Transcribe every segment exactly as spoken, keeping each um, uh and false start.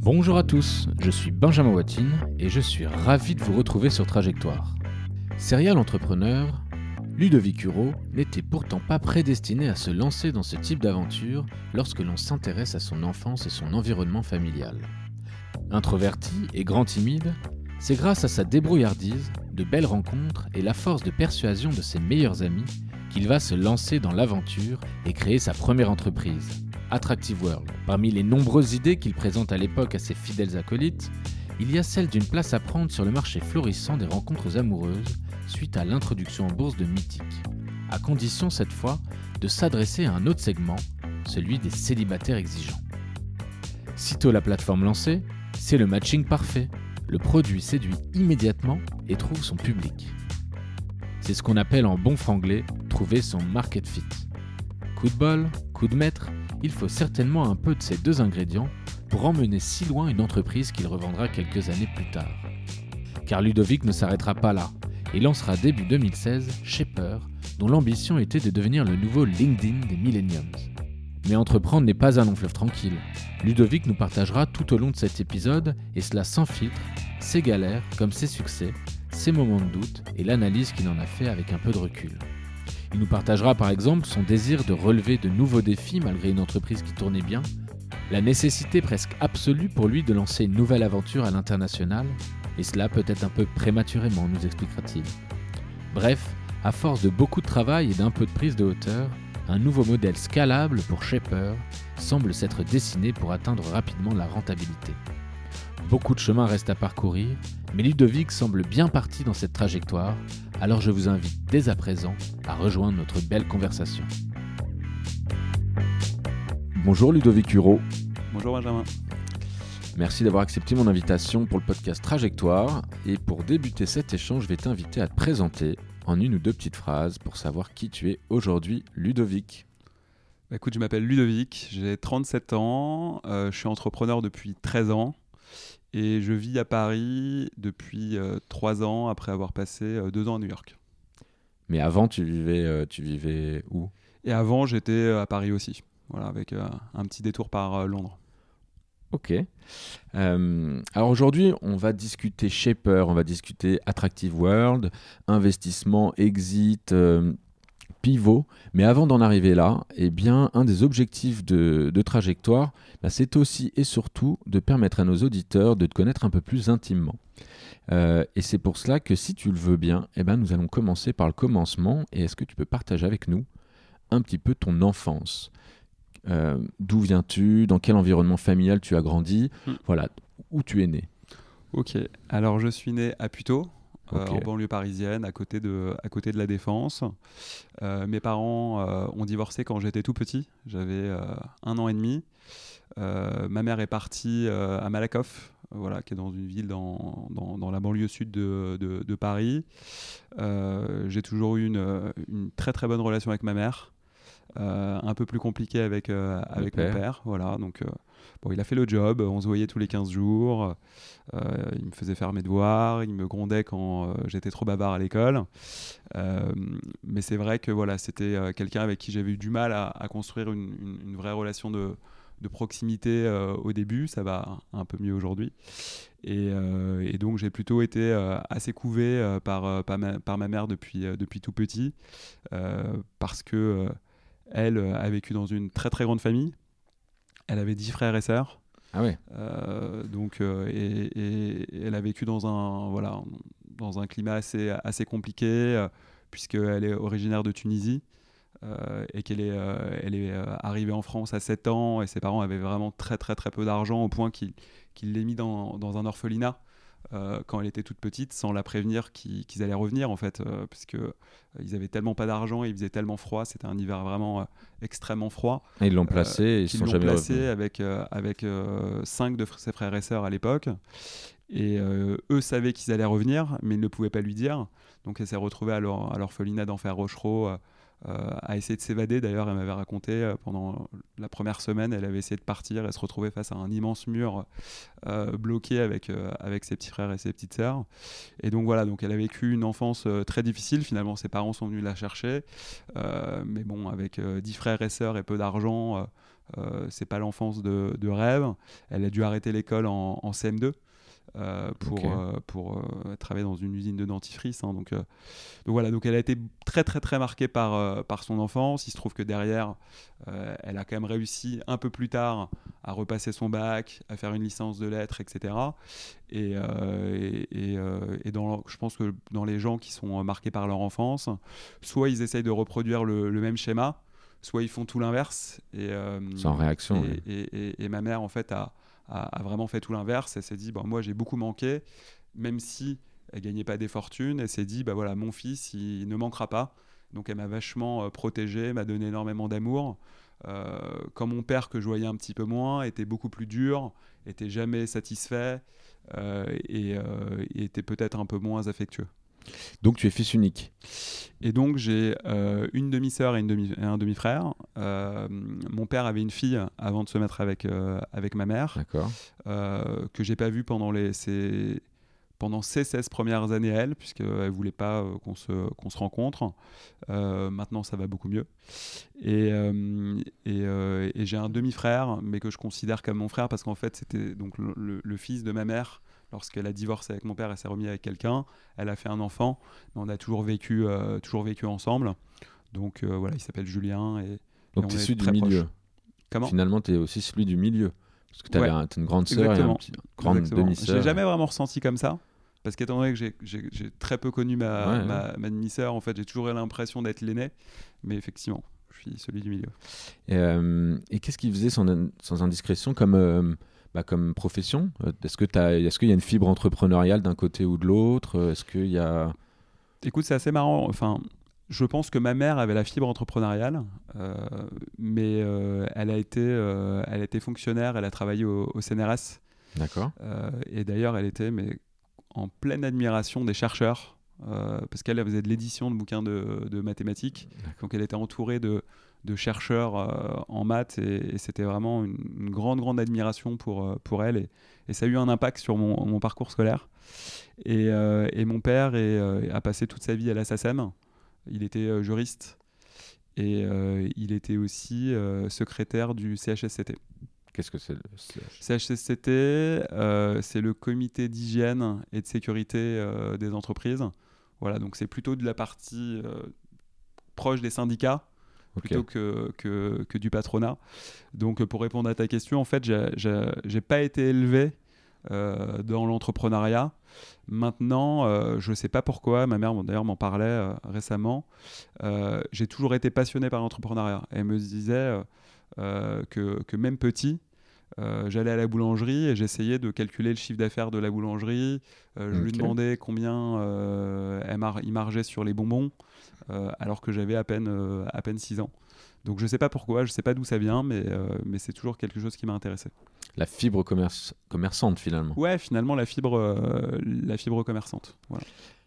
Bonjour à tous, je suis Benjamin Watine et je suis ravi de vous retrouver sur Trajectoire. Serial entrepreneur, Ludovic Huro n'était pourtant pas prédestiné à se lancer dans ce type d'aventure lorsque l'on s'intéresse à son enfance et son environnement familial. Introverti et grand timide, c'est grâce à sa débrouillardise, de belles rencontres et la force de persuasion de ses meilleurs amis qu'il va se lancer dans l'aventure et créer sa première entreprise, Attractive World. Parmi les nombreuses idées qu'il présente à l'époque à ses fidèles acolytes, il y a celle d'une place à prendre sur le marché florissant des rencontres amoureuses suite à l'introduction en bourse de Mythic, à condition cette fois de s'adresser à un autre segment, celui des célibataires exigeants. Sitôt la plateforme lancée, c'est le matching parfait. Le produit séduit immédiatement et trouve son public. C'est ce qu'on appelle en bon franglais trouver son market fit. Coup de bol, coup de maître, il faut certainement un peu de ces deux ingrédients pour emmener si loin une entreprise qu'il revendra quelques années plus tard. Car Ludovic ne s'arrêtera pas là et lancera début deux mille seize Shaper, dont l'ambition était de devenir le nouveau LinkedIn des millenniums. Mais entreprendre n'est pas un long fleuve tranquille. Ludovic nous partagera tout au long de cet épisode, et cela sans filtre, ses galères comme ses succès, ses moments de doute et l'analyse qu'il en a fait avec un peu de recul. Il nous partagera par exemple son désir de relever de nouveaux défis malgré une entreprise qui tournait bien, la nécessité presque absolue pour lui de lancer une nouvelle aventure à l'international, et cela peut-être un peu prématurément, nous expliquera-t-il. Bref, à force de beaucoup de travail et d'un peu de prise de hauteur, un nouveau modèle scalable pour Shaper semble s'être dessiné pour atteindre rapidement la rentabilité. Beaucoup de chemin reste à parcourir, mais Ludovic semble bien parti dans cette trajectoire, alors je vous invite dès à présent à rejoindre notre belle conversation. Bonjour Ludovic Huro. Bonjour Benjamin. Merci d'avoir accepté mon invitation pour le podcast Trajectoire, et pour débuter cet échange, je vais t'inviter à te présenter en une ou deux petites phrases pour savoir qui tu es aujourd'hui, Ludovic. Bah écoute, je m'appelle Ludovic, j'ai trente-sept ans, euh, je suis entrepreneur depuis treize ans et je vis à Paris depuis euh, trois ans après avoir passé euh, deux ans à New York. Mais avant, tu vivais, euh, tu vivais où ? Et avant, j'étais à Paris aussi, voilà, avec euh, un petit détour par euh, Londres. Ok. Euh, alors aujourd'hui, on va discuter Shaper, on va discuter Attractive World, investissement, exit, euh, pivot. Mais avant d'en arriver là, eh bien, un des objectifs de, de Trajectoire, bah, c'est aussi et surtout de permettre à nos auditeurs de te connaître un peu plus intimement. Euh, et c'est pour cela que si tu le veux bien, eh ben, nous allons commencer par le commencement. Et est-ce que tu peux partager avec nous un petit peu ton enfance ? Euh, d'où viens-tu ? Dans quel environnement familial tu as grandi ? mmh. Voilà, où tu es né ? Ok, alors je suis né à Puteaux, okay. euh, en banlieue parisienne, à côté de, à côté de la Défense. Euh, mes parents euh, ont divorcé quand j'étais tout petit, j'avais euh, un an et demi. Euh, ma mère est partie euh, à Malakoff, voilà, qui est dans une ville dans, dans, dans la banlieue sud de, de, de Paris. Euh, j'ai toujours eu une, une très très bonne relation avec ma mère. Euh, un peu plus compliqué avec, euh, avec père. mon père. Voilà, donc, euh, bon, il a fait le job, on se voyait tous les quinze jours, euh, il me faisait faire mes devoirs, il me grondait quand euh, j'étais trop bavard à l'école. Euh, mais c'est vrai que voilà, c'était euh, quelqu'un avec qui j'avais eu du mal à, à construire une, une, une vraie relation de, de proximité euh, au début. Ça va un peu mieux aujourd'hui. Et, euh, et donc j'ai plutôt été euh, assez couvé euh, par, euh, par, ma, par ma mère depuis, euh, depuis tout petit, euh, parce que euh, elle a vécu dans une très très grande famille. Elle avait dix frères et sœurs. Ah ouais. Euh, donc, euh, et, et, et elle a vécu dans un, voilà, dans un climat assez, assez compliqué, euh, puisqu'elle est originaire de Tunisie euh, et qu'elle est, euh, elle est euh, arrivée en France à sept ans, et ses parents avaient vraiment très très très peu d'argent, au point qu'il, qu'il l'ait mis dans, dans un orphelinat. Euh, quand elle était toute petite, sans la prévenir qu'ils, qu'ils allaient revenir, en fait, euh, parce que euh, ils avaient tellement pas d'argent et il faisait tellement froid, c'était un hiver vraiment euh, extrêmement froid. Et ils l'ont placé, euh, et ils qu'ils sont l'ont jamais placé revenus. avec euh, avec euh, cinq de f- ses frères et sœurs à l'époque, et euh, eux savaient qu'ils allaient revenir, mais ils ne pouvaient pas lui dire. Donc elle s'est retrouvée à, leur, à l'orphelinat d'Enfer Rochereau, euh, euh, à essayer de s'évader. D'ailleurs, elle m'avait raconté euh, pendant la première semaine, elle avait essayé de partir, elle se retrouvait face à un immense mur euh, bloqué avec euh, avec ses petits frères et ses petites sœurs. Et donc voilà, donc elle a vécu une enfance euh, très difficile. Finalement, ses parents sont venus la chercher, euh, mais bon, avec euh, dix frères et sœurs et peu d'argent, euh, euh, c'est pas l'enfance de, de rêve. Elle a dû arrêter l'école en, en C M deux. Euh, pour, Okay. euh, pour euh, travailler dans une usine de dentifrice. Hein, donc, euh, donc voilà, donc elle a été très très très marquée par, euh, par son enfance. Il se trouve que derrière, euh, elle a quand même réussi un peu plus tard à repasser son bac, à faire une licence de lettres, et cetera. Et, euh, et, et, euh, et dans, je pense que dans les gens qui sont marqués par leur enfance, soit ils essayent de reproduire le, le même schéma, soit ils font tout l'inverse. Et, euh, Sans réaction. et, Ouais. et, et, et ma mère, en fait, a a, a vraiment fait tout l'inverse. Elle s'est dit, bah, moi j'ai beaucoup manqué, même si elle gagnait pas des fortunes. Elle s'est dit, bah voilà, mon fils, il ne manquera pas. Donc elle m'a vachement euh, protégé, m'a donné énormément d'amour. Euh, quand mon père, que je voyais un petit peu moins, était beaucoup plus dur, était jamais satisfait euh, et, euh, et était peut-être un peu moins affectueux. Donc tu es fils unique. Et donc j'ai euh, une demi-sœur et, une demi- et un demi-frère. Euh, mon père avait une fille avant de se mettre avec, euh, avec ma mère, D'accord. euh, que j'ai pas vue pendant, les, ses, pendant ses seize premières années à elle, puisqu'elle ne voulait pas euh, qu'on se, qu'on se rencontre. Euh, maintenant ça va beaucoup mieux. Et, euh, et, euh, et j'ai un demi-frère, mais que je considère comme mon frère, parce qu'en fait c'était donc le, le, le fils de ma mère. Lorsqu'elle a divorcé avec mon père, elle s'est remise avec quelqu'un, elle a fait un enfant, mais on a toujours vécu, euh, toujours vécu ensemble. Donc euh, voilà, il s'appelle Julien et, et Donc on tu es est issu du très milieu. proches. Comment ? Finalement, tu es aussi celui du milieu. Parce que tu Ouais, avais une grande sœur et un exactement. petit, grande exactement. Je demi-sœur. l'ai jamais vraiment ressenti comme ça, parce qu'étant donné que j'ai, j'ai, j'ai très peu connu ma, Ouais, ouais. ma, ma demi-sœur, en fait, j'ai toujours eu l'impression d'être l'aîné, mais effectivement, je suis celui du milieu. Et, euh, et qu'est-ce qu'il faisait sans, sans indiscrétion comme, euh, bah, comme profession ? Est-ce que t'as, est-ce qu'il y a une fibre entrepreneuriale d'un côté ou de l'autre ? Est-ce qu'il y a... Écoute, c'est assez marrant. Enfin, je pense que ma mère avait la fibre entrepreneuriale, euh, mais euh, elle, a été, euh, elle a été fonctionnaire, elle a travaillé au, au C N R S. D'accord. Euh, et d'ailleurs, elle était mais, en pleine admiration des chercheurs, euh, parce qu'elle faisait de l'édition de bouquins de, de mathématiques. Donc elle était entourée de, de chercheurs euh, en maths, et, et c'était vraiment une, une grande, grande admiration pour, pour elle. Et, et ça a eu un impact sur mon, mon parcours scolaire. Et, euh, et mon père est, euh, a passé toute sa vie à la S A C E M. Il était euh, juriste et euh, il était aussi euh, secrétaire du C H S C T. Qu'est-ce que c'est le... C H S C T, euh, c'est le comité d'hygiène et de sécurité euh, des entreprises. Voilà, donc c'est plutôt de la partie euh, proche des syndicats Okay. plutôt que, que, que du patronat. Donc pour répondre à ta question, en fait, j'ai, j'ai, j'ai pas été élevé euh, dans l'entrepreneuriat. Maintenant, euh, je ne sais pas pourquoi, ma mère bon, d'ailleurs m'en parlait euh, récemment, euh, j'ai toujours été passionné par l'entrepreneuriat. Elle me disait euh, euh, que, que même petit, euh, j'allais à la boulangerie et j'essayais de calculer le chiffre d'affaires de la boulangerie. Euh, je Okay. lui demandais combien euh, elle mar- il margeait sur les bonbons, euh, alors que j'avais à peine, euh, à peine six ans. Donc je ne sais pas pourquoi, je ne sais pas d'où ça vient, mais, euh, mais c'est toujours quelque chose qui m'a intéressé. La fibre commerce... commerçante, finalement. Ouais, finalement, la fibre, euh, la fibre commerçante. Voilà.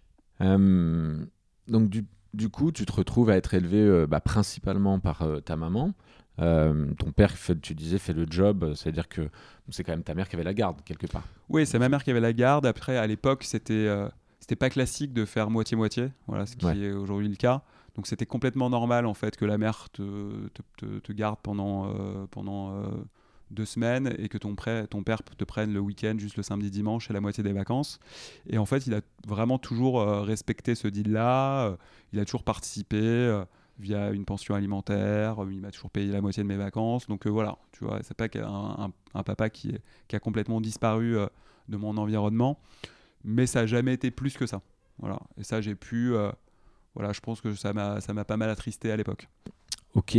Euh, donc, du, du coup, tu te retrouves à être élevé euh, bah, principalement par euh, ta maman. Euh, ton père, fait, tu disais, fait le job, c'est-à-dire que c'est quand même ta mère qui avait la garde, quelque part. Oui, c'est ma mère qui avait la garde. Après, à l'époque, c'était, euh, c'était pas classique de faire moitié-moitié, voilà, ce qui Ouais. est aujourd'hui le cas. Donc c'était complètement normal, en fait, que la mère te, te, te, te garde pendant, euh, pendant euh, deux semaines et que ton, prêt, ton père te prenne le week-end, juste le samedi, dimanche et la moitié des vacances. Et en fait, il a vraiment toujours euh, respecté ce deal-là. Euh, il a toujours participé euh, via une pension alimentaire. Euh, il m'a toujours payé la moitié de mes vacances. Donc euh, voilà, tu vois, c'est pas qu'un, un, un papa qui, est, qui a complètement disparu euh, de mon environnement. Mais ça n'a jamais été plus que ça. Voilà. Et ça, j'ai pu... Euh, voilà, je pense que ça m'a, ça m'a pas mal attristé à l'époque. Ok.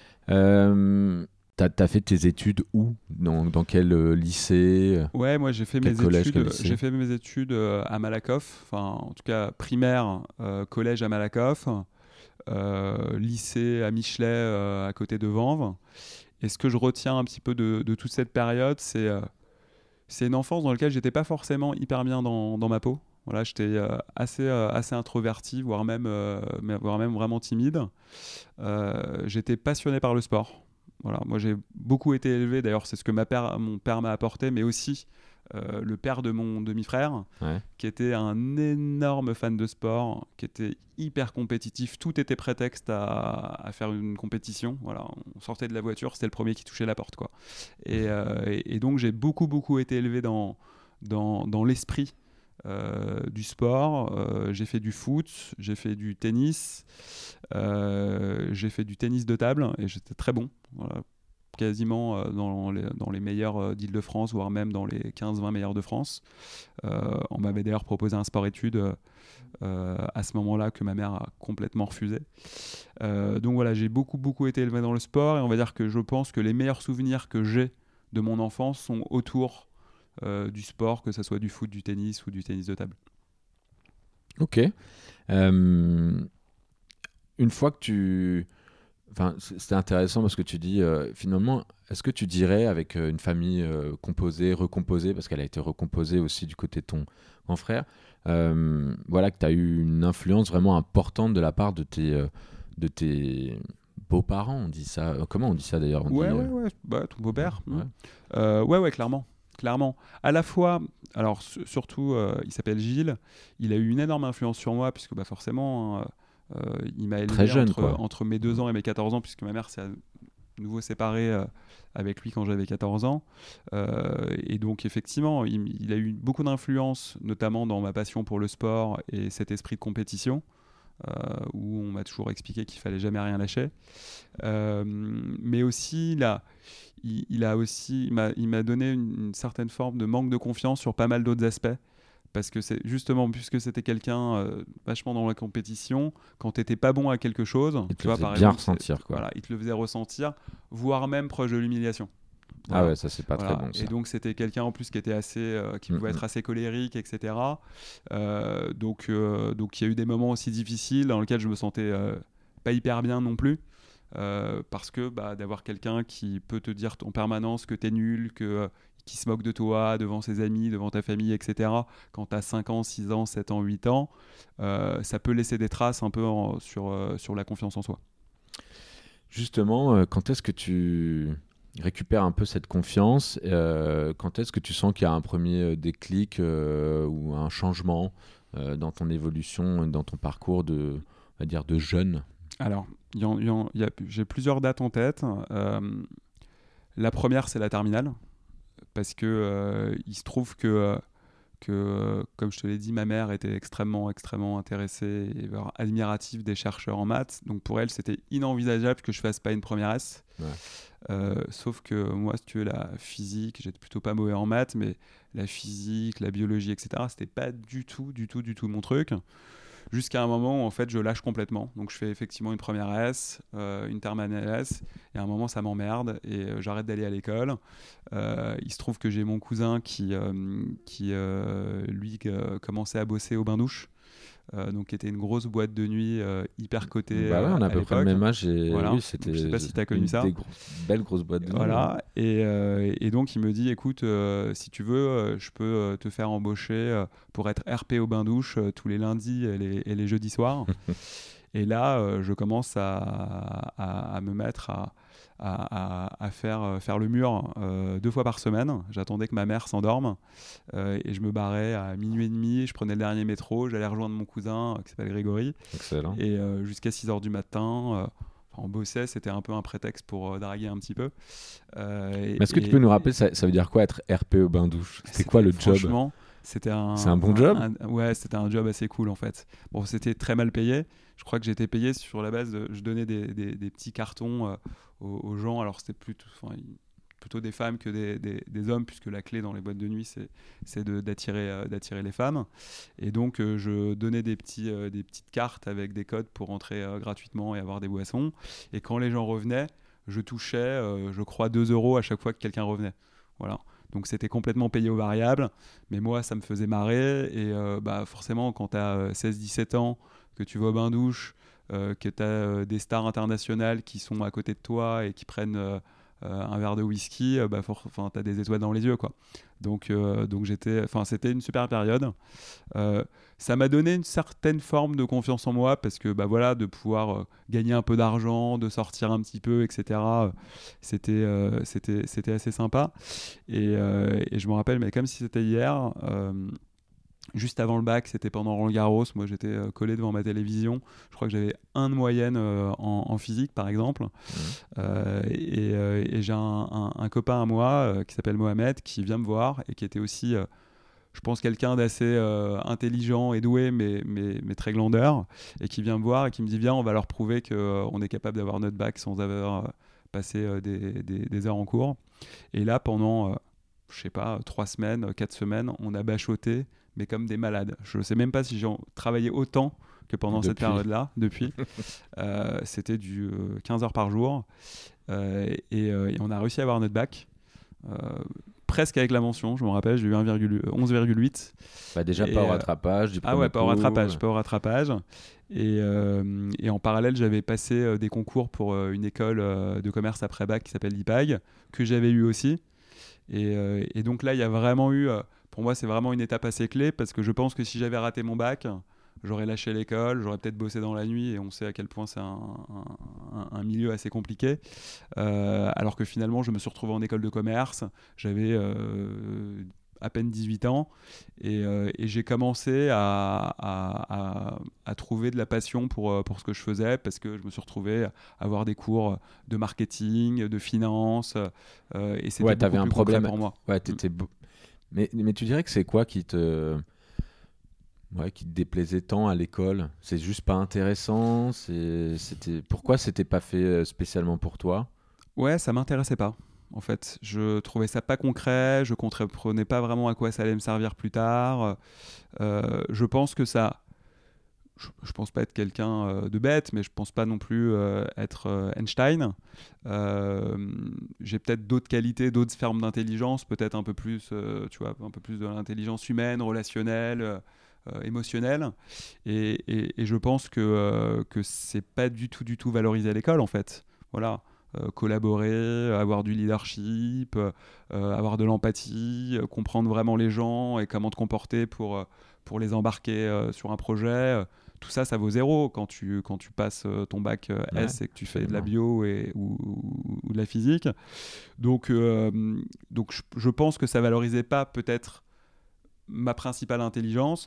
Euh, t'as, t'as fait tes études où ? Dans, dans quel euh, lycée ? Ouais, moi j'ai fait Quel mes collège, quel études. lycée ? J'ai fait mes études euh, à Malakoff. Enfin, en tout cas primaire, euh, collège à Malakoff, euh, lycée à Michelet euh, à côté de Vanves. Et ce que je retiens un petit peu de, de toute cette période, c'est euh, c'est une enfance dans laquelle j'étais pas forcément hyper bien dans, dans ma peau. Voilà, j'étais euh, assez, euh, assez introverti, voire même, euh, voire même vraiment timide. Euh, j'étais passionné par le sport. Voilà, moi j'ai beaucoup été élevé, d'ailleurs c'est ce que ma père, mon père m'a apporté, mais aussi euh, le père de mon demi-frère, Ouais. qui était un énorme fan de sport, qui était hyper compétitif. Tout était prétexte à, à faire une compétition. Voilà, on sortait de la voiture, c'était le premier qui touchait la porte, quoi. Et, euh, et, et donc j'ai beaucoup beaucoup été élevé dans dans, dans l'esprit euh, du sport. Euh, j'ai fait du foot, j'ai fait du tennis, euh, j'ai fait du tennis de table et j'étais très bon. Voilà, quasiment euh, dans, les, dans les meilleurs euh, d'Île-de-France, voire même dans les quinze vingt meilleurs de France. Euh, on m'avait d'ailleurs proposé un sport-études euh, à ce moment-là que ma mère a complètement refusé. Euh, donc voilà, j'ai beaucoup, beaucoup été élevé dans le sport et on va dire que je pense que les meilleurs souvenirs que j'ai de mon enfance sont autour euh, du sport, que ce soit du foot, du tennis ou du tennis de table. Ok. Euh, une fois que tu... Enfin, c- c'était intéressant parce que tu dis, euh, finalement, est-ce que tu dirais, avec euh, une famille euh, composée, recomposée, parce qu'elle a été recomposée aussi du côté de ton grand frère, euh, voilà, que tu as eu une influence vraiment importante de la part de tes, euh, de tes beaux-parents, on dit ça. euh, Comment on dit ça d'ailleurs? On Ouais, dit, ouais, euh, ouais, bah, ton beau-père. ouais. hmm. Euh, ouais, ouais, clairement. Clairement. À la fois, alors su- surtout, euh, il s'appelle Gilles. Il a eu une énorme influence sur moi, puisque bah, forcément, hein, euh, il m'a Très élevé jeune, entre, quoi. entre mes deux ans et mes quatorze ans, puisque ma mère s'est à nouveau séparée euh, avec lui quand j'avais quatorze ans. Euh, et donc, effectivement, il, il a eu beaucoup d'influence, notamment dans ma passion pour le sport et cet esprit de compétition. Euh, où on m'a toujours expliqué qu'il fallait jamais rien lâcher. Euh, mais aussi, il a, il, il a aussi, il m'a, il m'a donné une, une certaine forme de manque de confiance sur pas mal d'autres aspects. Parce que c'est justement, puisque c'était quelqu'un euh, vachement dans la compétition, quand t'étais pas bon à quelque chose, Il te tu le vois, faisait par bien exemple, c'est- ressentir, quoi. voilà, il te le faisait ressentir, voire même proche de l'humiliation. Ah Voilà. ouais, ça, c'est pas Voilà. très bon, ça. Et donc c'était quelqu'un en plus qui était assez, euh, qui Mm, pouvait mm. être assez colérique, et cetera. Euh, donc euh, donc il y a eu des moments aussi difficiles dans lesquels je me sentais euh, pas hyper bien non plus. Euh, parce que bah, d'avoir quelqu'un qui peut te dire en permanence que t'es nul, que, euh, qui se moque de toi devant ses amis, devant ta famille, et cetera. Quand t'as cinq ans, six ans, sept ans, huit ans, euh, ça peut laisser des traces un peu en- sur, euh, sur la confiance en soi. Justement, euh, quand est-ce que tu récupères un peu cette confiance? euh, Quand est-ce que tu sens qu'il y a un premier euh, déclic euh, ou un changement euh, dans ton évolution, dans ton parcours de, on va dire, de jeune? Alors, il y en- il y en- il y a- j'ai plusieurs dates en tête. Euh, la première, c'est la terminale. Parce que euh, il se trouve que, euh, que euh, comme je te l'ai dit, ma mère était extrêmement, extrêmement intéressée et voire admirative des chercheurs en maths. Donc pour elle, c'était inenvisageable que je fasse pas une première S. Ouais. Euh, sauf que moi, si tu veux, la physique, j'étais plutôt pas mauvais en maths, mais la physique, la biologie, et cetera, c'était pas du tout, du tout, du tout mon truc. Jusqu'à un moment où en fait je lâche complètement. Donc je fais effectivement une première S, euh, une terminale S, et à un moment ça m'emmerde et euh, j'arrête d'aller à l'école. Euh, il se trouve que j'ai mon cousin qui, euh, qui euh, lui euh, commençait à bosser au bain-douche, euh, donc qui était une grosse boîte de nuit euh, hyper cotée Bah ouais, euh, on a à à peu près le l'époque. même âge et Voilà. oui, Donc, c'était je sais pas si tu as connu une ça. des gros- belles grosses boîtes de nuit. Ouais. Voilà, et, euh, et donc il me dit écoute, euh, si tu veux, euh, je peux euh, te faire embaucher euh, pour être R P au bain-douche euh, tous les lundis et les, et les jeudis soirs. Et là, euh, je commence à, à, à me mettre à, à, à- à faire, euh, faire le mur euh, deux fois par semaine. J'attendais que ma mère s'endorme euh, et je me barrais à minuit et demi. Je prenais le dernier métro, j'allais rejoindre mon cousin euh, qui s'appelle Grégory. Excellent. Et euh, jusqu'à six heures du matin, euh, enfin, on bossait, c'était un peu un prétexte pour euh, draguer un petit peu. Euh, et- Mais est-ce que tu et- peux nous rappeler, ça, ça veut dire quoi être R P au bain-douche? C'était quoi le job? Franchement, c'était un. C'est un bon job? un- Ouais, c'était un job assez cool en fait. Bon, c'était très mal payé. Je crois que j'étais payé sur la base de. Je donnais des, des- des petits cartons euh, aux, aux gens. Alors c'était plutôt, enfin, il- plutôt des femmes que des, des- des hommes, puisque la clé dans les boîtes de nuit, c'est, c'est de- d'attirer, euh, d'attirer les femmes. Et donc, euh, je donnais des, petits, euh, des petites cartes avec des codes pour entrer euh, gratuitement et avoir des boissons. Et quand les gens revenaient, je touchais, euh, je crois, deux euros à chaque fois que quelqu'un revenait. Voilà. Donc c'était complètement payé aux variables, mais moi ça me faisait marrer et euh, bah, forcément quand tu as seize dix-sept ans, que tu vas au bain-douche, euh, que tu as euh, des stars internationales qui sont à côté de toi et qui prennent euh, euh, un verre de whisky, euh, bah, enfin, t'as des étoiles dans les yeux, quoi. Donc, euh, donc j'étais, enfin, c'était une super période. Euh, ça m'a donné une certaine forme de confiance en moi parce que bah voilà, de pouvoir euh, gagner un peu d'argent, de sortir un petit peu, et cetera. euh, c'était, euh, c'était, c'était assez sympa. Et, euh, et je me rappelle, mais comme si c'était hier. Euh, Juste avant le bac, c'était pendant Roland-Garros. Moi, j'étais euh, collé devant ma télévision. Je crois que j'avais un de moyenne euh, en, en physique, par exemple. Mmh. Euh, et, euh, et j'ai un, un- un copain à moi euh, qui s'appelle Mohamed qui vient me voir et qui était aussi, euh, je pense, quelqu'un d'assez euh, intelligent et doué, mais, mais, mais très glandeur. Et qui vient me voir et qui me dit viens, on va leur prouver qu'on est capable d'avoir notre bac sans avoir euh, passé euh, des, des- des heures en cours. Et là, pendant, euh, je sais pas, trois semaines, quatre semaines, on a bachoté, mais comme des malades. Je ne sais même pas si j'ai travaillé autant que pendant Depuis. cette période-là, depuis. Euh, c'était du euh, quinze heures par jour. Euh, et, euh, et on a réussi à avoir notre bac. Euh, presque avec la mention, je me rappelle, j'ai eu un virgule onze virgule huit. Bah déjà, Et, pas au euh, rattrapage du Ah premier ouais, pas au coup. rattrapage, pas au rattrapage. Et, euh, et en parallèle, j'avais passé euh, des concours pour euh, une école euh, de commerce après bac qui s'appelle l'I P A G, que j'avais eu aussi. Et, euh, et donc là, il y a vraiment eu, euh, pour moi, c'est vraiment une étape assez clé parce que je pense que si j'avais raté mon bac, j'aurais lâché l'école, j'aurais peut-être bossé dans la nuit et on sait à quel point c'est un, un- un milieu assez compliqué. Euh, alors que finalement, je me suis retrouvé en école de commerce, j'avais euh, à peine dix-huit ans et, euh, et j'ai commencé à, à- à- à trouver de la passion pour, euh, pour ce que je faisais parce que je me suis retrouvé à avoir des cours de marketing, de finance euh, et c'était Ouais, beaucoup t'avais un plus concret problème. pour moi. Ouais, Mm. t'étais. beau- Mais, mais tu dirais que c'est quoi qui te. Ouais, qui te déplaisait tant à l'école? C'est juste pas intéressant? C'est, c'était... Pourquoi c'était pas fait euh, spécialement pour toi? Ouais, ça m'intéressait pas. En fait, je trouvais ça pas concret, je comprenais pas vraiment à quoi ça allait me servir plus tard. Euh, je pense que ça, je, je pense pas être quelqu'un euh, de bête, mais je pense pas non plus euh, être euh, Einstein. Euh, j'ai peut-être d'autres qualités, d'autres formes d'intelligence, peut-être un peu plus, euh, tu vois, un peu plus de l'intelligence humaine, relationnelle, euh, euh, émotionnelle. Et, et- et je pense que euh, que c'est pas du tout, du tout valorisé à l'école, en fait. Voilà. Euh, collaborer, avoir du leadership, euh, avoir de l'empathie, euh, comprendre vraiment les gens et comment te comporter pour, euh, pour les embarquer euh, sur un projet. Euh, tout ça, ça vaut zéro quand tu, quand tu passes euh, ton bac euh, Ouais, S et que tu fais de la absolument. bio et, ou, ou- ou de la physique. Donc, euh, donc je, je pense que ça valorisait pas peut-être ma principale intelligence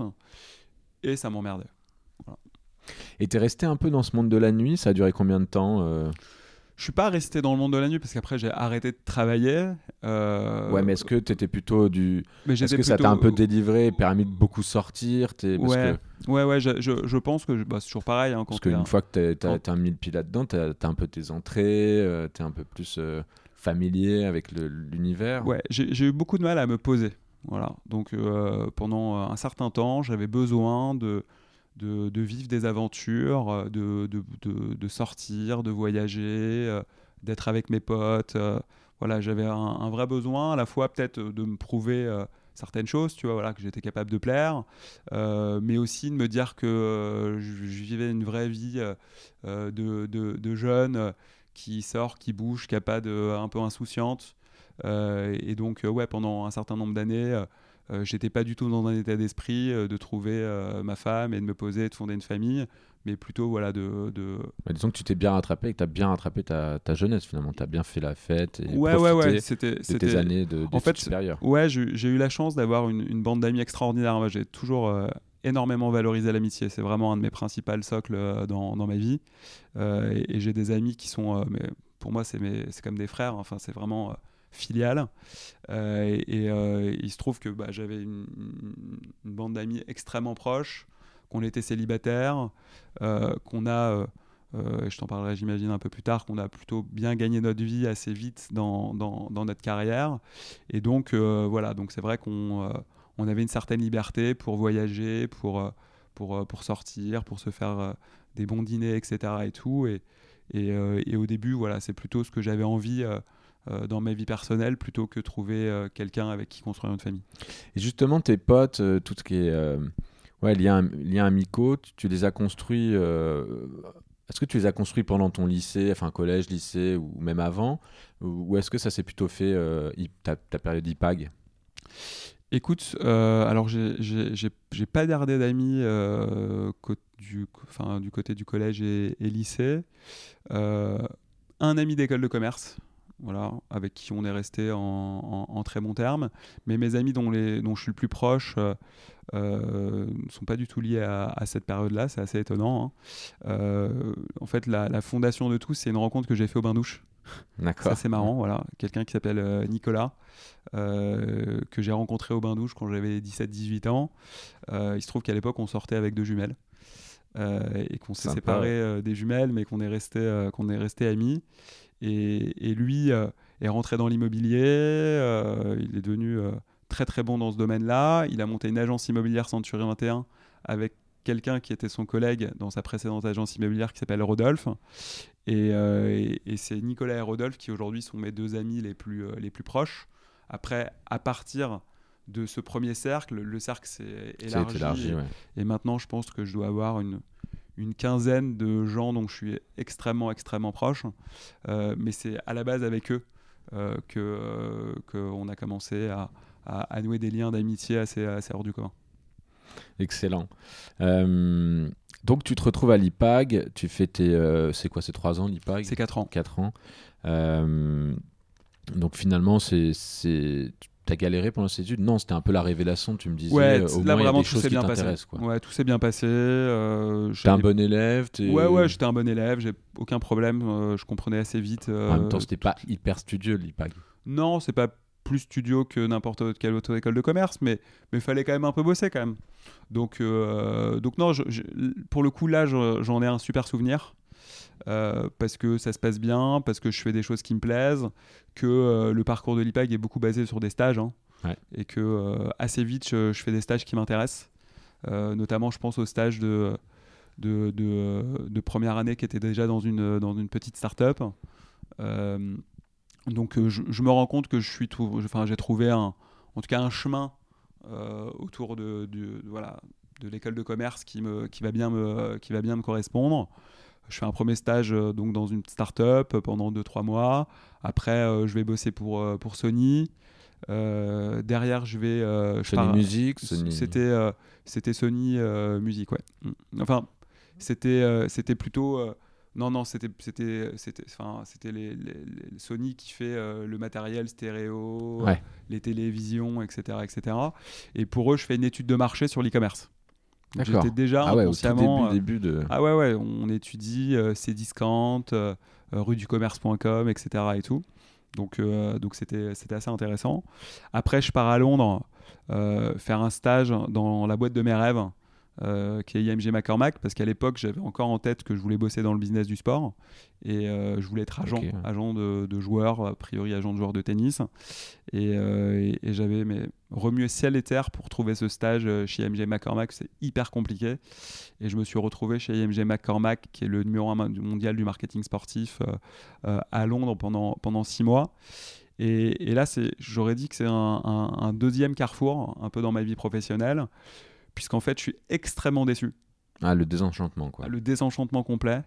et ça m'emmerdait. Voilà. Et t'es resté un peu dans ce monde de la nuit? Ça a duré combien de temps euh Je suis pas resté dans le monde de la nuit parce qu'après j'ai arrêté de travailler. Ouais, Euh, mais est-ce que t'étais plutôt du. mais Est-ce j'étais que ça t'a un peu plutôt. délivré, permis de beaucoup sortir? T'es... Parce Ouais, que, ouais, ouais, je, je, je pense que bah, c'est toujours pareil hein, quand parce t'es qu'une un- fois que t'as, t'as, quand, t'as mis le pied là-dedans, t'as, t'as un peu tes entrées, euh, t'es un peu plus euh, familier avec le- l'univers. ouais, j'ai j'ai eu beaucoup de mal à me poser. Voilà. Donc euh, pendant un certain temps, j'avais besoin de, de, de vivre des aventures, euh, de, de, de, de sortir, de voyager, euh, d'être avec mes potes. euh, voilà, j'avais un, un vrai besoin, à la fois peut-être euh, de me prouver euh, certaines choses, tu vois, voilà, que j'étais capable de plaire, euh, mais aussi de me dire que euh, je, je vivais une vraie vie euh, euh, de, de, de jeune euh, qui sort, qui bouge, qui a pas de, un peu insouciante. Euh, et donc, euh, ouais, pendant un certain nombre d'années, euh, euh, j'étais pas du tout dans un état d'esprit euh, de trouver euh, ma femme et de me poser et de fonder une famille, mais plutôt voilà de, de... Bah, disons que tu t'es bien rattrapé et que t'as bien rattrapé ta, ta jeunesse finalement. T'as bien fait la fête et Ouais, ouais, ouais, profité c'était, de tes c'était... années de, En d'études fait, supérieures. ouais, j'ai j'ai eu la chance d'avoir une, une bande d'amis extraordinaire. Moi, j'ai toujours euh, énormément valorisé l'amitié. C'est vraiment un de mes principaux socles euh, dans, dans ma vie. Euh, et et j'ai des amis qui sont, euh, mais pour moi, c'est mes- c'est comme des frères. Enfin, c'est vraiment euh, filial. Euh, et et, euh, il se trouve que bah, j'avais une, une bande d'amis extrêmement proches, qu'on était célibataires, euh, qu'on a, euh, euh, et je t'en parlerai j'imagine un peu plus tard, qu'on a plutôt bien gagné notre vie assez vite dans, dans, dans notre carrière. Et donc euh, voilà, donc c'est vrai qu'on euh, on avait une certaine liberté pour voyager, pour, euh, pour, euh, pour sortir, pour se faire euh, des bons dîners, et cetera. Et tout. Et, et, euh, et au début, voilà, c'est plutôt ce que j'avais envie euh, euh, dans ma vie personnelle plutôt que trouver euh, quelqu'un avec qui construire une famille. Et justement, tes potes, euh, tout ce qui est euh, ouais, liens, liens amicaux, tu, tu les as construits euh, est-ce que tu les as construits pendant ton lycée, enfin collège, lycée ou même avant, ou, ou est-ce que ça s'est plutôt fait euh, I- ta, ta période I P A G? Écoute, euh, alors j'ai j'ai- j'ai- j'ai pas gardé d'amis euh, cô- du, enfin, du côté du collège et, et lycée. Euh, un ami d'école de commerce, voilà, avec qui on est resté en, en- en très bons termes. Mais mes amis dont, les, dont je suis le plus proche euh, euh, ne sont pas du tout liés à, à cette période-là. C'est assez étonnant, hein. Euh, en fait, la, la fondation de tout, c'est une rencontre que j'ai fait au bain-douche. C'est D'accord. assez marrant, voilà. Quelqu'un qui s'appelle euh, Nicolas, euh, que j'ai rencontré au bain-douche quand j'avais dix-sept dix-huit ans. Euh, il se trouve qu'à l'époque, on sortait avec deux jumelles. Euh, et qu'on s'est Sympa, ouais. séparés euh, des jumelles, mais qu'on est resté, euh, qu'on est resté amis. Et, et lui euh, est rentré dans l'immobilier. Euh, il est devenu euh, très très bon dans ce domaine-là. Il a monté une agence immobilière Century vingt et un avec quelqu'un qui était son collègue dans sa précédente agence immobilière qui s'appelle Rodolphe. Et, euh, et- et c'est Nicolas et Rodolphe qui aujourd'hui sont mes deux amis les plus, euh, les plus proches. Après, à partir de ce premier cercle, le cercle s'est C'est élargi. élargi, ouais. Et, et maintenant, je pense que je dois avoir une, une quinzaine de gens dont je suis extrêmement, extrêmement proche. Euh, mais c'est à la base avec eux euh, que, euh, qu'on a commencé à, à, à nouer des liens d'amitié assez, assez hors du commun. Excellent. Euh, donc, tu te retrouves à l'I P A G, tu fais tes. euh, c'est quoi, c'est trois ans l'I P A G? C'est quatre ans. Quatre ans. Euh, donc, finalement, c'est. c'est... T'as galéré pendant ces études? Non, c'était un peu la révélation, tu me disais. Ouais, euh, t- Au là moins, il y a vraiment des tout choses s'est qui bien passé. t'intéressent, quoi. Ouais, tout s'est bien passé. Euh, T'es un j'avais- bon élève, t'es... Ouais, ouais, j'étais un bon élève, j'ai aucun problème, euh, je comprenais assez vite. En même temps, euh, c'était pas hyper studieux, l'I P A G. Non, c'est pas plus studio que n'importe quelle autre école de commerce, mais mais fallait quand même un peu bosser quand même. Donc euh, donc non, je- je- pour le coup là, je- j'en ai un super souvenir. Euh, parce que ça se passe bien, parce que je fais des choses qui me plaisent, que euh, le parcours de l'I P A G est beaucoup basé sur des stages, hein, Ouais. et que euh, assez vite je, je fais des stages qui m'intéressent. Euh, notamment, je pense au stage de, de, de, de première année qui était déjà dans une, dans une petite start-up. Euh, donc, euh, je, je me rends compte que je suis tout, enfin, j'ai trouvé un, en tout cas un chemin euh, autour de, de, voilà, de l'école de commerce qui, me, qui, va bien me, qui va bien me correspondre. Je fais un premier stage euh, donc dans une start-up pendant deux trois mois. Après, euh, je vais bosser pour, euh, pour Sony. Euh, derrière, je vais. euh, je Sony pars- Music, Sony... C'était euh, c'était Sony euh, Music, ouais. Mm. Enfin, c'était euh, c'était plutôt. euh, non, non, c'était c'était c'était enfin c'était les, les- les Sony qui fait euh, le matériel stéréo, euh, Ouais, les télévisions, et cetera, et cetera. Et pour eux, je fais une étude de marché sur l'e-commerce. Donc, d'accord. j'étais déjà Ah ouais, au tout inconsciemment. début, euh, début de... ah ouais, ouais, on étudie euh, Cdiscount, euh, euh, rue du commerce point com, et cetera et tout. Donc, euh, donc c'était, c'était assez intéressant. Après, je pars à Londres euh, faire un stage dans la boîte de mes rêves, euh, qui est I M G McCormack, parce qu'à l'époque, j'avais encore en tête que je voulais bosser dans le business du sport. Et euh, je voulais être agent, Ok, ouais. agent de, de joueurs, a priori agent de joueurs de tennis. Et, euh, et- et j'avais mais, remué ciel et terre pour trouver ce stage euh, chez I M G McCormack. C'est hyper compliqué. Et je me suis retrouvé chez I M G McCormack, qui est le numéro un du mondial du marketing sportif, euh, euh, à Londres pendant, pendant six mois. Et, et là, c'est, j'aurais dit que c'est un, un- un deuxième carrefour, un peu dans ma vie professionnelle, puisqu'en fait, je suis extrêmement déçu. Ah, le désenchantement, quoi. Le désenchantement complet.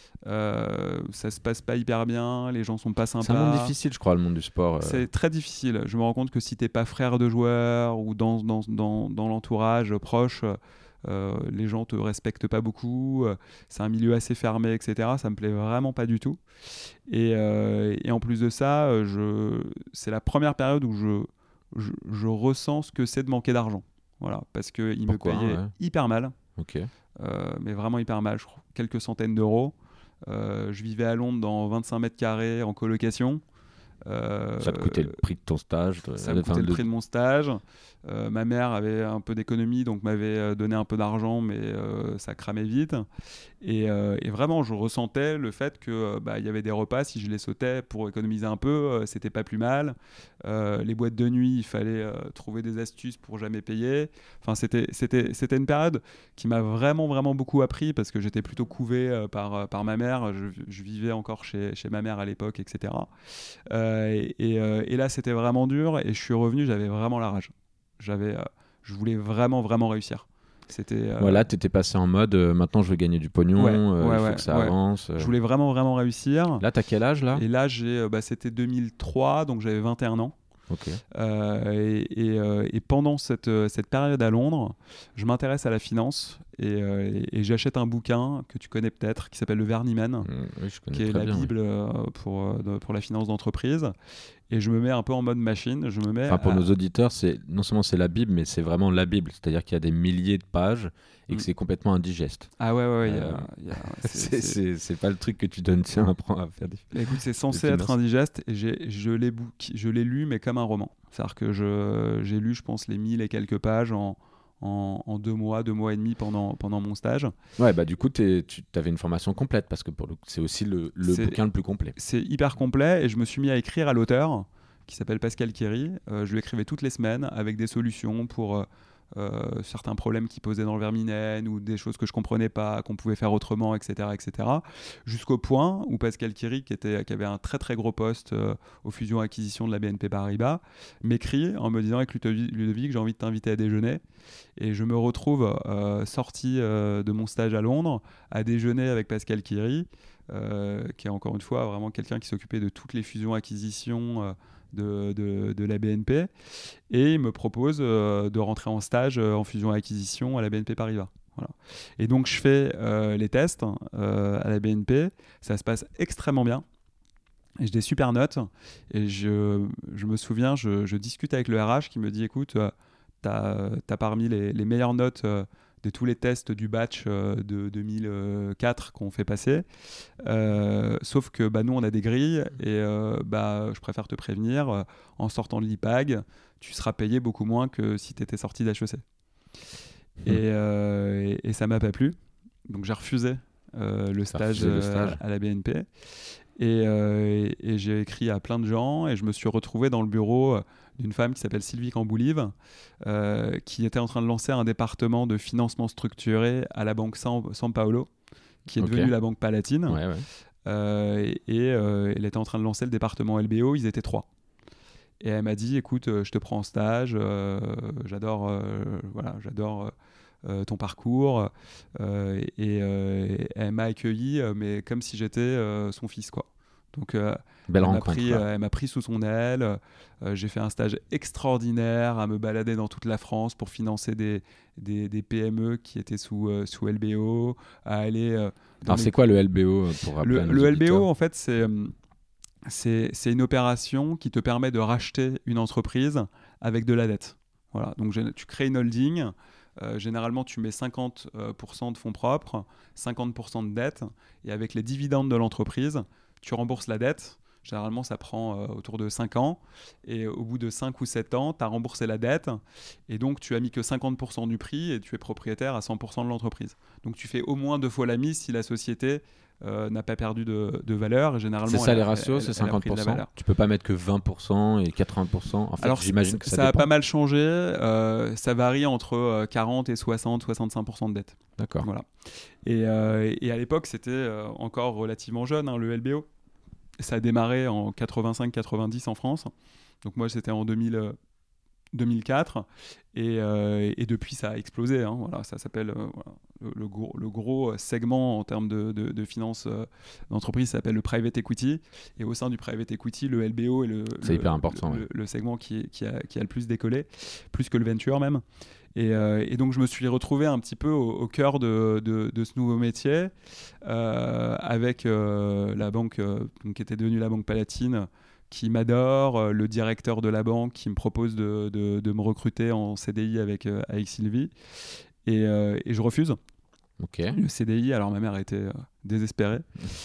Euh, ça se passe pas hyper bien, les gens sont pas sympas. C'est un monde difficile, je crois, le monde du sport. euh. C'est très difficile. Je me rends compte que si t'es pas frère de joueur ou dans, dans, dans, dans l'entourage proche, euh, les gens te respectent pas beaucoup. euh, C'est un milieu assez fermé, et cetera. Ça me plaît vraiment pas du tout. Et, euh, et en plus de ça, euh, je... c'est la première période où je, je, je ressens ce que c'est de manquer d'argent. Voilà, parce qu'ils me Pourquoi, payaient ouais. hyper mal, Ok. euh, mais vraiment hyper mal. Je crois quelques centaines d'euros. Euh, je vivais à Londres dans vingt-cinq mètres carrés en colocation. Euh, Ça te coûtait le prix de ton stage de- ça me enfin, coûtait le de- prix de mon stage. Euh, ma mère avait un peu d'économie, donc m'avait euh, donné un peu d'argent, mais euh, ça cramait vite. Et, euh, et vraiment, je ressentais le fait que euh, bah, il y avait des repas, si je les sautais pour économiser un peu, euh, c'était pas plus mal. Euh, les boîtes de nuit, il fallait euh, trouver des astuces pour jamais payer. Enfin, c'était, c'était, c'était une période qui m'a vraiment, vraiment beaucoup appris parce que j'étais plutôt couvé euh, par, euh, par ma mère. Je, je vivais encore chez, chez ma mère à l'époque, et cetera. Euh, et, et, euh, et là, c'était vraiment dur et je suis revenu, j'avais vraiment la rage. J'avais, euh, je voulais vraiment, vraiment réussir. C'était, euh... Voilà, tu étais passé en mode euh, maintenant je veux gagner du pognon, ouais, euh, ouais, il faut ouais, que ça ouais. avance. Euh... Je voulais vraiment, vraiment réussir. Là, tu as quel âge là ? Et là, j'ai, bah, c'était deux mille trois, donc j'avais vingt et un ans. Ok. Euh, et, et, euh, et pendant cette, cette période à Londres, je m'intéresse à la finance et, euh, et, et j'achète un bouquin que tu connais peut-être qui s'appelle Le Verniman, mmh, oui, je connais qui est très la bien, Bible oui. pour, pour la finance d'entreprise. Et je me mets un peu en mode machine. Je me mets enfin, pour à... nos auditeurs, c'est, non seulement c'est la Bible, mais c'est vraiment la Bible. C'est-à-dire qu'il y a des milliers de pages et que Mm. c'est complètement indigeste. Ah ouais, ouais, ouais. Euh, y a, y a, c'est, c'est... C'est, c'est pas le truc que tu donnes, tiens, apprends à faire des. Écoute, c'est censé être indigeste et j'ai, je, l'ai bou... je l'ai lu, mais comme un roman. C'est-à-dire que je, j'ai lu, je pense, les mille et quelques pages en. En, en deux mois, deux mois et demi pendant, pendant mon stage. Ouais, bah du coup, tu avais une formation complète parce que pour le, c'est aussi le, le c'est, bouquin le plus complet. C'est hyper complet et je me suis mis à écrire à l'auteur qui s'appelle Pascal Quéry. Euh, je lui écrivais toutes les semaines avec des solutions pour euh, euh, certains problèmes qu'il posait dans le Verminen ou des choses que je comprenais pas, qu'on pouvait faire autrement, et cetera, et cetera. Jusqu'au point où Pascal Quéry, qui, était, qui avait un très très gros poste euh, aux fusions-acquisitions de la B N P Paribas, m'écrit en me disant « Écoute Ludovic, j'ai envie de t'inviter à déjeuner ». Et je me retrouve euh, sorti euh, de mon stage à Londres à déjeuner avec Pascal Quéry, euh, qui est encore une fois vraiment quelqu'un qui s'occupait de toutes les fusions-acquisitions euh, de, de, de la B N P. Et il me propose euh, de rentrer en stage euh, en fusion-acquisition à la B N P Paribas. Voilà. Et donc je fais euh, les tests euh, à la B N P, ça se passe extrêmement bien. Et j'ai des super notes. Et je, je me souviens, je, je discute avec le R H qui me dit « Écoute, euh, t'as as parmi les, les meilleures notes euh, de tous les tests du batch euh, de deux mille quatre qu'on fait passer. Euh, sauf que bah, nous, on a des grilles et euh, bah, je préfère te prévenir, euh, en sortant de l'I P A G, tu seras payé beaucoup moins que si tu étais sorti d'H E C. Mmh. Et, euh, et, et ça m'a pas plu. Donc j'ai refusé, euh, le, stage, refusé le stage euh, à la B N P. Et, euh, et, et j'ai écrit à plein de gens et je me suis retrouvé dans le bureau d'une femme qui s'appelle Sylvie Camboulive, euh, qui était en train de lancer un département de financement structuré à la banque San, San Paolo, qui est okay. devenue la banque Palatine. Ouais, ouais. Euh, et et euh, elle était en train de lancer le département L B O, ils étaient trois. Et elle m'a dit, écoute, je te prends en stage, euh, j'adore, euh, voilà, j'adore euh, ton parcours. Euh, et, euh, et elle m'a accueilli, mais comme si j'étais euh, son fils, quoi. Donc, euh, Belle elle, rencontre, m'a pris, euh, elle m'a pris sous son aile. Euh, j'ai fait un stage extraordinaire à me balader dans toute la France pour financer des, des, des P M E qui étaient sous, euh, sous L B O. À aller, euh, Alors, c'est quoi le L B O pour rappeler Le, le L B O, en fait, c'est, c'est, c'est une opération qui te permet de racheter une entreprise avec de la dette. Voilà. Donc, tu crées une holding. Euh, généralement, tu mets cinquante pour cent de fonds propres, cinquante pour cent de dette. Et avec les dividendes de l'entreprise, tu rembourses la dette. Généralement, ça prend euh, autour de cinq ans. Et au bout de cinq ou sept ans, tu as remboursé la dette. Et donc, tu as mis que cinquante pour cent du prix et tu es propriétaire à cent pour cent de l'entreprise. Donc, tu fais au moins deux fois la mise si la société euh, n'a pas perdu de, de valeur. Et généralement, c'est ça elle, les ratios, elle, c'est cinquante pour cent. Elle tu peux pas mettre que vingt pour cent et quatre-vingts pour cent. En fait, alors, j'imagine que ça, ça dépend. a pas mal changé. Euh, ça varie entre quarante et soixante, soixante-cinq pour cent de dette. D'accord. Voilà. Et, euh, et à l'époque, c'était euh, encore relativement jeune, hein, le L B O. Ça a démarré en quatre-vingt-cinq quatre-vingt-dix en France. Donc moi, c'était en deux mille, euh, deux mille quatre. Et, euh, et depuis, ça a explosé. Hein. Voilà, ça s'appelle euh, voilà, le, le, gros, le gros segment en termes de, de, de finances euh, d'entreprise s'appelle le private equity. Et au sein du private equity, le L B O est le, c'est le, hyper important, le, ouais. le, le segment qui, qui, a, qui a le plus décollé, plus que le venture même. Et, euh, et donc, je me suis retrouvé un petit peu au, au cœur de, de, de ce nouveau métier euh, avec euh, la banque euh, donc, qui était devenue la banque Palatine, qui m'adore, euh, le directeur de la banque qui me propose de, de, de me recruter en C D I avec, euh, avec Sylvie. Et, euh, et je refuse. Okay. Le C D I, alors ma mère était euh, désespérée.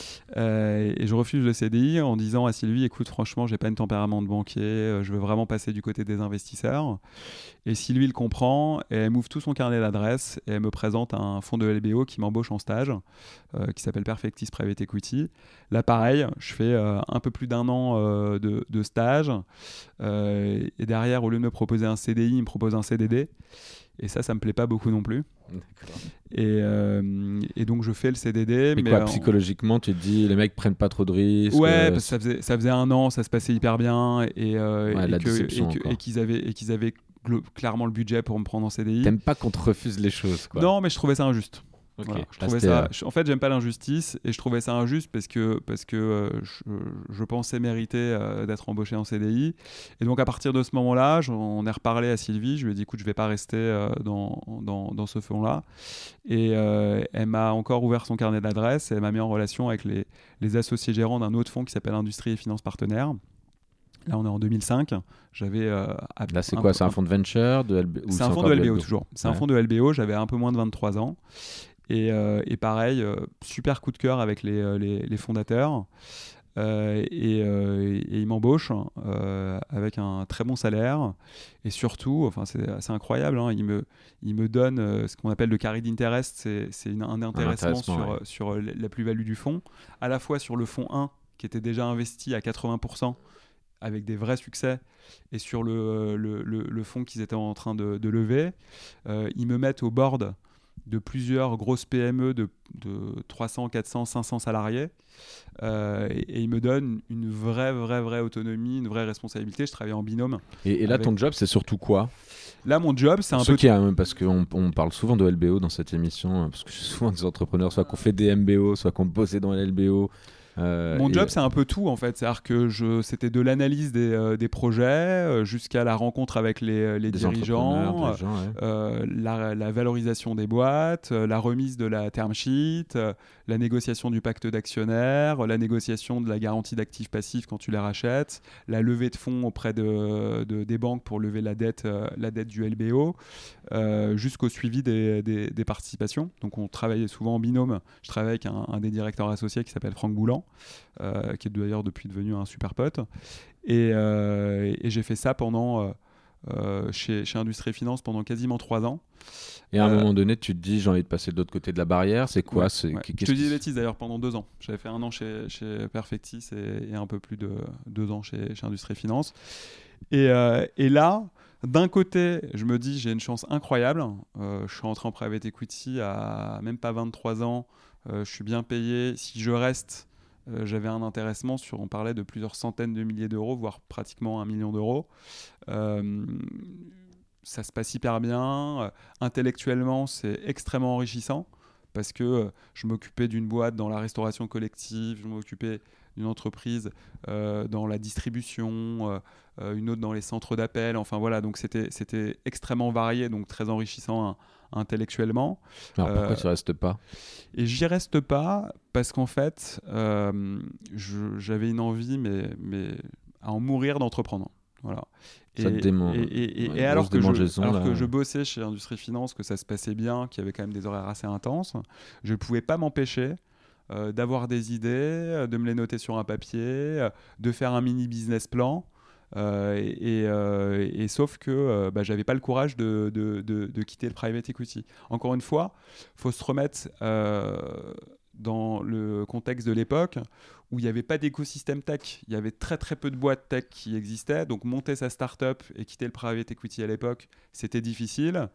Euh, et je refuse le C D I en disant à Sylvie, écoute, franchement, j'ai pas un tempérament de banquier, euh, je veux vraiment passer du côté des investisseurs. Et Sylvie le comprend et elle m'ouvre tout son carnet d'adresses et elle me présente un fonds de L B O qui m'embauche en stage, euh, qui s'appelle Perfectis Private Equity. Là, pareil, je fais euh, un peu plus d'un an euh, de, de stage. Euh, et derrière, au lieu de me proposer un C D I, il me propose un C D D. Et ça, ça me plaît pas beaucoup non plus. D'accord. Et, euh, et donc, je fais le C D D. Mais, mais quoi, euh, psychologiquement, tu te dis, les mecs prennent pas trop de risques. Ouais, euh, parce que ça faisait, ça faisait un an, ça se passait hyper bien. Et, euh, ouais, et, la que, déception et, que, et qu'ils avaient, et qu'ils avaient glo- clairement le budget pour me prendre en C D I. T'aimes pas qu'on te refuse les choses, quoi. Non, mais je trouvais ça injuste. Ok. Voilà, je Là, trouvais c'était, ça, euh, je- en fait, j'aime pas l'injustice et je trouvais ça injuste parce que, parce que euh, je, je pensais mériter euh, d'être embauché en C D I. Et donc, à partir de ce moment-là, j'en ai reparlé à Sylvie. Je lui ai dit, écoute, je vais pas rester euh, dans, dans, dans ce fond-là. Et euh, elle m'a encore ouvert son carnet d'adresses et elle m'a mis en relation avec les, les associés gérants d'un autre fonds qui s'appelle Industrie et Finances Partenaires. Là, on est en deux mille cinq. J'avais. euh, à- Là, c'est quoi? C'est un fonds de venture de L B... ou C'est un fonds encore de du L B O toujours. C'est un Ouais. fonds de L B O. J'avais un peu moins de vingt-trois ans. Et, euh, et pareil, euh, super coup de cœur avec les, euh, les, les fondateurs. Euh, et, euh, et ils m'embauchent euh, avec un très bon salaire. Et surtout, enfin, c'est assez incroyable, hein, ils, me, ils me donnent euh, ce qu'on appelle le carry d'interest. C'est, c'est une- un intéressement, intéressement, sur, ouais. euh, sur euh, la plus-value du fonds, à la fois sur le fonds un, qui était déjà investi à quatre-vingts pour cent avec des vrais succès, et sur le, le, le, le fonds qu'ils étaient en train de, de lever. Euh, ils me mettent au board de plusieurs grosses P M E de, de trois cents, quatre cents, cinq cents salariés. Euh, et, et ils me donnent une vraie, vraie, vraie autonomie, une vraie responsabilité. Je travaille en binôme. Et, et là, Avec- ton job, c'est surtout quoi? Là, mon job, c'est un Ceux peu... qui a, parce qu'on on parle souvent de L B O dans cette émission, euh, parce que souvent des entrepreneurs, soit qu'on fait des M B O, soit qu'on bossait dans L B O. euh, Mon et- job, c'est un peu tout en fait. C'est-à-dire que je, c'était de l'analyse des, euh, des projets euh, jusqu'à la rencontre avec les, les des entrepreneurs, dirigeants, des gens, ouais. euh, la, la valorisation des boîtes, euh, la remise de la term sheet, euh, la négociation du pacte d'actionnaires, la négociation de la garantie d'actifs passifs quand tu les rachètes, la levée de fonds auprès de, de- des banques pour lever la dette, euh, la dette du L B O, euh, jusqu'au suivi des, des- des participations. Donc on travaillait souvent en binôme. Je travaille avec un, un des directeurs associés qui s'appelle Franck Boulan, euh, qui est d'ailleurs depuis devenu un super pote. Et, euh, et j'ai fait ça pendant... euh, euh, chez, chez Industrie et Finance pendant quasiment trois ans. Et à un Euh, moment donné, tu te dis, j'ai envie de passer de l'autre côté de la barrière. C'est quoi? Ouais, c'est, ouais. qu'est- Je qu'est-ce te dis qui- des bêtises d'ailleurs pendant deux ans. J'avais fait un an chez, chez Perfectis et, et un peu plus de deux ans chez, chez Industrie et Finance. Et, euh, et là, d'un côté, je me dis j'ai une chance incroyable. Euh, je suis rentré en private equity à même pas vingt-trois ans. Euh, je suis bien payé. Si je reste, euh, j'avais un intéressement sur, on parlait de plusieurs centaines de milliers d'euros, voire pratiquement un million d'euros. Euh, ça se passe hyper bien. Euh, intellectuellement, c'est extrêmement enrichissant parce que euh, je m'occupais d'une boîte dans la restauration collective, je m'occupais d'une entreprise euh, dans la distribution, euh, euh, une autre dans les centres d'appel. Enfin voilà, donc c'était, c'était extrêmement varié, donc très enrichissant hein, intellectuellement. Alors pourquoi Euh, tu restes pas? Et j'y reste pas parce qu'en fait, euh, je- j'avais une envie, mais, mais à en mourir d'entreprendre. Voilà. Ça te déman- et, et- et- ouais, et alors, grosse que je, démangeaison, alors là. que je bossais chez Industrie Finance, que ça se passait bien, qu'il y avait quand même des horaires assez intenses, je ne pouvais pas m'empêcher euh, d'avoir des idées, euh, de me les noter sur un papier, euh, de faire un mini business plan. Euh, et, et, euh, et sauf que euh, bah, j'avais pas le courage de, de, de, de quitter le private equity. Encore une fois, faut se remettre euh, dans le contexte de l'époque où il n'y avait pas d'écosystème tech. Il y avait très très peu de boîtes tech qui existaient. Donc monter sa startup et quitter le private equity à l'époque, c'était difficile.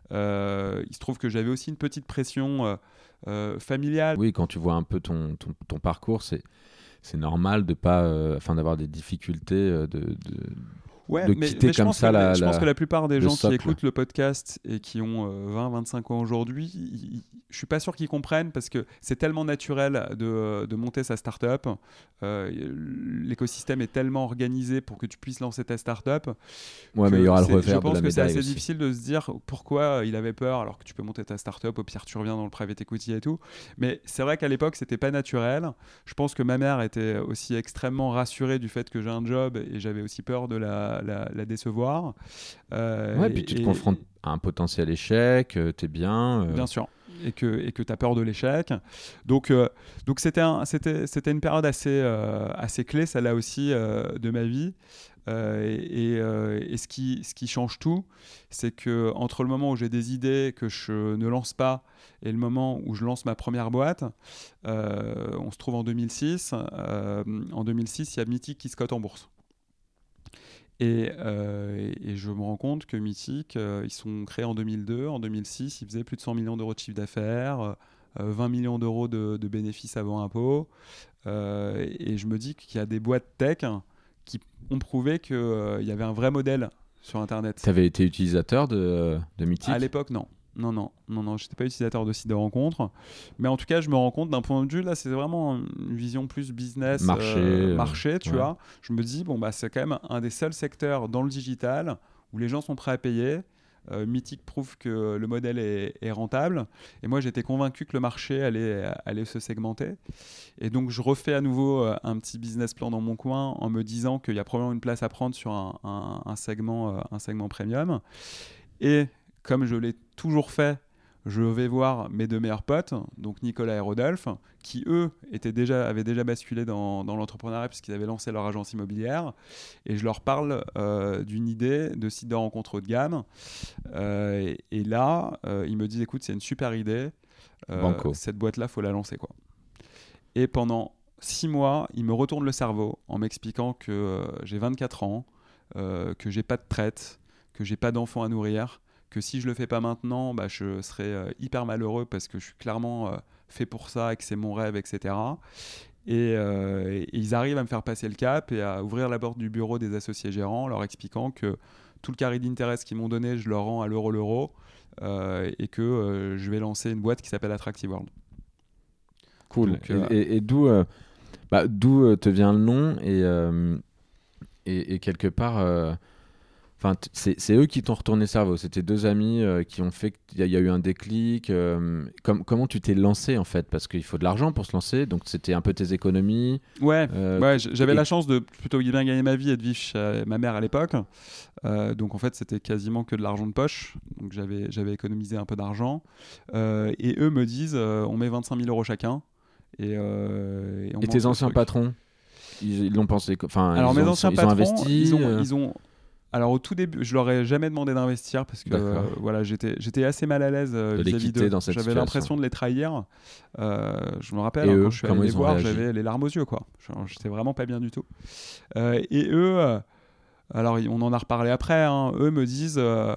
Euh, il se trouve que j'avais aussi une petite pression euh, euh, familiale. Oui, quand tu vois un peu ton, ton, ton parcours, c'est, c'est normal de pas, euh, enfin, d'avoir des difficultés euh, de, de, Ouais, de mais, quitter mais je comme pense ça que, la, je la- pense que la plupart des le gens qui socle. écoutent le podcast et qui ont euh, vingt vingt-cinq ans aujourd'hui, ils- ils- je suis pas sûr qu'ils comprennent parce que c'est tellement naturel de, de monter sa start-up. Euh, l'écosystème est tellement organisé pour que tu puisses lancer ta start-up. Ouais, que mais il y aura le c'est- revers Je de pense la que c'est médaille assez aussi. difficile de se dire pourquoi il avait peur alors que tu peux monter ta start-up, au pire tu reviens dans le private equity et tout. Mais c'est vrai qu'à l'époque c'était pas naturel. Je pense que ma mère était aussi extrêmement rassurée du fait que j'ai un job et j'avais aussi peur de la, la, la décevoir. Euh, Ouais, puis tu te et- confrontes à un potentiel échec, euh, t'es bien. euh, Bien sûr. Et que et que tu as peur de l'échec. Donc, euh, donc c'était, un, c'était, c'était une période assez, euh, assez clé, celle-là aussi, euh, de ma vie. Euh, et et, euh, et ce, qui, ce qui change tout, c'est que entre le moment où j'ai des idées que je ne lance pas et le moment où je lance ma première boîte, euh, on se trouve en deux mille six. Euh, en deux mille six, il y a Mythic qui se cote en bourse. Et, euh, et je me rends compte que Mythic, euh, ils sont créés en deux mille deux. En deux mille six, ils faisaient plus de cent millions d'euros de chiffre d'affaires, euh, vingt millions d'euros de, de bénéfices avant impôt. Euh, et je me dis qu'il y a des boîtes tech qui ont prouvé qu'il euh, y avait un vrai modèle sur Internet. Tu avais été utilisateur de, de Mythique ? À l'époque, non. Non, non, non, non, je n'étais pas utilisateur de sites de rencontres. Mais en tout cas, je me rends compte d'un point de vue, là, c'est vraiment une vision plus business, marché, euh, marché tu ouais. vois. Je me dis, bon, bah, c'est quand même un des seuls secteurs dans le digital où les gens sont prêts à payer. Euh, Mythique prouve que le modèle est, est rentable. Et moi, j'étais convaincu que le marché allait, allait se segmenter. Et donc, je refais à nouveau euh, un petit business plan dans mon coin en me disant qu'il y a probablement une place à prendre sur un, un, un, segment, euh, un segment premium. Et comme je l'ai toujours fait, je vais voir mes deux meilleurs potes, donc Nicolas et Rodolphe, qui eux étaient déjà, avaient déjà basculé dans, dans l'entrepreneuriat puisqu'ils avaient lancé leur agence immobilière. Et je leur parle euh, d'une idée de site de rencontre haut de gamme. Euh, et, et là, euh, ils me disent, écoute, c'est une super idée. Euh, cette boîte-là, il faut la lancer, quoi. Et pendant six mois, ils me retournent le cerveau en m'expliquant que euh, j'ai vingt-quatre ans, euh, que j'ai pas de traite, que j'ai pas d'enfants à nourrir, que si je le fais pas maintenant, bah, je serai euh, hyper malheureux parce que je suis clairement euh, fait pour ça et que c'est mon rêve, et cetera. Et, euh, et ils arrivent à me faire passer le cap et à ouvrir la porte du bureau des associés gérants en leur expliquant que tout le carré d'intérêt qu'ils m'ont donné, je leur rends à l'euro l'euro euh, et que euh, je vais lancer une boîte qui s'appelle Attractive World. Cool. Donc, euh... et, et, et d'où, euh, bah, d'où euh, te vient le nom et, euh, et, et quelque part... Euh... Enfin, t- c'est, c'est eux qui t'ont retourné le cerveau. C'était deux amis euh, qui ont fait qu'il y, y a eu un déclic. Euh, com- comment tu t'es lancé en fait ? Parce qu'il faut de l'argent pour se lancer. Donc c'était un peu tes économies. Ouais, euh, ouais j'avais et... la chance de plutôt bien gagner ma vie et de vivre chez ma mère à l'époque. Euh, donc en fait, c'était quasiment que de l'argent de poche. Donc j'avais, j'avais économisé un peu d'argent. Euh, et eux me disent euh, on met vingt-cinq mille euros chacun. Et, euh, et, on et tes anciens patrons ils, ils l'ont pensé. Enfin, Alors ils mes ont, anciens ils patrons, ont investi. Ils ont. Euh... Ils ont Alors au tout début, je leur ai jamais demandé d'investir parce que euh, voilà, j'étais j'étais assez mal à l'aise euh, de vis-à-vis d'eux. Dans cette j'avais situation. l'impression de les trahir. Euh, je me rappelle hein, eux, quand je suis allé les voir, réagi j'avais les larmes aux yeux, quoi. Genre, j'étais vraiment pas bien du tout. Euh, et eux, euh, alors on en a reparlé après. Hein, eux me disent, euh,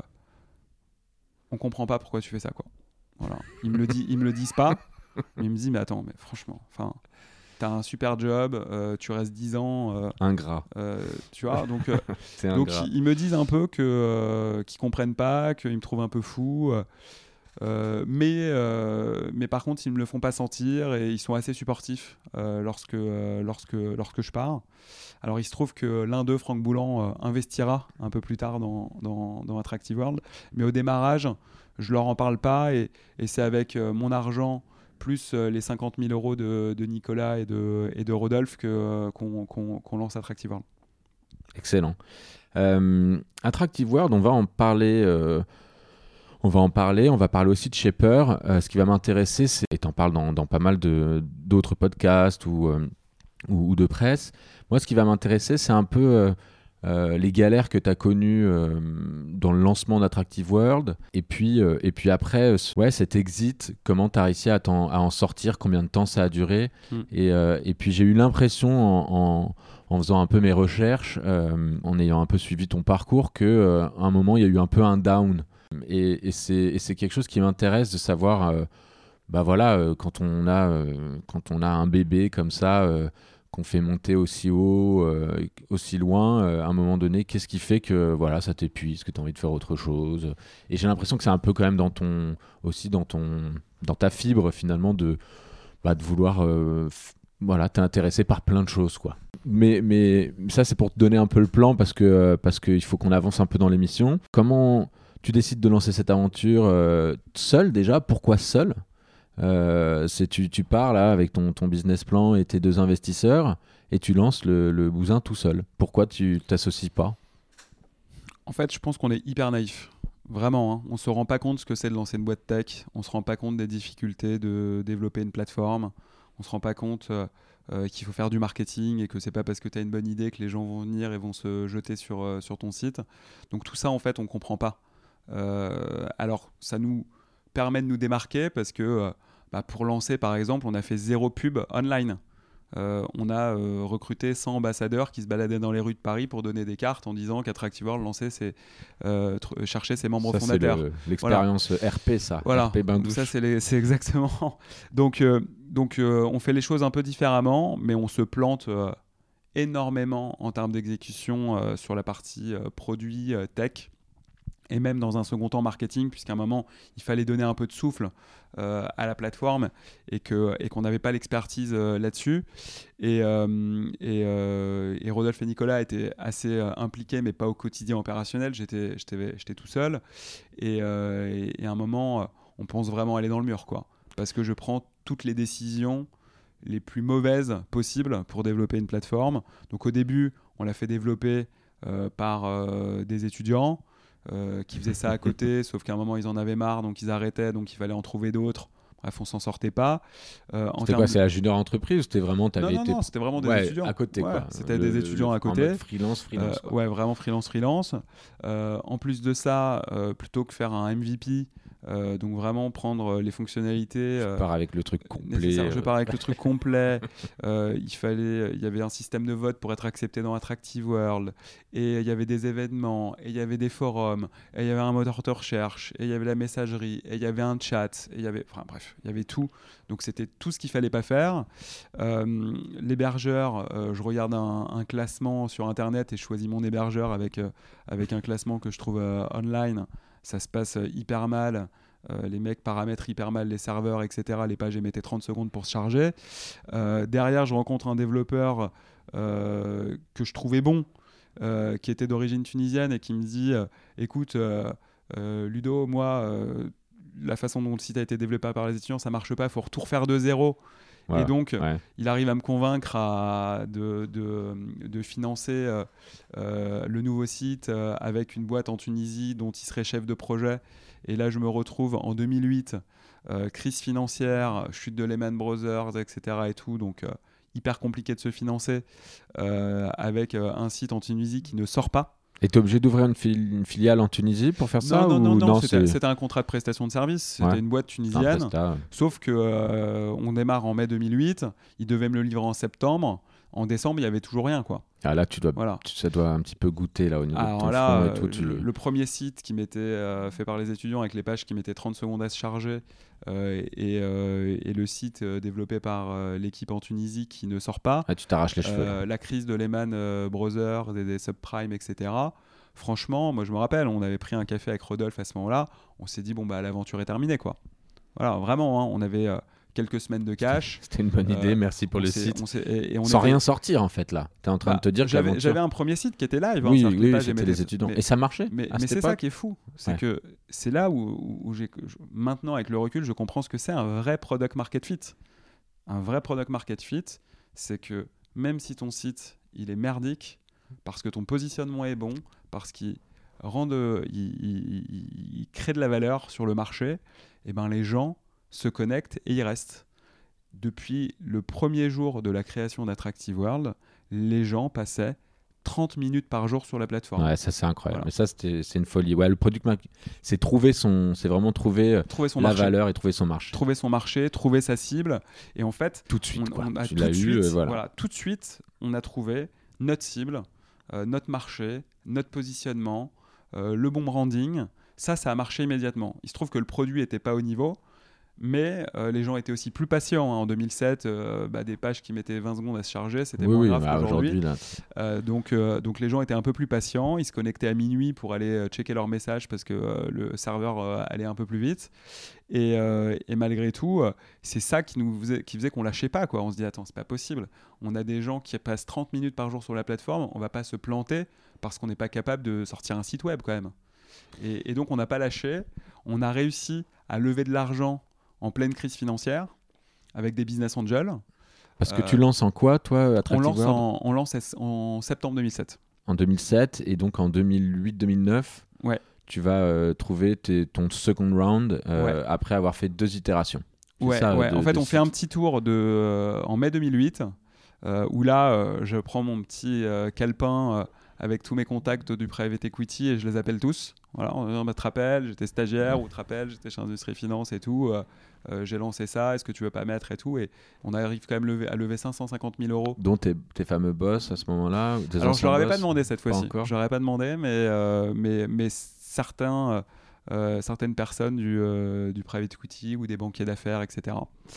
on comprend pas pourquoi tu fais ça, quoi. Voilà. Ils me le disent, ils me le disent pas. Mais ils me disent, mais attends, mais franchement, enfin. T'as un super job, euh, tu restes dix ans. Euh, ingrat. Euh, tu vois, donc, euh, C'est donc ingrat. ils, ils me disent un peu que, euh, qu'ils comprennent pas, qu'ils me trouvent un peu fou. Euh, mais, euh, mais par contre, ils me le font pas sentir et ils sont assez supportifs euh, lorsque, euh, lorsque, lorsque je pars. Alors, il se trouve que l'un d'eux, Franck Boulan, euh, investira un peu plus tard dans, dans, dans Attractive World. Mais au démarrage, je leur en parle pas et, et c'est avec euh, mon argent plus euh, les cinquante mille euros de, de Nicolas et de, et de Rodolphe que, euh, qu'on, qu'on, qu'on lance Attractive World. Excellent. Euh, Attractive World, on va en parler. Euh, on va en parler. On va parler aussi de Shaper. Euh, ce qui va m'intéresser, c'est, et t'en parles dans, dans pas mal de, d'autres podcasts ou, euh, ou, ou de presse. Moi, ce qui va m'intéresser, c'est un peu euh, euh, les galères que tu as connues euh, dans le lancement d'Attractive World. Et puis, euh, et puis après, euh, ouais, cet exit, comment tu as réussi à, t'en, à en sortir, combien de temps ça a duré. Mm. Et, euh, et puis, j'ai eu l'impression en, en, en faisant un peu mes recherches, euh, en ayant un peu suivi ton parcours, qu'à euh, un moment, il y a eu un peu un down. Et, et, c'est, et c'est quelque chose qui m'intéresse de savoir, euh, bah voilà, euh, quand, on a, euh, quand on a un bébé comme ça, euh, qu'on fait monter aussi haut, euh, aussi loin, euh, à un moment donné, qu'est-ce qui fait que voilà, ça t'épuise, que tu as envie de faire autre chose. Et j'ai l'impression que c'est un peu quand même dans ton, aussi dans, ton, dans ta fibre finalement de, bah, de vouloir euh, f- voilà, t'es intéressé par plein de choses, quoi. Mais, mais ça, c'est pour te donner un peu le plan parce que, euh, parce qu'il faut qu'on avance un peu dans l'émission. Comment tu décides de lancer cette aventure euh, seul déjà ? Pourquoi seul ? Euh, c'est tu, tu pars là avec ton, ton business plan et tes deux investisseurs et tu lances le, le bousin tout seul. Pourquoi tu t'associes pas ? En fait, je pense qu'on est hyper naïf. Vraiment, hein. On ne se rend pas compte ce que c'est de lancer une boîte tech. On ne se rend pas compte des difficultés de développer une plateforme. On ne se rend pas compte euh, euh, qu'il faut faire du marketing et que ce n'est pas parce que tu as une bonne idée que les gens vont venir et vont se jeter sur, euh, sur ton site. Donc tout ça, en fait, on ne comprend pas. Euh, alors, ça nous permet de nous démarquer parce que euh, bah, pour lancer, par exemple, on a fait zéro pub online. Euh, on a euh, recruté cent ambassadeurs qui se baladaient dans les rues de Paris pour donner des cartes en disant qu'Attractive World lançait ses, euh, tr- cherchait ses membres ça, fondateurs. C'est le, l'expérience voilà. R P, ça. Voilà. R P bain douche. Ça, c'est, les, c'est exactement. Donc, euh, donc euh, on fait les choses un peu différemment, mais on se plante euh, énormément en termes d'exécution euh, sur la partie euh, produit, euh, tech, et même dans un second temps marketing, puisqu'à un moment, il fallait donner un peu de souffle euh, à la plateforme et, que, et qu'on n'avait pas l'expertise euh, là-dessus. Et, euh, et, euh, et Rodolphe et Nicolas étaient assez euh, impliqués, mais pas au quotidien opérationnel. J'étais, j'étais, j'étais tout seul. Et, euh, et, et à un moment, on pense vraiment aller dans le mur, quoi. Parce que je prends toutes les décisions les plus mauvaises possibles pour développer une plateforme. Donc au début, on l'a fait développer euh, par euh, des étudiants. Euh, qui faisaient ça à côté, sauf qu'à un moment ils en avaient marre, donc ils arrêtaient, donc il fallait en trouver d'autres. Bref, on s'en sortait pas. Euh, c'était quoi de... C'est la junior entreprise ou c'était vraiment Non, non, été... non, c'était vraiment des ouais, étudiants à côté, ouais, quoi. C'était le, des étudiants le, à côté. En mode freelance, freelance. Euh, ouais, vraiment freelance, freelance. Euh, en plus de ça, euh, plutôt que faire un M V P, euh, donc vraiment prendre les fonctionnalités. Euh, je pars avec le truc complet. Euh... Je pars avec le truc complet. euh, il fallait, il y avait un système de vote pour être accepté dans Attractive World, et il y avait des événements, et il y avait des forums, et il y avait un moteur de recherche, et il y avait la messagerie, et il y avait un chat, et il y avait, enfin bref, il y avait tout. Donc c'était tout ce qu'il fallait pas faire. Euh, l'hébergeur, euh, je regarde un, un classement sur internet et je choisis mon hébergeur avec euh, avec un classement que je trouve euh, online. Ça se passe hyper mal. Euh, les mecs paramètrent hyper mal les serveurs, et cetera. Les pages mettaient trente secondes pour se charger. Euh, derrière, je rencontre un développeur euh, que je trouvais bon, euh, qui était d'origine tunisienne et qui me dit euh, écoute, euh, euh, Ludo, moi, euh, la façon dont le site a été développé par les étudiants, ça marche pas, il faut tout refaire de zéro. Voilà, et donc, ouais. il arrive à me convaincre à, de, de, de financer euh, euh, le nouveau site euh, avec une boîte en Tunisie dont il serait chef de projet. Et là, je me retrouve en deux mille huit, euh, crise financière, chute de Lehman Brothers, et cetera. Et tout, donc euh, hyper compliqué de se financer euh, avec euh, un site en Tunisie qui ne sort pas. Et tu es obligé d'ouvrir une, fil- une filiale en Tunisie pour faire non, ça Non, ou non, non, non c'était, c'est... c'était un contrat de prestation de service. C'était ouais. une boîte tunisienne. Presta. Sauf qu'on euh, démarre en mai deux mille huit. Ils devaient me le livrer en septembre. En décembre, il n'y avait toujours rien, quoi. Ah, là, tu dois, voilà. tu, ça doit un petit peu goûter là, au niveau Alors de ton là, front et tout. Tu... Le, le premier site qui m'était euh, fait par les étudiants avec les pages qui mettaient trente secondes à se charger euh, et, euh, et le site euh, développé par euh, l'équipe en Tunisie qui ne sort pas. Ah, tu t'arraches les cheveux. Euh, la crise de Lehman euh, Brothers, des, des subprimes, et cetera. Franchement, moi je me rappelle, on avait pris un café avec Rodolphe à ce moment-là. On s'est dit, bon, bah l'aventure est terminée, quoi. Voilà, vraiment, hein, on avait euh, quelques semaines de cash. C'était une bonne idée, euh, merci pour le site. On et, et on Sans était... rien sortir, en fait, là. Tu es en train bah, de te dire que j'avais, l'aventure... j'avais un premier site qui était live. Oui, hein, oui, oui c'était les étudiants. Mais, et ça marchait. Mais, mais c'est époque. Ça qui est fou. C'est ouais. que c'est là où, où, où j'ai... Maintenant, avec le recul, je comprends ce que c'est un vrai product market fit. Un vrai product market fit, c'est que même si ton site, il est merdique, parce que ton positionnement est bon, parce qu'il rend de, il, il, il crée de la valeur sur le marché, et ben les gens se connectent et y restent. Depuis le premier jour de la création d'Attractive World, les gens passaient trente minutes par jour sur la plateforme. Ouais, ça c'est incroyable. Voilà. Mais ça c'était, c'est une folie. Ouais, le product market, c'est trouver son, c'est vraiment trouver, trouver son la marché. valeur et trouver son marché. Trouver son marché, trouver sa cible. Et en fait, tout de suite, on, quoi. on a tu tout l'as de eu, suite, euh, voilà. voilà, tout de suite, on a trouvé notre cible, euh, notre marché, notre positionnement, euh, le bon branding. Ça, ça a marché immédiatement. Il se trouve que le produit n'était pas au niveau. Mais euh, les gens étaient aussi plus patients. Hein. En deux mille sept, euh, bah, des pages qui mettaient vingt secondes à se charger, c'était oui, moins oui, grave bah, qu'aujourd'hui. Là... Euh, donc, euh, donc les gens étaient un peu plus patients. Ils se connectaient à minuit pour aller euh, checker leurs messages parce que euh, le serveur euh, allait un peu plus vite. Et, euh, et malgré tout, euh, c'est ça qui, nous faisait, qui faisait qu'on lâchait pas, quoi. On se dit, attends, c'est pas possible. On a des gens qui passent trente minutes par jour sur la plateforme. On va pas se planter parce qu'on n'est pas capable de sortir un site web quand même. Et, et donc, on n'a pas lâché. On a réussi à lever de l'argent en pleine crise financière, avec des business angels. Parce que euh, tu lances en quoi, toi, Attractive on lance World en, On lance en septembre deux mille sept. En deux mille sept, et donc en deux mille huit deux mille neuf, ouais. tu vas euh, trouver tes, ton second round euh, ouais. après avoir fait deux itérations. C'est ouais, ça, ouais. De, en fait, on site. fait un petit tour de, euh, en mai deux mille huit, euh, où là, euh, je prends mon petit euh, calepin euh, avec tous mes contacts du private equity et je les appelle tous. Voilà, on te rappelle, j'étais stagiaire, ou te rappelle, j'étais chez Industrie Finance et tout. Euh, euh, j'ai lancé ça, est-ce que tu veux pas mettre et tout. Et on arrive quand même lever, à lever cinq cent cinquante mille euros. Dont tes, tes fameux boss à ce moment-là tes Alors, je leur avais boss, pas demandé cette fois-ci. Je leur avais pas demandé, mais, euh, mais, mais certains, euh, certaines personnes du, euh, du private equity ou des banquiers d'affaires, et cetera.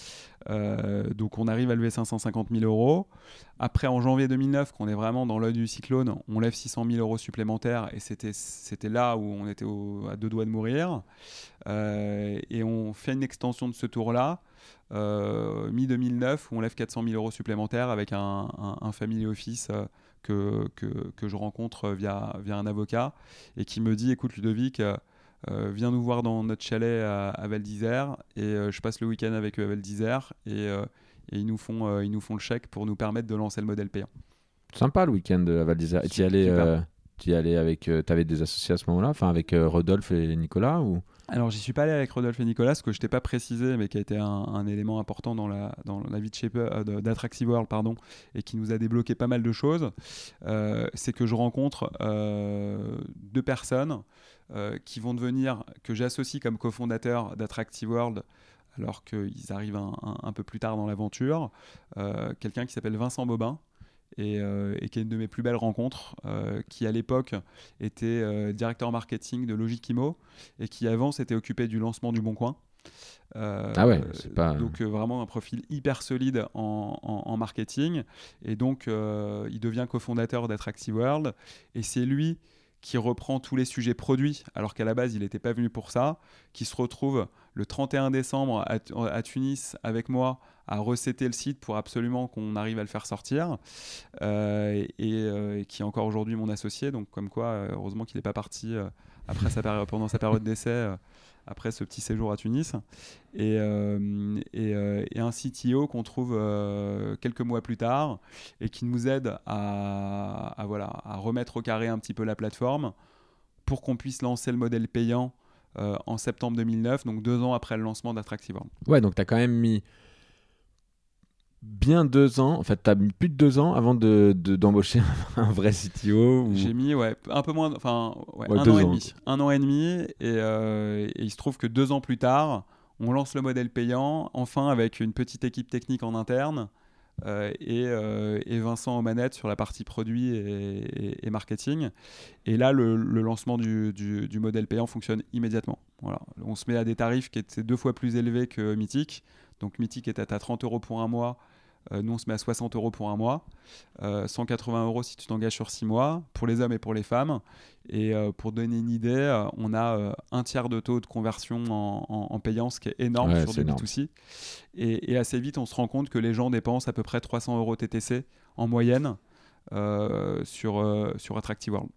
Euh, donc on arrive à lever cinq cent cinquante mille euros. Après, en janvier deux mille neuf, qu'on est vraiment dans l'œil du cyclone, on lève six cent mille euros supplémentaires et c'était, c'était là où on était au, à deux doigts de mourir. Euh, et on fait une extension de ce tour-là, euh, mi-deux mille neuf, où on lève quatre cent mille euros supplémentaires avec un, un, un family office euh, que, que, que je rencontre via, via un avocat et qui me dit, écoute Ludovic, euh, Euh, viens nous voir dans notre chalet à, à Val d'Isère et euh, je passe le week-end avec eux à Val d'Isère et, euh, et ils, nous font, euh, ils nous font le chèque pour nous permettre de lancer le modèle payant. Sympa le week-end à Val d'Isère. Et tu y allais, euh, tu y allais avec, euh, t'avais des associés à ce moment-là, enfin avec euh, Rodolphe et Nicolas ou... Alors j'y suis pas allé avec Rodolphe et Nicolas, ce que je t'ai pas précisé, mais qui a été un, un élément important dans la, dans la vie de Shaper, euh, d'Attractive World, pardon, et qui nous a débloqué pas mal de choses. Euh, c'est que je rencontre euh, deux personnes euh, qui vont devenir, que j'associe comme cofondateurs d'Attractive World, alors qu'ils arrivent un, un, un peu plus tard dans l'aventure. Euh, quelqu'un qui s'appelle Vincent Bobin. Et, euh, et qui est une de mes plus belles rencontres, euh, qui à l'époque était euh, directeur marketing de Logikimo et qui avant s'était occupé du lancement du Bon Coin. Euh, ah ouais, c'est pas... Donc euh, vraiment un profil hyper solide en, en, en marketing. Et donc euh, il devient cofondateur d'Attractive World et c'est lui qui reprend tous les sujets produits, alors qu'à la base, il n'était pas venu pour ça, qui se retrouve le trente et un décembre à, à Tunis avec moi à resetter le site pour absolument qu'on arrive à le faire sortir, euh, et, euh, et qui est encore aujourd'hui mon associé, donc comme quoi, heureusement qu'il n'est pas parti euh, après sa période, pendant sa période d'essai, euh, après ce petit séjour à Tunis, et, euh, et, euh, et un C T O qu'on trouve euh, quelques mois plus tard et qui nous aide à, à, voilà, à remettre au carré un petit peu la plateforme pour qu'on puisse lancer le modèle payant euh, en septembre deux mille neuf, donc deux ans après le lancement d'Attractive World. Ouais, donc tu as quand même mis bien deux ans, en fait, tu as mis plus de deux ans avant de, de, d'embaucher un vrai C T O ou... J'ai mis ouais, un peu moins, enfin ouais, ouais, un an ans. et demi. Un an et demi, et, euh, et il se trouve que deux ans plus tard, on lance le modèle payant, enfin avec une petite équipe technique en interne euh, et, euh, et Vincent aux manettes sur la partie produit et, et, et marketing. Et là, le, le lancement du, du, du modèle payant fonctionne immédiatement. Voilà. On se met à des tarifs qui étaient deux fois plus élevés que Mythic. Donc Mythic était à trente euros pour un mois. Euh, nous, on se met à soixante euros pour un mois, euh, cent quatre-vingts euros si tu t'engages sur six mois, pour les hommes et pour les femmes. Et euh, pour donner une idée, euh, on a euh, un tiers de taux de conversion en, en, en payant, ce qui est énorme ouais, sur du énorme. B deux C. Et, et assez vite, on se rend compte que les gens dépensent à peu près trois cents euros T T C en moyenne euh, sur, euh, sur Attractive World.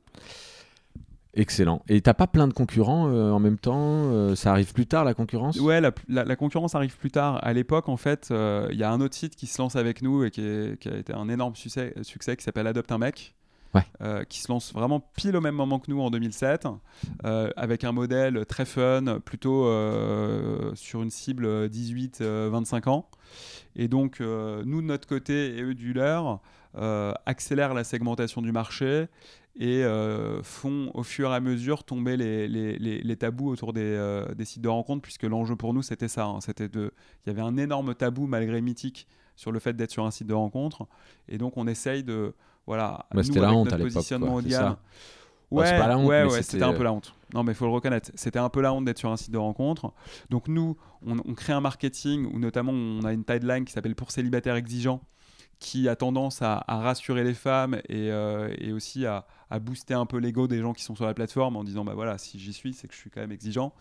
Excellent. Et t'as pas plein de concurrents euh, en même temps euh, ça arrive plus tard, la concurrence ? Ouais, la, la, la concurrence arrive plus tard. À l'époque, en fait, il euh, y a un autre site qui se lance avec nous et qui, est, qui a été un énorme succès, succès qui s'appelle Adopte un mec. Ouais. Euh, qui se lance vraiment pile au même moment que nous en deux mille sept, euh, avec un modèle très fun, plutôt euh, sur une cible dix-huit vingt-cinq ans. Et donc, euh, nous de notre côté et eux du leur, euh, accélèrent la segmentation du marché et euh, font au fur et à mesure tomber les, les, les, les tabous autour des, euh, des sites de rencontres, puisque l'enjeu pour nous, c'était ça. Hein, c'était de... Il y avait un énorme tabou, malgré Mythic, sur le fait d'être sur un site de rencontre. Et donc, on essaye de... Voilà, bah, nous, c'était avec la honte notre à l'époque, positionnement haut de gamme. Ouais, c'est pas la honte, ouais, mais ouais, c'était... c'était un peu la honte. Non, mais il faut le reconnaître. C'était un peu la honte d'être sur un site de rencontre. Donc nous, on, on crée un marketing où notamment on a une tagline qui s'appelle Pour célibataires exigeants, qui a tendance à, à rassurer les femmes et, euh, et aussi à, à booster un peu l'ego des gens qui sont sur la plateforme en disant bah voilà, si j'y suis, c'est que je suis quand même exigeant.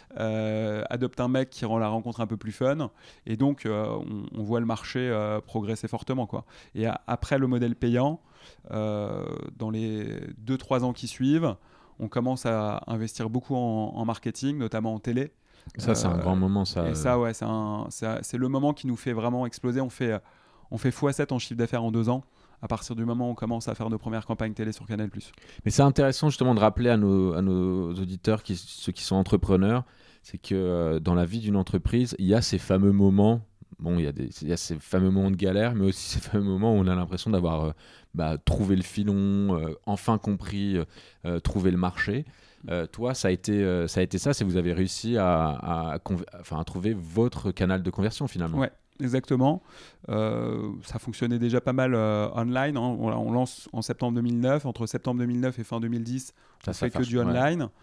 Euh, adopte un mec qui rend la rencontre un peu plus fun. Et donc, euh, on, on voit le marché euh, progresser fortement, quoi. Et a, après le modèle payant, euh, dans les deux trois ans qui suivent, on commence à investir beaucoup en, en marketing, notamment en télé. Ça, c'est euh, un grand moment, ça. Et ça, ouais, c'est, un, c'est, c'est le moment qui nous fait vraiment exploser. On fait... On fait fois sept en chiffre d'affaires en deux ans, à partir du moment où on commence à faire nos premières campagnes télé sur Canal plus. Mais c'est intéressant justement de rappeler à nos, à nos auditeurs, qui, ceux qui sont entrepreneurs, c'est que euh, dans la vie d'une entreprise, il y a ces fameux moments, bon, il y a, des, il y a ces fameux moments de galère, mais aussi ces fameux moments où on a l'impression d'avoir euh, bah, trouvé le filon, euh, enfin compris, euh, trouvé le marché. Euh, toi, ça a été, euh, ça a été ça, c'est que vous avez réussi à, à, à, conv- enfin, à trouver votre canal de conversion finalement. Ouais. Exactement. Euh, ça fonctionnait déjà pas mal euh, online. Hein. On, on lance en septembre deux mille neuf. Entre septembre deux mille neuf et fin deux mille dix, ça, on ça fait que du online. Ouais.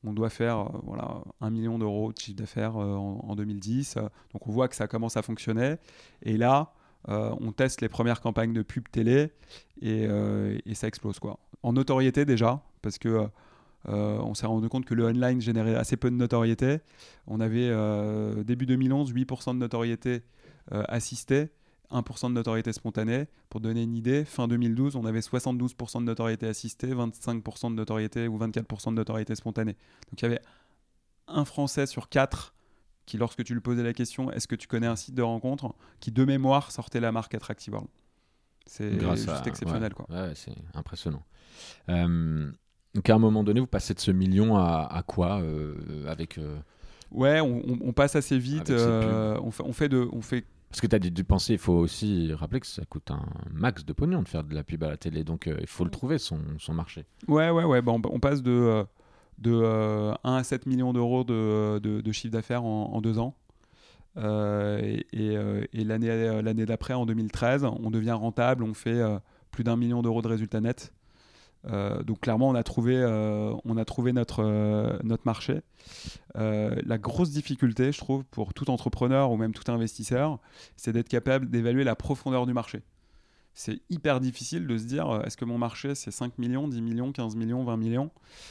on doit faire euh, voilà, un million d'euros de chiffre d'affaires euh, en, en deux mille dix. Donc on voit que ça commence à fonctionner. Et là, euh, on teste les premières campagnes de pub télé et, euh, et ça explose, quoi. En notoriété déjà, parce que euh, on s'est rendu compte que le online générait assez peu de notoriété. On avait euh, début deux mille onze huit pour cent de notoriété euh, assistée, un pour cent de notoriété spontanée. Pour donner une idée, fin deux mille douze, on avait soixante-douze pour cent de notoriété assistée, vingt-cinq pour cent de notoriété ou vingt-quatre pour cent de notoriété spontanée. Donc il y avait un Français sur quatre qui, lorsque tu lui posais la question « Est-ce que tu connais un site de rencontre ?», qui de mémoire sortait la marque Attractive World. C'est Grâce juste à... exceptionnel, ouais, quoi. Ouais, c'est impressionnant. Euh, donc à un moment donné, vous passez de ce million à, à quoi euh, avec, euh, Ouais, on, on- on passe assez vite. avec ces pubs euh, on, fait, on fait de... On fait Parce que tu as dû penser, il faut aussi rappeler que ça coûte un max de pognon de faire de la pub à la télé, donc euh, il faut le trouver, son, son marché. Ouais, ouais, ouais. Bah, on, on passe de, euh, de euh, un à sept millions d'euros de, de, de chiffre d'affaires en, en deux ans. Euh, et et, euh, et l'année, euh, l'année d'après, en deux mille treize, on devient rentable. On fait euh, plus d'un million d'euros de résultats nets. Euh, donc clairement, on a trouvé, euh, on a trouvé notre, euh, notre marché. Euh, la grosse difficulté, je trouve, pour tout entrepreneur ou même tout investisseur, c'est d'être capable d'évaluer la profondeur du marché. C'est hyper difficile de se dire euh, est-ce que mon marché c'est cinq millions, dix millions, quinze millions, vingt millions.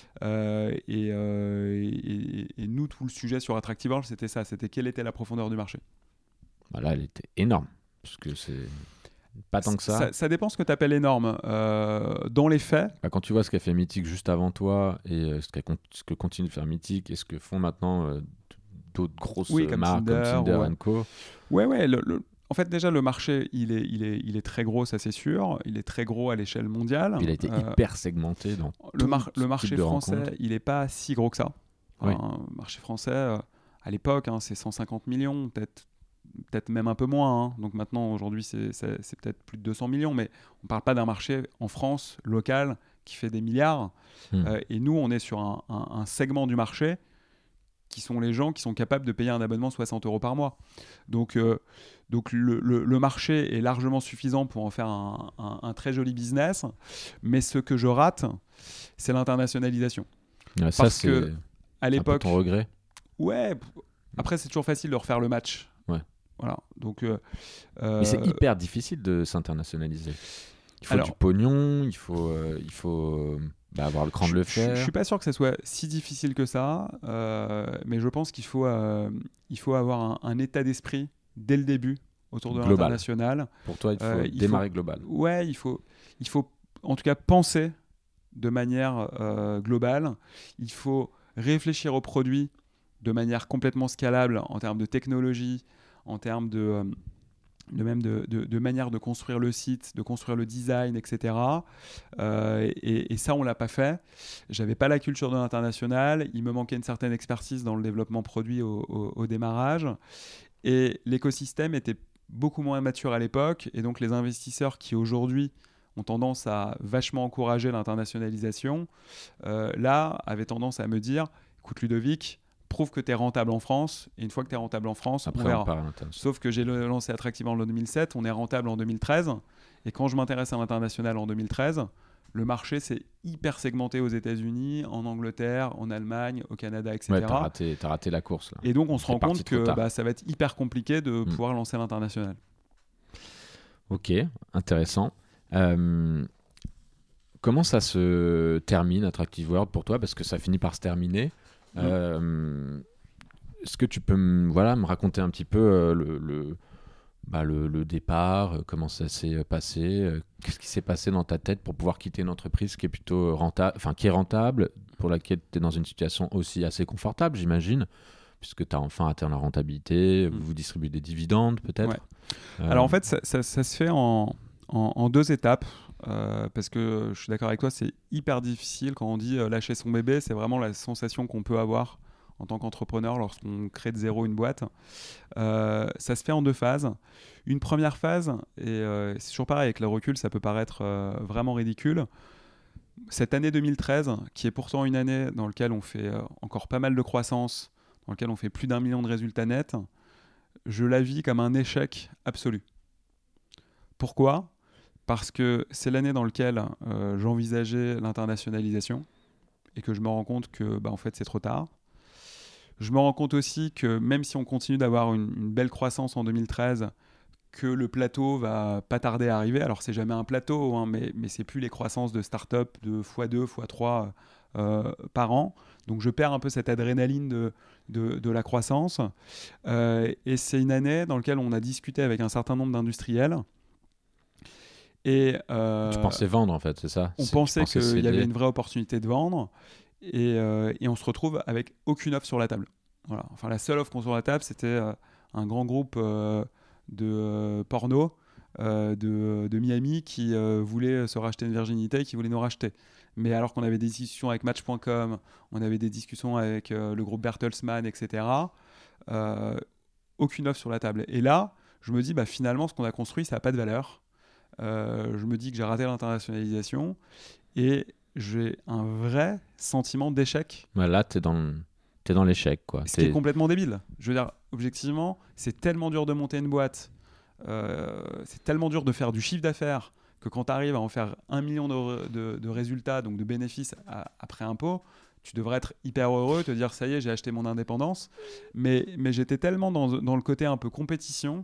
Euh, et, euh, et, et nous, tout le sujet sur Attractive World, c'était ça, c'était quelle était la profondeur du marché. Bah là, elle était énorme, parce que c'est pas tant que ça. Ça, ça dépend ce que tu appelles énorme. Euh, dans les faits, Bah, quand tu vois ce qu'a fait Mythique juste avant toi, et euh, ce, qu'a con- ce que continue de faire Mythique, et ce que font maintenant euh, d'autres grosses oui, euh, comme marques Tinder, comme Tinder ouais. and Co. Ouais, ouais. Le, le- en fait, déjà, le marché, il est, il est, il est très gros, ça c'est sûr. Il est très gros à l'échelle mondiale. Il a été Euh, hyper segmenté dans le, tout mar- le type marché de français, rencontres. il n'est pas si gros que ça. Oui. Enfin, le marché français, euh, à l'époque, hein, c'est cent cinquante millions, peut-être peut-être même un peu moins. Hein. Donc maintenant, aujourd'hui, c'est, c'est, c'est peut-être plus de deux cents millions. Mais on ne parle pas d'un marché en France, local, qui fait des milliards. Hmm. Euh, et nous, on est sur un, un- un segment du marché qui sont les gens qui sont capables de payer un abonnement soixante euros par mois. Donc, euh, donc le, le- le marché est largement suffisant pour en faire un, un- un très joli business. Mais ce que je rate, c'est l'internationalisation. Ouais, ça, Parce c'est que à un peu l'époque, ton regret. ouais. p- Après, c'est toujours facile de refaire le match. Ouais. Voilà. Donc, euh, Mais c'est euh, hyper difficile de s'internationaliser. Il faut Alors- du pognon, il faut, euh, il faut euh, bah, avoir le cran de le je, je- faire. je suis pas sûr que ce soit si difficile que ça, euh, mais je pense qu'il faut, euh, il faut avoir un, un état d'esprit dès le début autour de Global. l'international. Pour toi, il faut Euh, il démarrer faut- global. Ouais, il faut, il faut en tout cas penser de manière euh, globale. Il faut réfléchir au produit de manière complètement scalable en termes de technologie, en termes de, euh, de même de, de- de manière de construire le site, de construire le design, et cetera. Euh, et, et ça, on l'a pas fait. J'avais pas la culture de l'international. Il me manquait une certaine expertise dans le développement produit au, au- au démarrage. Et l'écosystème était beaucoup moins mature à l'époque. Et donc, les investisseurs qui aujourd'hui ont tendance à vachement encourager l'internationalisation, euh, là, avaient tendance à me dire, écoute Ludovic, prouve que tu es rentable en France, et une fois que tu es rentable en France, Après, on on, verra. part à l'international. Sauf que j'ai le- lancé Attractive en deux mille sept, on est rentable en deux mille treize, et quand je m'intéresse à l'international en deux mille treize, le marché s'est hyper segmenté aux États-Unis, en Angleterre, en Allemagne, au Canada, et cetera. Ouais, t'as raté, t'as raté la course là. Et donc on se T'es rend parti compte trop que tard. bah, ça va être hyper compliqué de Mm. pouvoir lancer l'international. Ok, intéressant. Euh, comment ça se termine Attractive World pour toi? Parce que ça finit par se terminer. Mm. Euh, est-ce que tu peux me, voilà, me raconter un petit peu euh, le, le, bah, le, le départ, euh, comment ça s'est passé, euh, qu'est-ce qui s'est passé dans ta tête pour pouvoir quitter une entreprise qui est plutôt rentable, enfin qui est rentable, pour laquelle tu es dans une situation aussi assez confortable, j'imagine, puisque tu as enfin atteint la rentabilité, Mm. vous distribuez des dividendes peut-être. Ouais. Euh, Alors en fait, ça, ça- ça se fait en, en- en deux étapes, euh, parce que je suis d'accord avec toi, c'est hyper difficile quand on dit euh, lâcher son bébé, c'est vraiment la sensation qu'on peut avoir en tant qu'entrepreneur lorsqu'on crée de zéro une boîte. Euh, ça se fait en deux phases. Une première phase, et euh, c'est toujours pareil, avec le recul, ça peut paraître euh, vraiment ridicule. Cette année deux mille treize, qui est pourtant une année dans laquelle on fait euh, encore pas mal de croissance, dans laquelle on fait plus d'un million de résultats nets, je la vis comme un échec absolu. Pourquoi ? Parce que c'est l'année dans laquelle euh, j'envisageais l'internationalisation et que je me rends compte que bah, en fait, c'est trop tard. Je me rends compte aussi que même si on continue d'avoir une, une belle croissance en deux mille treize, que le plateau va pas tarder à arriver. Alors, c'est jamais un plateau, hein, mais, mais c'est plus les croissances de start-up de fois deux, fois trois euh, par an. Donc, je perds un peu cette adrénaline de, de, de la croissance. Euh, et c'est une année dans laquelle on a discuté avec un certain nombre d'industriels. Et, euh, tu pensais vendre, en fait, c'est ça? On c'est, pensait qu'il céder. y avait une vraie opportunité de vendre. Et, euh, et on se retrouve avec aucune offre sur la table. Voilà. Enfin, la seule offre qu'on a sur la table, c'était euh, un grand groupe euh, de euh, porno euh, de, de Miami qui euh, voulait se racheter une virginité et qui voulait nous racheter. Mais alors qu'on avait des discussions avec Match point com, on avait des discussions avec euh, le groupe Bertelsmann, et cetera, euh, aucune offre sur la table. Et là, je me dis, bah, finalement, ce qu'on a construit, ça n'a pas de valeur. Euh, je me dis que j'ai raté l'internationalisation et j'ai un vrai sentiment d'échec. Ouais, là, t'es dans, le... t'es dans l'échec, quoi. Ce t'es... qui est complètement débile. Je veux dire, objectivement, c'est tellement dur de monter une boîte, euh, c'est tellement dur de faire du chiffre d'affaires que quand tu arrives à en faire un million de, de, de résultats, donc de bénéfices à, après impôt, tu devrais être hyper heureux, te dire ça y est, j'ai acheté mon indépendance. Mais, mais j'étais tellement dans, dans le côté un peu compétition.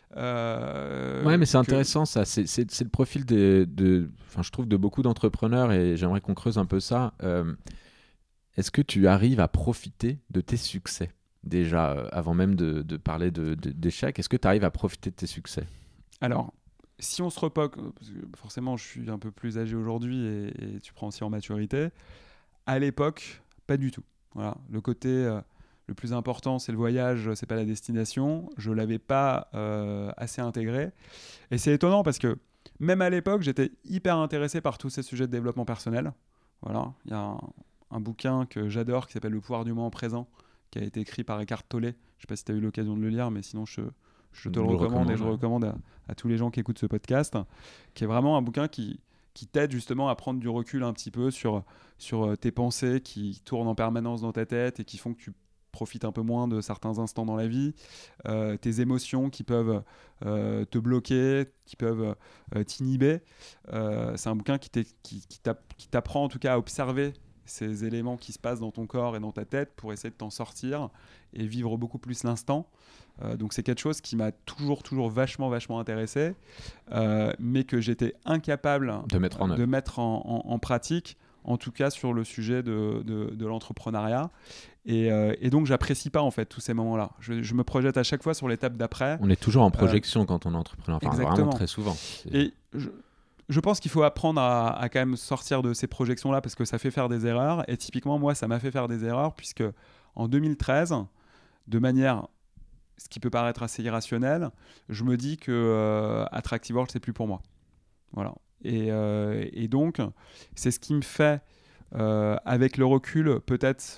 Euh, ouais, mais c'est que... intéressant ça. C'est, c'est, c'est le profil de, de, enfin, je trouve, de beaucoup d'entrepreneurs et j'aimerais qu'on creuse un peu ça. Euh, est-ce que tu arrives à profiter de tes succès déjà, euh, avant même de, de parler de, de, d'échecs? Est-ce que tu arrives à profiter de tes succès? Alors, si on se repoque, parce que forcément, je suis un peu plus âgé aujourd'hui et, et tu prends aussi en maturité. À l'époque, pas du tout. Voilà, le côté euh, le plus important, c'est le voyage, c'est pas la destination. Je l'avais pas euh, assez intégré. Et c'est étonnant parce que même à l'époque, j'étais hyper intéressé par tous ces sujets de développement personnel. Voilà, il y a un, un bouquin que j'adore qui s'appelle Le pouvoir du moment présent, qui a été écrit par Eckhart Tolle. Je sais pas si tu as eu l'occasion de le lire, mais sinon je, je te le, le recommande, recommande et je le recommande à, à tous les gens qui écoutent ce podcast, qui est vraiment un bouquin qui qui t'aide justement à prendre du recul un petit peu sur, sur tes pensées qui tournent en permanence dans ta tête et qui font que tu profites un peu moins de certains instants dans la vie, euh, tes émotions qui peuvent euh, te bloquer, qui peuvent euh, t'inhiber. Euh, c'est un bouquin qui, qui, qui, qui t'apprend en tout cas à observer ces éléments qui se passent dans ton corps et dans ta tête pour essayer de t'en sortir et vivre beaucoup plus l'instant. Euh, donc c'est quelque chose qui m'a toujours, toujours vachement, vachement intéressé, euh, mais que j'étais incapable de mettre en, euh, de mettre en, en, en pratique, en tout cas sur le sujet de, de, de l'entrepreneuriat. Et, euh, et donc j'apprécie pas en fait tous ces moments-là. Je, je me projette à chaque fois sur l'étape d'après. On est toujours en projection euh, quand on est entrepreneur, enfin exactement. Vraiment très souvent. C'est... Et je, je pense qu'il faut apprendre à, à quand même sortir de ces projections-là parce que ça fait faire des erreurs. Et typiquement, moi, ça m'a fait faire des erreurs puisque en deux mille treize, de manière, ce qui peut paraître assez irrationnel, je me dis que euh, Attractive World, c'est plus pour moi. Voilà. Et, euh, et donc, c'est ce qui me fait, euh, avec le recul, peut-être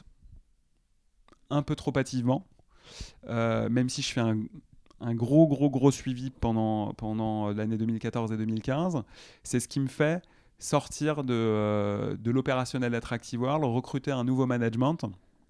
un peu trop hâtivement, euh, même si je fais un, un gros, gros, gros suivi pendant, pendant l'année deux mille quatorze et deux mille quinze, c'est ce qui me fait sortir de, euh, de l'opérationnel Attractive World, recruter un nouveau management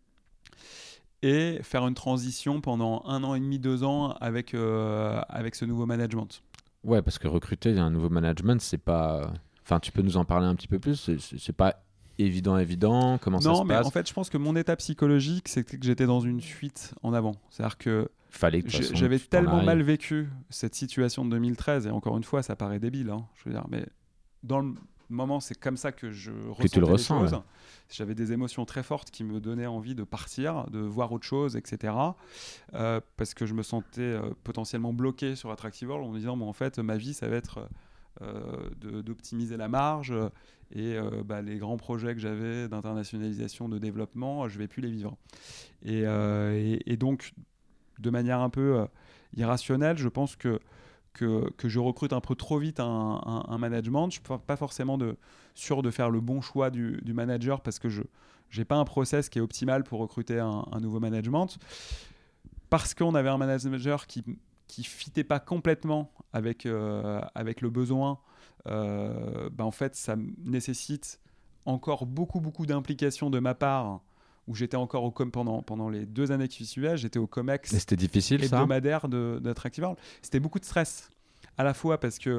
et faire une transition pendant un an et demi, deux ans avec, euh, avec ce nouveau management. Ouais, parce que recruter un nouveau management, c'est pas... Enfin, tu peux nous en parler un petit peu plus? C'est, c'est pas évident, évident? Comment non, ça se passe? Non, mais en fait, je pense que mon état psychologique, c'était que j'étais dans une fuite en avant. C'est-à-dire que, Fallait que j'ai, j'avais tellement mal vécu cette situation de deux mille treize, et encore une fois, ça paraît débile, hein, je veux dire, mais dans le moment, c'est comme ça que je que ressentais tu le les ressens, choses. Ouais. J'avais des émotions très fortes qui me donnaient envie de partir, de voir autre chose, et cetera. Euh, parce que je me sentais euh, potentiellement bloqué sur Attractive World en me disant, bon, en fait, ma vie, ça va être euh, de, d'optimiser la marge et euh, bah, les grands projets que j'avais d'internationalisation, de développement, je ne vais plus les vivre. Et, euh, et, et donc, de manière un peu euh, irrationnelle, je pense que Que, que je recrute un peu trop vite un, un, un management. Je ne suis pas forcément de, sûr de faire le bon choix du, du manager parce que je n'ai pas un process qui est optimal pour recruter un, un nouveau management. Parce qu'on avait un manager qui ne fitait pas complètement avec, euh, avec le besoin, euh, bah en fait, ça nécessite encore beaucoup, beaucoup d'implication de ma part où j'étais encore au com pendant, pendant les deux années qui suivaient, j'étais au COMEX Et c'était difficile, hebdomadaire de, d'Attractive World. C'était beaucoup de stress, à la fois parce que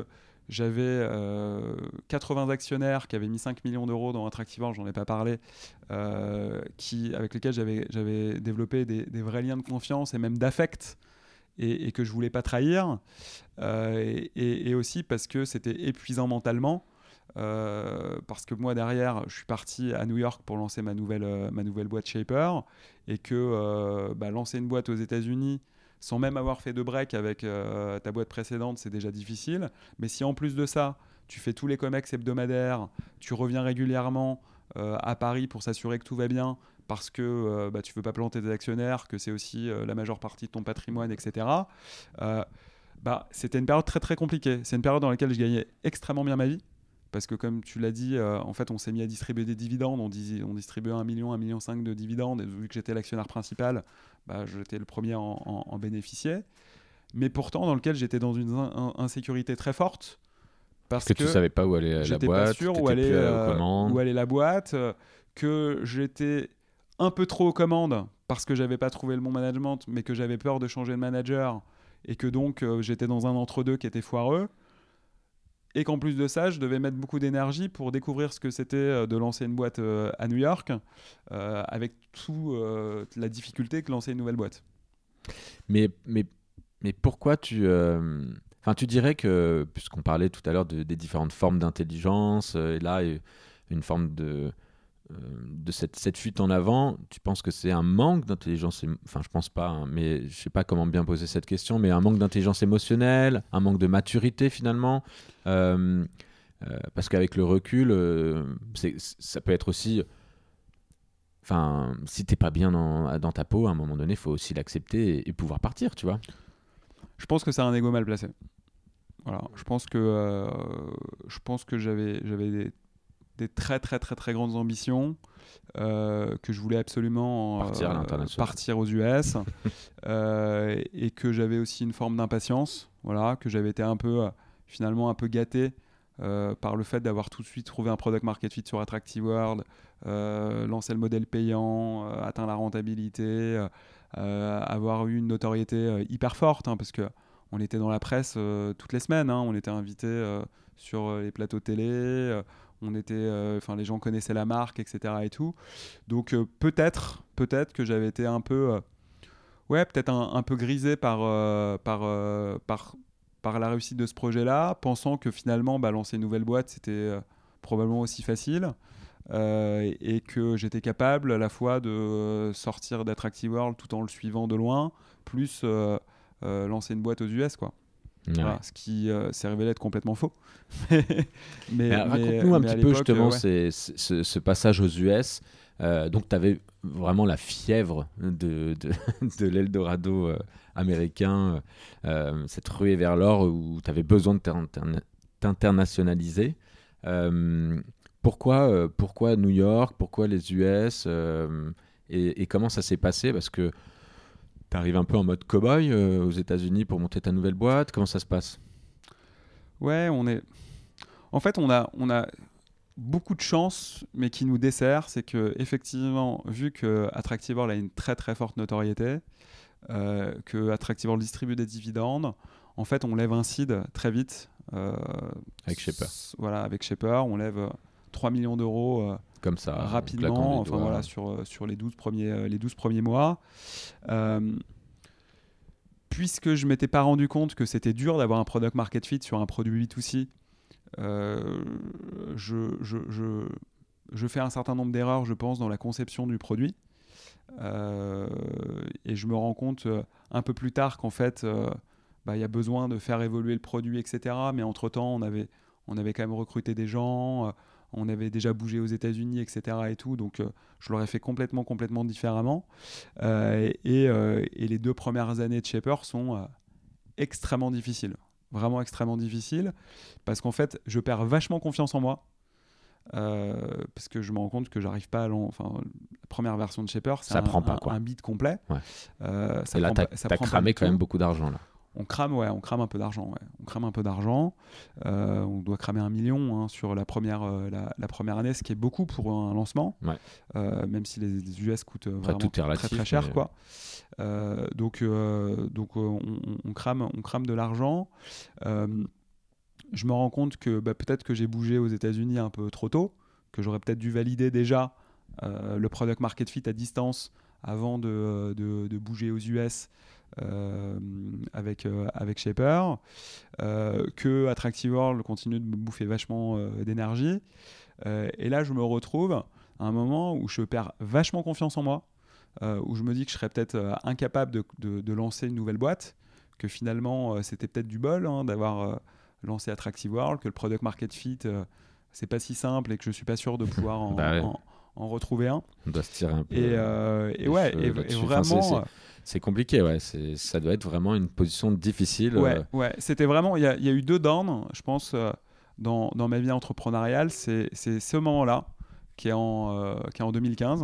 j'avais euh, quatre-vingts actionnaires qui avaient mis cinq millions d'euros dans Attractive, j'en ai pas parlé, euh, qui, avec lesquels j'avais, j'avais développé des, des vrais liens de confiance et même d'affect, et, et que je voulais pas trahir, euh, et, et, et aussi parce que c'était épuisant mentalement. Euh, parce que moi derrière je suis parti à New York pour lancer ma nouvelle, euh, ma nouvelle boîte Shaper, et que euh, bah, lancer une boîte aux États-Unis sans même avoir fait de break avec euh, ta boîte précédente, c'est déjà difficile. Mais si en plus de ça tu fais tous les comex hebdomadaires, tu reviens régulièrement euh, à Paris pour s'assurer que tout va bien, parce que euh, bah, tu veux pas planter des actionnaires, que c'est aussi euh, la majeure partie de ton patrimoine, et cetera. Euh, bah, c'était une période très très compliquée. C'est une période dans laquelle je gagnais extrêmement bien ma vie, parce que comme tu l'as dit, euh, en fait, on s'est mis à distribuer des dividendes. On, dis, on distribuait un million, un million cinq de dividendes. Et vu que j'étais l'actionnaire principal, bah, j'étais le premier à en, en, en bénéficier. Mais pourtant, dans lequel j'étais dans une in- insécurité très forte. Parce que, que, tu savais pas où allait la j'étais boîte, pas sûr t'étais où allait, plus euh, aux commandes. où allait la boîte, euh, que j'étais un peu trop aux commandes parce que j'avais pas trouvé le bon management, mais que j'avais peur de changer de manager, et que donc euh, j'étais dans un entre-deux qui était foireux. Et qu'en plus de ça, je devais mettre beaucoup d'énergie pour découvrir ce que c'était euh, de lancer une boîte euh, à New York, euh, avec toute euh, la difficulté que lancer une nouvelle boîte. Mais, mais, mais pourquoi tu... euh, Enfin, tu dirais que, puisqu'on parlait tout à l'heure de, des différentes formes d'intelligence, euh, et là, euh, une forme de, euh, de cette, cette fuite en avant, tu penses que c'est un manque d'intelligence, émo- enfin je pense pas, hein, mais je sais pas comment bien poser cette question, mais un manque d'intelligence émotionnelle, un manque de maturité finalement, euh, euh, parce qu'avec le recul, euh, c'est, ça peut être aussi, enfin si t'es pas bien dans, dans ta peau, à un moment donné, il faut aussi l'accepter et, et pouvoir partir, tu vois. Je pense que c'est un ego mal placé. Voilà. Je pense que, euh, je pense que j'avais, j'avais des, des très très très très grandes ambitions, euh, que je voulais absolument Partir à euh, l'international. partir aux U S, euh, et que j'avais aussi une forme d'impatience, voilà, que j'avais été un peu euh, finalement un peu gâté euh, par le fait d'avoir tout de suite trouvé un product market fit sur Attractive World, euh, lancé le modèle payant, euh, atteint la rentabilité, euh, euh, avoir eu une notoriété euh, hyper forte, hein, parce que on était dans la presse euh, toutes les semaines, hein, on était invité euh, sur euh, les plateaux télé, euh, on était, enfin les gens connaissaient la marque, et cetera et tout. Donc euh, peut-être, peut-être que j'avais été un peu, euh, ouais, peut-être un, un peu grisé par, euh, par, euh, par, par la réussite de ce projet-là, pensant que finalement, bah, lancer une nouvelle boîte, c'était euh, probablement aussi facile, euh, et, et que j'étais capable à la fois de euh, sortir d'Attractive World tout en le suivant de loin, plus euh, euh, lancer une boîte aux U S, quoi. Ouais. Voilà, ce qui euh, s'est révélé être complètement faux. mais, Mais mais, raconte-nous un mais à petit peu l'époque, justement euh, ouais. ces- ce, ce passage aux U S. Euh, donc tu avais vraiment la fièvre de, de, de l'Eldorado euh, américain, euh, cette ruée vers l'or où tu avais besoin de t'interna- t'internationaliser. Euh, pourquoi, euh, pourquoi New York? Pourquoi les U S? euh, et, et comment ça s'est passé? Parce que tu arrives un peu en mode cow-boy euh, aux États-Unis pour monter ta nouvelle boîte. Comment ça se passe? Ouais, on est. En fait, on a, on a beaucoup de chance, mais qui nous dessert, c'est que effectivement, vu que Attractive World a une très très forte notoriété, euh, que Attractive World distribue des dividendes, en fait, on lève un seed très vite. euh, Avec Shaper. s- Voilà, avec Shaper, on lève euh, trois millions d'euros euh, Comme ça, en claquant rapidement, des enfin doigts. voilà, sur, euh, sur les douze premiers, euh, les douze premiers mois. Euh, puisque je m'étais pas rendu compte que c'était dur d'avoir un product market fit sur un produit B deux C, euh, je, je, je, je fais un certain nombre d'erreurs, je pense, dans la conception du produit. Euh, et je me rends compte euh, un peu plus tard qu'en fait, euh, bah, y a besoin de faire évoluer le produit, et cetera. Mais entre-temps, on avait, on avait quand même recruté des gens, euh, on avait déjà bougé aux États-Unis, et cetera. Et tout, donc euh, je l'aurais fait complètement, complètement différemment. Euh, et, euh, et les deux premières années de Shaper sont euh, extrêmement difficiles. Vraiment extrêmement difficiles. Parce qu'en fait, je perds vachement confiance en moi. Euh, parce que je me rends compte que j'arrive pas à l'en... Enfin, la première version de Shaper, c'est Ça un, prend pas, un, quoi. un beat complet. Ouais. Euh, ça Et là, prend t'as, pas, ça t'as prend pas cramé du quand même tout. beaucoup d'argent, là. On crame, ouais, on crame un peu d'argent. Ouais. On crame un peu d'argent. Euh, on doit cramer un million hein, sur la première, euh, la, la première année, ce qui est beaucoup pour un lancement. Ouais. Euh, même si les, les U S coûtent Après, vraiment tout est très relatif, très cher, mais- quoi. Euh, donc, euh, donc euh, on, on crame, on crame de l'argent. Euh, je me rends compte que bah, peut-être que j'ai bougé aux États-Unis un peu trop tôt, que j'aurais peut-être dû valider déjà euh, le product market fit à distance avant de, de, de bouger aux U S euh, avec, euh, avec Shaper, euh, que Attractive World continue de me bouffer vachement euh, d'énergie. Euh, et là, je me retrouve à un moment où je perds vachement confiance en moi, euh, où je me dis que je serais peut-être euh, incapable de, de, de lancer une nouvelle boîte, que finalement, euh, c'était peut-être du bol hein, d'avoir euh, lancé Attractive World, que le product market fit, euh, c'est pas si simple et que je suis pas sûr de pouvoir en, bah ouais. en, en retrouver un. On doit se tirer un peu. Et, euh, et ouais, et, et vraiment. Enfin, c'est, c'est, c'est compliqué, ouais. C'est, ça doit être vraiment une position difficile. Ouais, euh... ouais. C'était vraiment. Il y, y a eu deux downs, je pense, euh, dans, dans ma vie entrepreneuriale. C'est, c'est ce moment-là, qui est en, euh, qui est en deux mille quinze.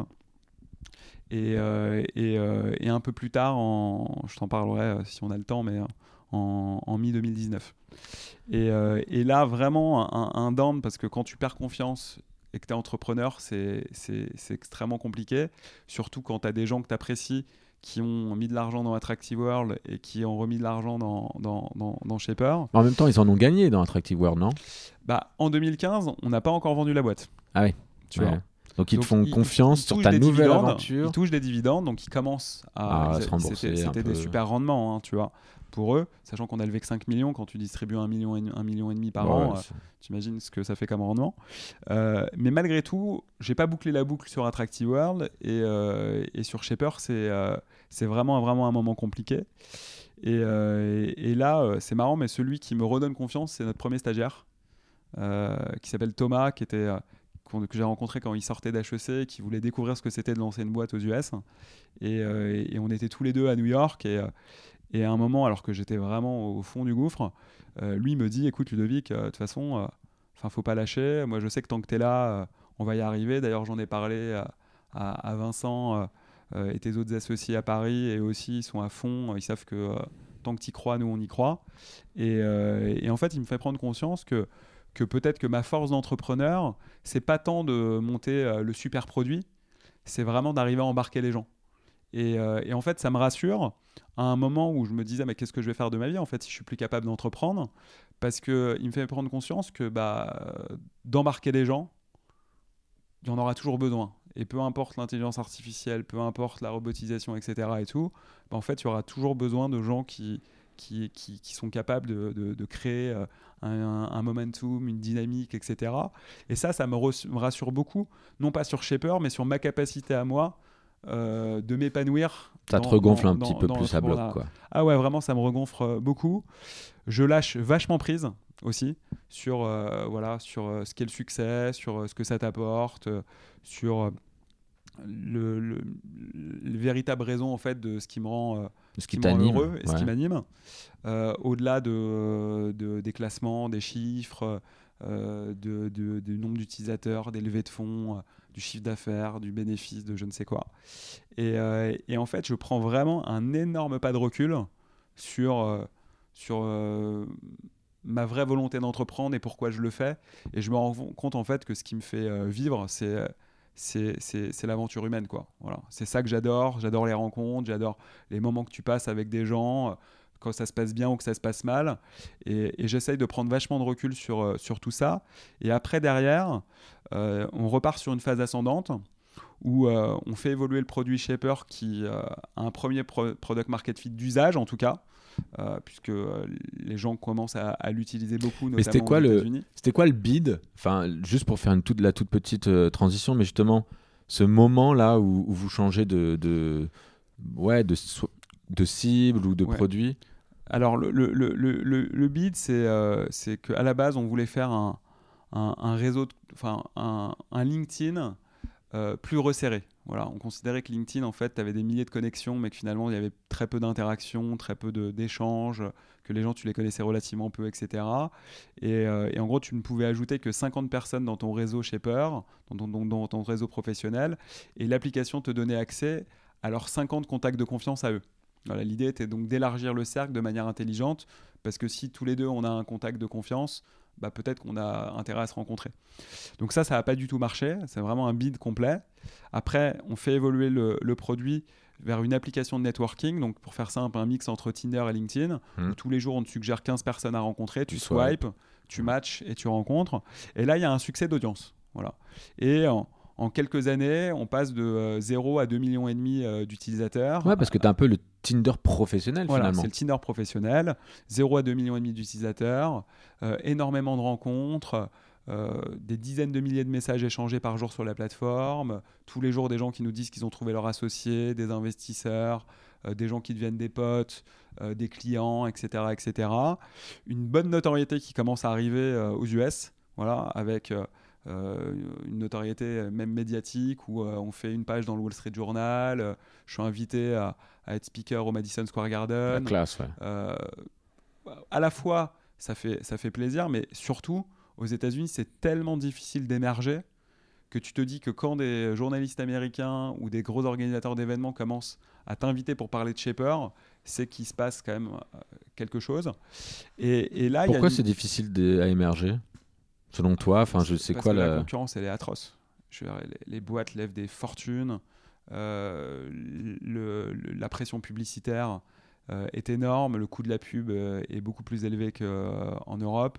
Et, euh, et, euh, et un peu plus tard, en, je t'en parlerai euh, si on a le temps, mais en, en mi deux mille dix-neuf. Et, euh, et là, vraiment, un, un down, parce que quand tu perds confiance et que tu es entrepreneur, c'est, c'est, c'est extrêmement compliqué. Surtout quand tu as des gens que tu apprécies qui ont mis de l'argent dans Attractive World et qui ont remis de l'argent dans, dans, dans, dans Shaper. En même temps, ils en ont gagné dans Attractive World, non ? Bah, en deux mille quinze, on n'a pas encore vendu la boîte. Ah oui. Tu ouais. vois. Donc ils donc, te font ils, confiance ils sur ta nouvelle aventure. Ils touchent des dividendes, donc ils commencent à, à ils, se rembourser. C'était, c'était des super rendements, hein, tu vois, pour eux, sachant qu'on a levé que cinq millions. Quand tu distribues un million et, un million et demi par bon, an, ouais, euh, tu imagines ce que ça fait comme rendement. Euh, mais malgré tout, j'ai pas bouclé la boucle sur Attractive World et, euh, et sur Shaper, c'est, euh, c'est vraiment, vraiment un moment compliqué. Et, euh, et, et là, euh, c'est marrant, mais celui qui me redonne confiance, c'est notre premier stagiaire euh, qui s'appelle Thomas, qui était euh, que j'ai rencontré quand il sortait d'H E C, qui voulait découvrir ce que c'était de lancer une boîte aux U S. Et, euh, et on était tous les deux à New York. Et, et à un moment, alors que j'étais vraiment au fond du gouffre, euh, lui me dit, écoute Ludovic, de euh, toute façon, enfin, euh, faut pas lâcher. Moi, je sais que tant que tu es là, euh, on va y arriver. D'ailleurs, j'en ai parlé à, à, à Vincent euh, et tes autres associés à Paris. Et aussi, ils sont à fond. Ils savent que euh, tant que tu y crois, nous, on y croit. Et, euh, et en fait, il me fait prendre conscience que que peut-être que ma force d'entrepreneur, c'est pas tant de monter euh, le super produit, c'est vraiment d'arriver à embarquer les gens. Et, euh, et en fait, ça me rassure à un moment où je me disais, mais qu'est-ce que je vais faire de ma vie en fait si je suis plus capable d'entreprendre ? Parce qu'il me fait prendre conscience que bah, d'embarquer les gens, il y en aura toujours besoin. Et peu importe l'intelligence artificielle, peu importe la robotisation, et cetera et tout, bah, en fait, il y aura toujours besoin de gens qui... Qui, qui, qui sont capables de, de, de créer un, un, un momentum, une dynamique, et cetera. Et ça, ça me, re, me rassure beaucoup, non pas sur Shaper, mais sur ma capacité à moi euh, de m'épanouir. Ça dans, te regonfle dans, un petit dans, peu dans plus à bloc, quoi. Ah ouais, vraiment, ça me regonfle beaucoup. Je lâche vachement prise aussi sur, euh, voilà, sur euh, ce qu'est le succès, sur euh, ce que ça t'apporte, euh, sur... Euh, Le, le, le véritable raison en fait de ce qui me rend, euh, ce qui, qui me rend heureux et ouais. ce qui m'anime euh, au-delà de, de, des classements, des chiffres euh, de, de, du nombre d'utilisateurs, des levées de fonds, euh, du chiffre d'affaires, du bénéfice, de je ne sais quoi et, euh, et en fait je prends vraiment un énorme pas de recul sur, euh, sur euh, ma vraie volonté d'entreprendre et pourquoi je le fais et je me rends compte en fait que ce qui me fait euh, vivre c'est C'est, c'est, c'est l'aventure humaine, quoi. Voilà. C'est ça que j'adore. J'adore les rencontres, j'adore les moments que tu passes avec des gens, quand ça se passe bien ou que ça se passe mal. Et, et j'essaye de prendre vachement de recul sur, sur tout ça. Et après, derrière, euh, on repart sur une phase ascendante où euh, on fait évoluer le produit Shaper qui euh, a un premier pro- product market fit d'usage, en tout cas. Euh, puisque euh, les gens commencent à, à l'utiliser beaucoup, notamment mais c'était quoi aux le, États-Unis. C'était quoi le bid ? Enfin, juste pour faire une toute, la toute petite euh, transition, mais justement, ce moment-là où, où vous changez de, de, ouais, de, de cible ou de ouais. produit. Alors, le, le, le, le, le bid, c'est, euh, c'est qu'à la base, on voulait faire un, un, un réseau, enfin, un, un LinkedIn euh, plus resserré. Voilà, on considérait que LinkedIn, en fait, tu avais des milliers de connexions, mais que finalement, il y avait très peu d'interactions, très peu de, d'échanges, que les gens, tu les connaissais relativement peu, et cetera. Et, euh, et en gros, tu ne pouvais ajouter que cinquante personnes dans ton réseau Shaper, dans ton, dans, dans ton réseau professionnel, et l'application te donnait accès à leurs cinquante contacts de confiance à eux. Voilà, l'idée était donc d'élargir le cercle de manière intelligente, parce que si tous les deux, on a un contact de confiance, bah peut-être qu'on a intérêt à se rencontrer. Donc ça, ça n'a pas du tout marché. C'est vraiment un bid complet. Après, on fait évoluer le, le produit vers une application de networking. Donc pour faire simple, un mix entre Tinder et LinkedIn, mmh. où tous les jours, on te suggère quinze personnes à rencontrer. Tu, tu swipes, tu matches et tu rencontres. Et là, il y a un succès d'audience. Voilà. Et en, en quelques années, on passe de euh, zéro à deux millions et demi euh, d'utilisateurs. Ouais, parce que tu es un peu le Tinder professionnel Voilà, finalement. c'est le Tinder professionnel. zéro à deux millions et demi d'utilisateurs, euh, énormément de rencontres, euh, des dizaines de milliers de messages échangés par jour sur la plateforme, tous les jours des gens qui nous disent qu'ils ont trouvé leur associé, des investisseurs, euh, des gens qui deviennent des potes, euh, des clients, et cetera, et cetera. Une bonne notoriété qui commence à arriver euh, aux U S, voilà, avec euh, euh, une notoriété même médiatique où euh, on fait une page dans le Wall Street Journal, euh, je suis invité à, à être speaker au Madison Square Garden. La classe, ouais. Euh, à la fois, ça fait, ça fait plaisir, mais surtout, aux États-Unis, c'est tellement difficile d'émerger que tu te dis que quand des journalistes américains ou des gros organisateurs d'événements commencent à t'inviter pour parler de Shaper, c'est qu'il se passe quand même euh, quelque chose. Et, et là, Pourquoi il y a une... c'est difficile de- à émerger, selon toi? Enfin, je sais Parce quoi que la la... concurrence, elle est atroce. Je veux dire, les, les boîtes lèvent des fortunes. Euh, le, le- la pression publicitaire euh, est énorme. Le coût de la pub euh, est beaucoup plus élevé qu'en Europe.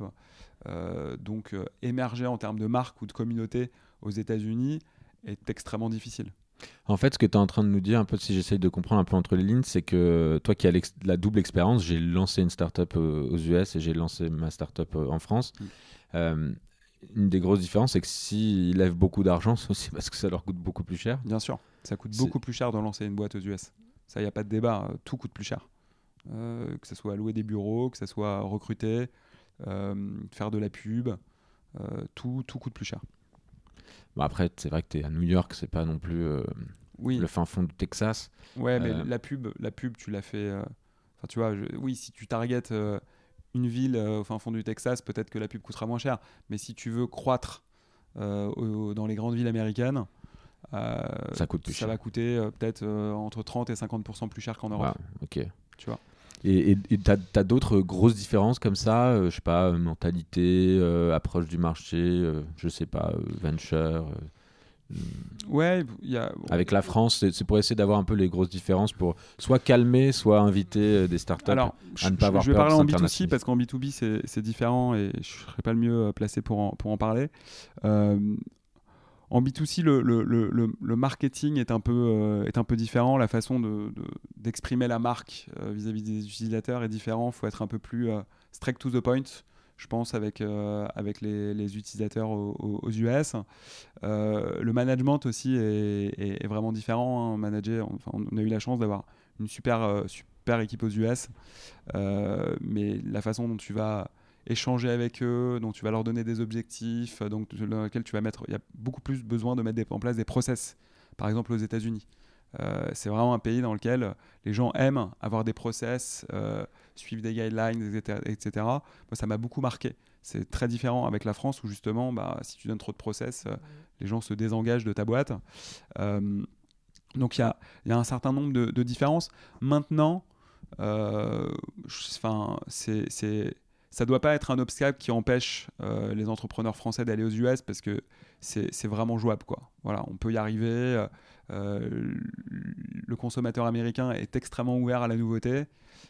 Euh, donc, euh, émerger en termes de marque ou de communauté aux États-Unis est extrêmement difficile. En fait, ce que tu es en train de nous dire, un peu si j'essaye de comprendre un peu entre les lignes, c'est que toi qui as l'ex- la double expérience, j'ai lancé une startup euh, aux U S et j'ai lancé ma startup euh, en France. Mm. Euh, une des grosses différences, c'est que s'ils lèvent beaucoup d'argent, c'est aussi parce que ça leur coûte beaucoup plus cher. Bien sûr, ça coûte C'est- beaucoup plus cher de lancer une boîte aux U S. Ça, il n'y a pas de débat. euh, Tout coûte plus cher. Euh, que ce soit louer des bureaux, que ce soit recruter, euh, faire de la pub, euh, tout, tout coûte plus cher. Bon, après, c'est vrai que tu es à New York, c'est pas non plus euh, Oui, le fin fond du Texas. ouais, mais Euh, la pub, la pub, tu l'as fait. euh, Enfin, tu vois, je- oui, si tu targetes euh, une ville euh, au fin fond du Texas, peut-être que la pub coûtera moins cher. Mais si tu veux croître euh, au- dans les grandes villes américaines, euh, Ça coûte plus ça cher. va coûter euh, peut-être euh, entre trente et cinquante pour cent plus cher qu'en Europe. Ouais, ok. Tu vois. Et et- et t'as, t'as d'autres grosses différences comme ça, euh, je sais pas, euh, mentalité, euh, approche du marché, euh, je sais pas, euh, venture. euh, Ouais, il y a. Avec la France, c'est, c'est pour essayer d'avoir un peu les grosses différences pour soit calmer, soit inviter euh, des startups Alors, à ne je, pas avoir je vais peur de parler en B deux C s'internationaliser. parce qu'en B deux B c'est, c'est différent et je ne serais pas le mieux euh, placé pour en, pour en parler. Euh, en B deux C, le, le, le, le- le marketing est un peu, euh, est un peu différent. La façon de, de- d'exprimer la marque euh, vis-à-vis des utilisateurs est différent. Il faut être un peu plus euh, straight to the point, je pense, avec, euh, avec les, les utilisateurs aux, aux- aux U S. Euh, le management aussi est, est- est vraiment différent. Hein. Manager, enfin, on a eu la chance d'avoir une super, euh, super équipe aux U S. Euh, mais la façon dont tu vas échanger avec eux, dont tu vas leur donner des objectifs, euh, donc dans lesquels tu vas mettre, il y a beaucoup plus besoin de mettre des- en place des process. Par exemple aux États-Unis, Euh, c'est vraiment un pays dans lequel les gens aiment avoir des process, euh, suivre des guidelines, et cetera, et cetera. Moi, ça m'a beaucoup marqué. C'est très différent avec la France où justement, bah, si tu donnes trop de process, euh, les gens se désengagent de ta boîte. Euh, donc il y a, il y a un certain nombre de, de différences. Maintenant, euh, je- 'fin, c'est, c'est, ça ne doit pas être un obstacle qui empêche euh, les entrepreneurs français d'aller aux U S parce que c'est, c'est vraiment jouable, quoi. Voilà, on peut y arriver. euh, euh, le consommateur américain est extrêmement ouvert à la nouveauté.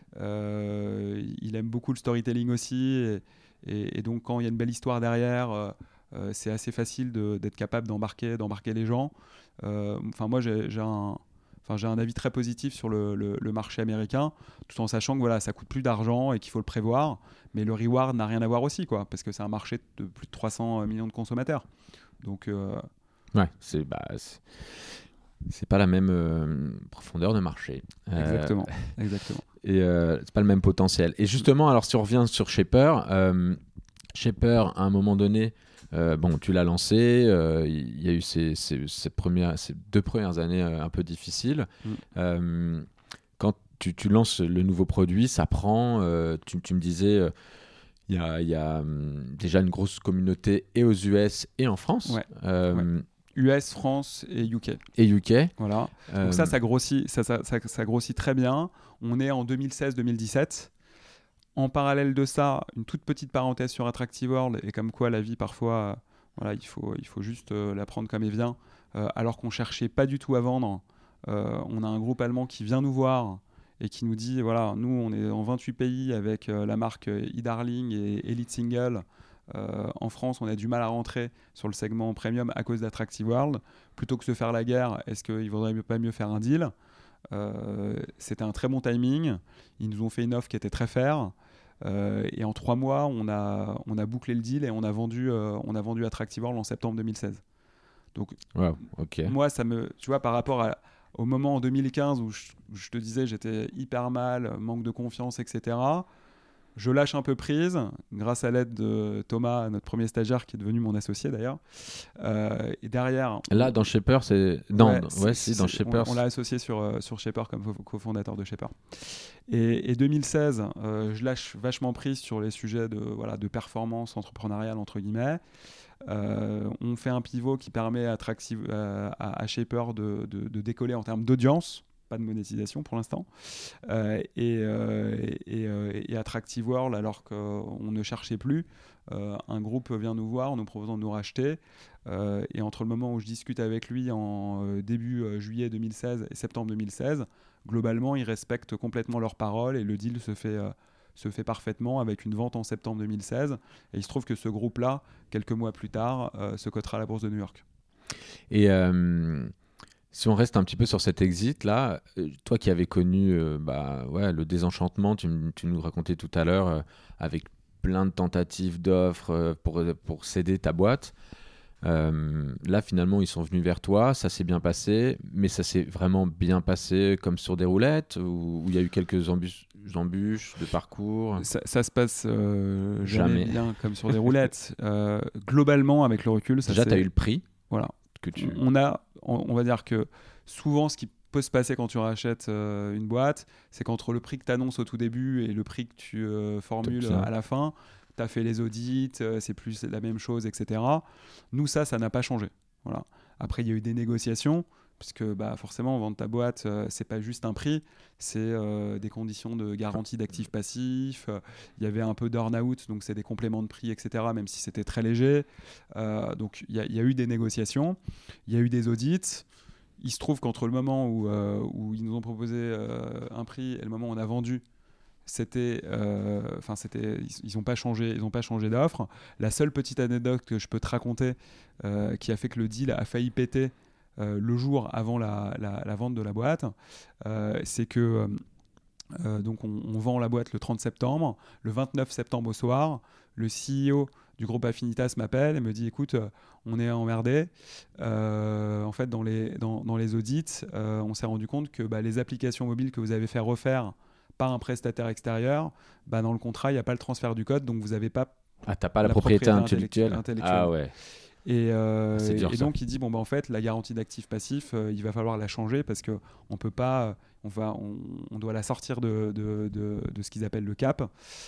Euh, il aime beaucoup le storytelling aussi. Et, et- et donc, quand il y a une belle histoire derrière, euh, euh, c'est assez facile de- d'être capable d'embarquer, d'embarquer les gens. Euh, Enfin, moi, j'ai j'ai un, enfin, j'ai un avis très positif sur le, le- le marché américain, tout en sachant que voilà, ça coûte plus d'argent et qu'il faut le prévoir. Mais le reward n'a rien à voir aussi, quoi, parce que c'est un marché de plus de trois cents millions de consommateurs. Donc, euh, Ouais, c'est, bah, c'est, c'est pas la même euh, profondeur de marché. Euh, exactement, exactement. et euh, c'est pas le même potentiel. Et justement, alors si on revient sur Shaper, euh, Shaper, à un moment donné, euh, bon, tu l'as lancé, euh, il y a eu ces, ces, ces premières, ces deux premières années euh, un peu difficiles. Mm. Euh, quand tu, tu lances le nouveau produit, ça prend, euh, tu, tu me disais, euh, il y a, il y a hum, déjà une grosse communauté et aux U S et en France. Ouais, Euh, U S, France et U K. Et U K. Voilà. Euh, Donc ça, ça grossit, ça, ça, ça, ça grossit très bien. On est en deux mille seize deux mille dix-sept. En parallèle de ça, une toute petite parenthèse sur Attractive World et comme quoi la vie parfois, euh, voilà, il faut, il faut juste euh, la prendre comme elle vient. Euh, alors qu'on cherchait pas du tout à vendre, euh, on a un groupe allemand qui vient nous voir et qui nous dit, voilà, nous, on est en vingt-huit pays avec euh, la marque e-Darling et Elite Single. Euh, en France, on a du mal à rentrer sur le segment premium à cause d'Attractive World. Plutôt que de se faire la guerre, est-ce qu'il ne vaudrait pas mieux faire un deal ? euh, C'était un très bon timing. Ils nous ont fait une offre qui était très fair. Euh, et en trois mois, on a, on a bouclé le deal et on a vendu, euh, on a vendu Attractive World en septembre deux mille seize. Donc, wow, okay. moi, ça me, tu vois, par rapport à, au moment en deux mille quinze où je, où je te disais j'étais hyper mal, manque de confiance, et cetera. Je lâche un peu prise, grâce à l'aide de Thomas, notre premier stagiaire, qui est devenu mon associé d'ailleurs. Euh, et derrière... Là, dans Shaper, c'est... Non, ouais, ouais, c'est, si, dans Shaper. On, on l'a associé sur, euh, sur Shaper comme cofondateur de Shaper. Et, et deux mille seize, euh, je lâche vachement prise sur les sujets de, voilà, de performance entrepreneuriale, entre guillemets. Euh, on fait un pivot qui permet à, Attractive, euh, à, à Shaper de, de, de décoller en termes d'audience. Pas de monétisation pour l'instant. Euh, et, euh, et, euh, et Attractive World, alors qu'on ne cherchait plus, euh, un groupe vient nous voir en nous proposant de nous racheter. Euh, et entre le moment où je discute avec lui en euh, début euh, juillet deux mille seize et septembre deux mille seize, globalement, ils respectent complètement leurs paroles et le deal se fait, euh, se fait parfaitement avec une vente en septembre deux mille seize. Et il se trouve que ce groupe-là, quelques mois plus tard, euh, se cotera à la bourse de New York. Et... Euh... Si on reste un petit peu sur cet exit-là, toi qui avais connu euh, bah, ouais, le désenchantement, tu, tu nous racontais tout à l'heure, euh, avec plein de tentatives d'offres euh, pour, pour céder ta boîte, euh, là finalement ils sont venus vers toi, ça s'est bien passé, mais ça s'est vraiment bien passé comme sur des roulettes, ou il y a eu quelques embûches, embûches de parcours? Ça, ça se passe euh, jamais, jamais bien comme sur des roulettes. Euh, globalement, avec le recul, ça déjà tu as eu le prix. Voilà. Que tu... On a, on, on va dire que souvent, ce qui peut se passer quand tu rachètes euh, une boîte, c'est qu'entre le prix que tu annonces au tout début et le prix que tu euh, formules à la fin, tu as fait les audits, euh, c'est plus la même chose, et cetera. Nous, ça, ça n'a pas changé. Voilà. Après, il y a eu des négociations, puisque bah, forcément, vendre ta boîte, euh, c'est pas juste un prix, c'est euh, des conditions de garantie d'actifs passifs. Il euh, y avait un peu d'earn-out, donc c'est des compléments de prix, et cetera, même si c'était très léger. Euh, donc, il y, y a eu des négociations, il y a eu des audits. Il se trouve qu'entre le moment où, euh, où ils nous ont proposé euh, un prix et le moment où on a vendu, c'était, enfin euh, c'était, ils n'ont pas changé, ils ont pas changé d'offre. La seule petite anecdote que je peux te raconter, euh, qui a fait que le deal a failli péter euh, le jour avant la, la, la vente de la boîte, euh, c'est que euh, donc on, on vend la boîte le trente septembre, le vingt-neuf septembre au soir, le C E O du groupe Affinitas m'appelle et me dit écoute, euh, on est emmerdé. Euh, en fait, dans les, dans, dans les audits, euh, on s'est rendu compte que bah, les applications mobiles que vous avez fait refaire par un prestataire extérieur, bah, dans le contrat, il n'y a pas le transfert du code, donc vous n'avez pas. Ah, t'as pas la, la propriété, propriété intellectuelle. intellectuelle. Ah ouais. Et, euh, c'est dur, et ça. donc il dit bon bah en fait la garantie d'actifs passifs, euh, il va falloir la changer parce que on peut pas, on va, on, on doit la sortir de, de, de, de ce qu'ils appellent le cap.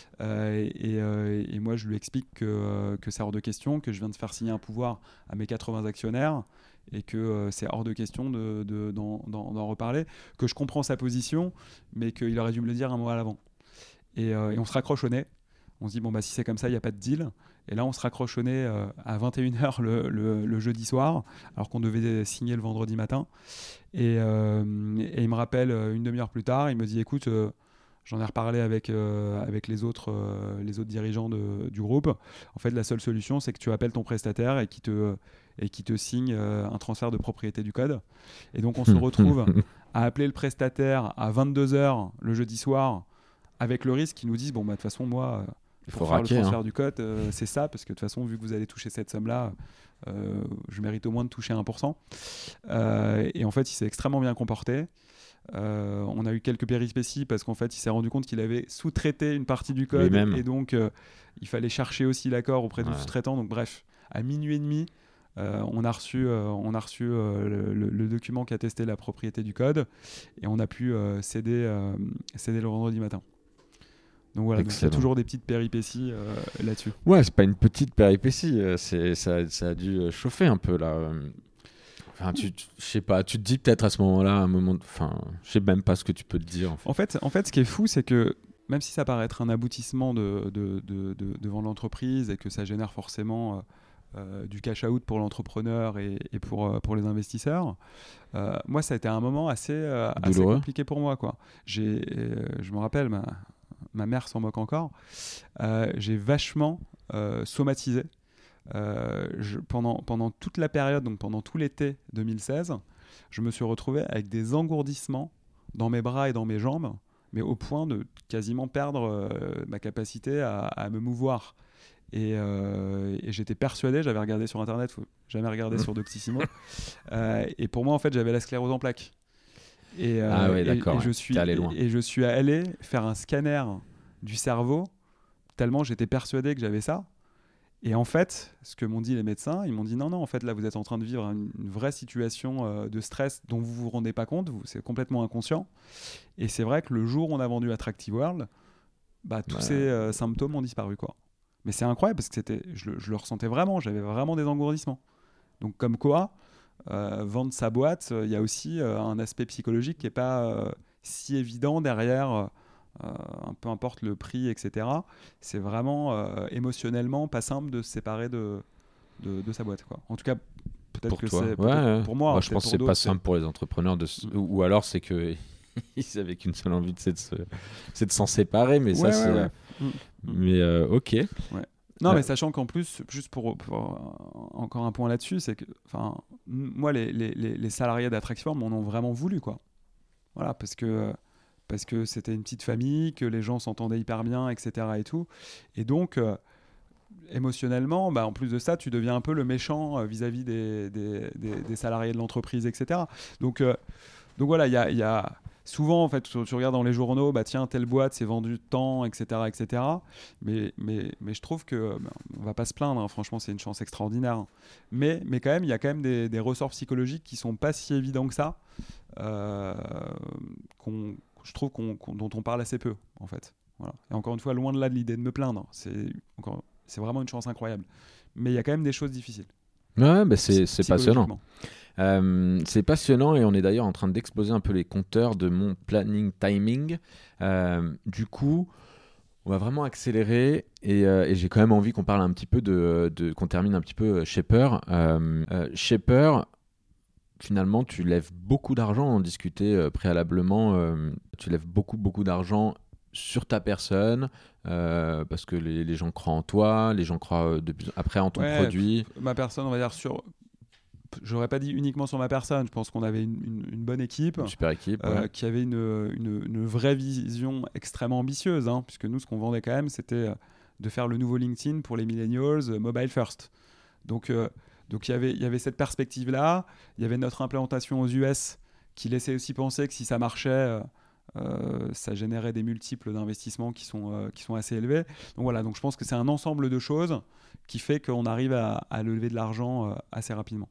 Euh, et, euh, et moi je lui explique que, euh, que c'est hors de question, que je viens de faire signer un pouvoir à mes quatre-vingts actionnaires et que euh, c'est hors de question de, de, d'en, d'en, d'en reparler, que je comprends sa position, mais qu'il aurait dû me le dire un mois à l'avant. Et, euh, et on se raccroche au nez. On se dit bon bah si c'est comme ça, il n'y a pas de deal. Et là, on se raccroche au nez euh, à vingt et une heures le, le, le jeudi soir, alors qu'on devait signer le vendredi matin. Et, euh, et il me rappelle une demi-heure plus tard, il me dit écoute, euh, j'en ai reparlé avec, euh, avec les, autres, euh, les autres dirigeants de, du groupe. En fait, la seule solution, c'est que tu appelles ton prestataire et qu'il te, et qu'il te signe euh, un transfert de propriété du code. Et donc, on se retrouve à appeler le prestataire à vingt-deux heures le jeudi soir, avec le risque qu'ils nous disent bon, bah, de toute façon, moi. Euh, Il pour faut faire raquer, le transfert hein. du code, euh, c'est ça, parce que de toute façon, vu que vous allez toucher cette somme-là, euh, je mérite au moins de toucher un pour cent. Euh, et en fait, il s'est extrêmement bien comporté. Euh, on a eu quelques péripéties parce qu'en fait, il s'est rendu compte qu'il avait sous-traité une partie du code et donc euh, il fallait chercher aussi l'accord auprès ouais. du sous-traitant. Donc bref, à minuit et demi, euh, on a reçu, euh, on a reçu euh, le, le, le document qui attestait la propriété du code et on a pu euh, céder, euh, céder le vendredi matin. Donc voilà, donc il y a toujours des petites péripéties euh, là-dessus. Ouais, c'est pas une petite péripétie, c'est, ça, ça a dû chauffer un peu là. Enfin, tu, tu, je sais pas, tu te dis peut-être à ce moment-là, un moment, enfin, je sais même pas ce que tu peux te dire. En fait, en fait, en fait ce qui est fou, c'est que même si ça paraît être un aboutissement de, de, de, de, devant l'entreprise et que ça génère forcément euh, du cash out pour l'entrepreneur et, et pour, euh, pour les investisseurs. Euh, moi, ça a été un moment assez, euh, assez compliqué pour moi, quoi. J'ai, euh, je me rappelle, ma, ma mère s'en moque encore, euh, j'ai vachement euh, somatisé. Euh, je, pendant, pendant toute la période, donc pendant tout l'été deux mille seize, je me suis retrouvé avec des engourdissements dans mes bras et dans mes jambes, mais au point de quasiment perdre euh, ma capacité à, à me mouvoir. Et, euh, et j'étais persuadé, j'avais regardé sur internet, faut jamais regarder sur Doctissimo, euh, et pour moi en fait j'avais la sclérose en plaques. Et, euh, ah ouais, et, d'accord, et, ouais. je suis, T'es allé loin. et, et je suis allé faire un scanner du cerveau, tellement j'étais persuadé que j'avais ça. Et en fait, ce que m'ont dit les médecins, ils m'ont dit non, non, en fait, là, vous êtes en train de vivre une, une vraie situation euh, de stress dont vous vous rendez pas compte, vous, c'est complètement inconscient. Et c'est vrai que le jour où on a vendu Attractive World, bah, tous ouais. ces euh, symptômes ont disparu, quoi. Mais c'est incroyable parce que c'était, je, je le ressentais vraiment, j'avais vraiment des engourdissements. Donc, comme quoi, euh, vendre sa boîte, il euh, y a aussi euh, un aspect psychologique qui n'est pas euh, si évident derrière. Euh, Euh, peu importe le prix, et cetera. C'est vraiment euh, émotionnellement pas simple de se séparer de, de, de sa boîte, quoi. En tout cas, peut-être pour que toi. c'est ouais, peut-être ouais. pour moi. moi hein, je pense que c'est pas simple c'est... pour les entrepreneurs, de s... mmh. ou alors c'est que ils avaient qu'une seule envie, c'est de, se... c'est de s'en séparer, mais ouais, ça, ouais, c'est. Ouais. Mmh. Mais euh, ok. Ouais. Non, euh... mais sachant qu'en plus, juste pour, pour euh, encore un point là-dessus, c'est que, enfin, moi, les, les, les salariés d'Attractive m'en ont vraiment voulu, quoi. Voilà, parce que. parce que c'était une petite famille, que les gens s'entendaient hyper bien, et cetera et tout. Et donc, euh, émotionnellement, bah, en plus de ça, tu deviens un peu le méchant euh, vis-à-vis des, des, des, des salariés de l'entreprise, et cetera. Donc, euh, donc voilà, il y a, y a souvent, en fait, tu, tu regardes dans les journaux, bah tiens, telle boîte s'est vendue tant, et cetera, et cetera. Mais, mais, mais je trouve que, bah, on va pas se plaindre, hein, franchement, c'est une chance extraordinaire. Mais, mais quand même, il y a quand même des, des ressorts psychologiques qui sont pas si évidents que ça, euh, qu'on je trouve qu'on, qu'on, dont on parle assez peu, en fait. Voilà. Et encore une fois, loin de là de l'idée de me plaindre. C'est, encore, c'est vraiment une chance incroyable. Mais il y a quand même des choses difficiles. Ouais, bah c'est, c'est passionnant. Euh, c'est passionnant et on est d'ailleurs en train d'exploser un peu les compteurs de mon planning timing. Euh, du coup, on va vraiment accélérer et, euh, et j'ai quand même envie qu'on parle un petit peu de, de qu'on termine un petit peu Shaper. Euh, euh, Shaper, finalement, tu lèves beaucoup d'argent, on en discutait euh, préalablement, euh, tu lèves beaucoup, beaucoup d'argent sur ta personne, euh, parce que les, les gens croient en toi, les gens croient de plus... après en ton ouais, produit. Ma personne, on va dire, sur... J'aurais pas dit uniquement sur ma personne, je pense qu'on avait une, une, une bonne équipe, une super équipe euh, ouais. qui avait une, une, une vraie vision extrêmement ambitieuse, hein, puisque nous, ce qu'on vendait quand même, c'était de faire le nouveau LinkedIn pour les millennials, mobile first. Donc... Euh, Donc il y avait, il y avait cette perspective-là, il y avait notre implantation aux U S qui laissait aussi penser que si ça marchait, euh, ça générait des multiples d'investissements qui sont, euh, qui sont assez élevés. Donc voilà, donc je pense que c'est un ensemble de choses qui fait qu'on arrive à, à lever de l'argent euh, assez rapidement.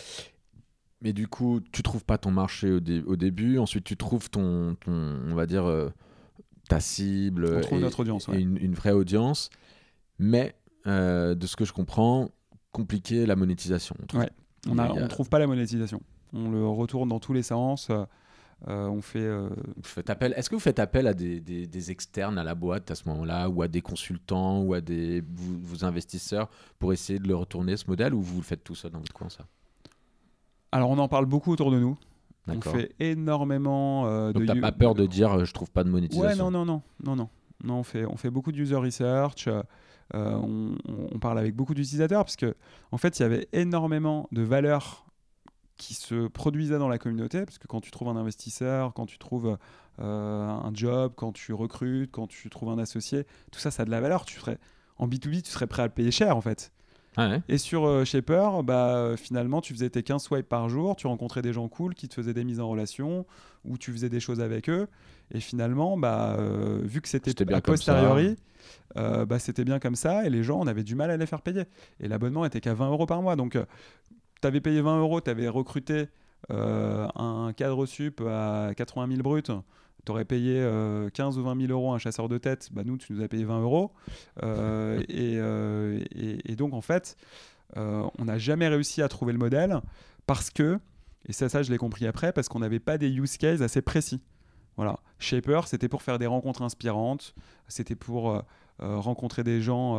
Mais du coup, tu trouves pas ton marché au, dé- au début, ensuite tu trouves ton, ton on va dire, euh, ta cible on trouve et, notre audience, ouais. et une, une vraie audience, mais euh, de ce que je comprends, compliqué la monétisation. On ouais, on ne a... trouve pas la monétisation. On le retourne dans tous les sens. Euh, on fait. Euh... Vous faites appel... Est-ce que vous faites appel à des, des, des externes à la boîte à ce moment-là, ou à des consultants, ou à des vous, vos investisseurs pour essayer de le retourner ce modèle, ou vous le faites tout seul dans votre coin ça? Alors on en parle beaucoup autour de nous. D'accord. On fait énormément euh, Donc de. Donc t'as pas peur de dire euh, je trouve pas de monétisation? Ouais, non, non, non, non, non. Non, on fait, on fait beaucoup de user research. Euh, on, on parle avec beaucoup d'utilisateurs parce que en fait, il y avait énormément de valeur qui se produisaient dans la communauté, parce que quand tu trouves un investisseur, quand tu trouves euh, un job, quand tu recrutes, quand tu trouves un associé, tout ça, ça a de la valeur. Tu serais, en B deux B, tu serais prêt à le payer cher, en fait. Ah ouais. Et sur euh, Shaper, bah, finalement, tu faisais tes quinze swipes par jour, tu rencontrais des gens cool qui te faisaient des mises en relation, ou tu faisais des choses avec eux. Et finalement, bah, euh, vu que c'était, c'était a posteriori, euh, bah, c'était bien comme ça, et les gens, on avait du mal à les faire payer. Et l'abonnement était qu'à vingt euros par mois. Donc, euh, tu avais payé vingt euros, tu avais recruté euh, un cadre sup à quatre-vingt mille bruts. Tu aurais payé euh, quinze ou vingt mille euros à un chasseur de tête, bah nous, tu nous as payé vingt euros. Euh, et, euh, et, et donc, en fait, euh, on n'a jamais réussi à trouver le modèle parce que, et ça, ça je l'ai compris après, parce qu'on n'avait pas des use cases assez précis. Voilà. Shaper, c'était pour faire des rencontres inspirantes, c'était pour euh, euh, rencontrer des gens euh,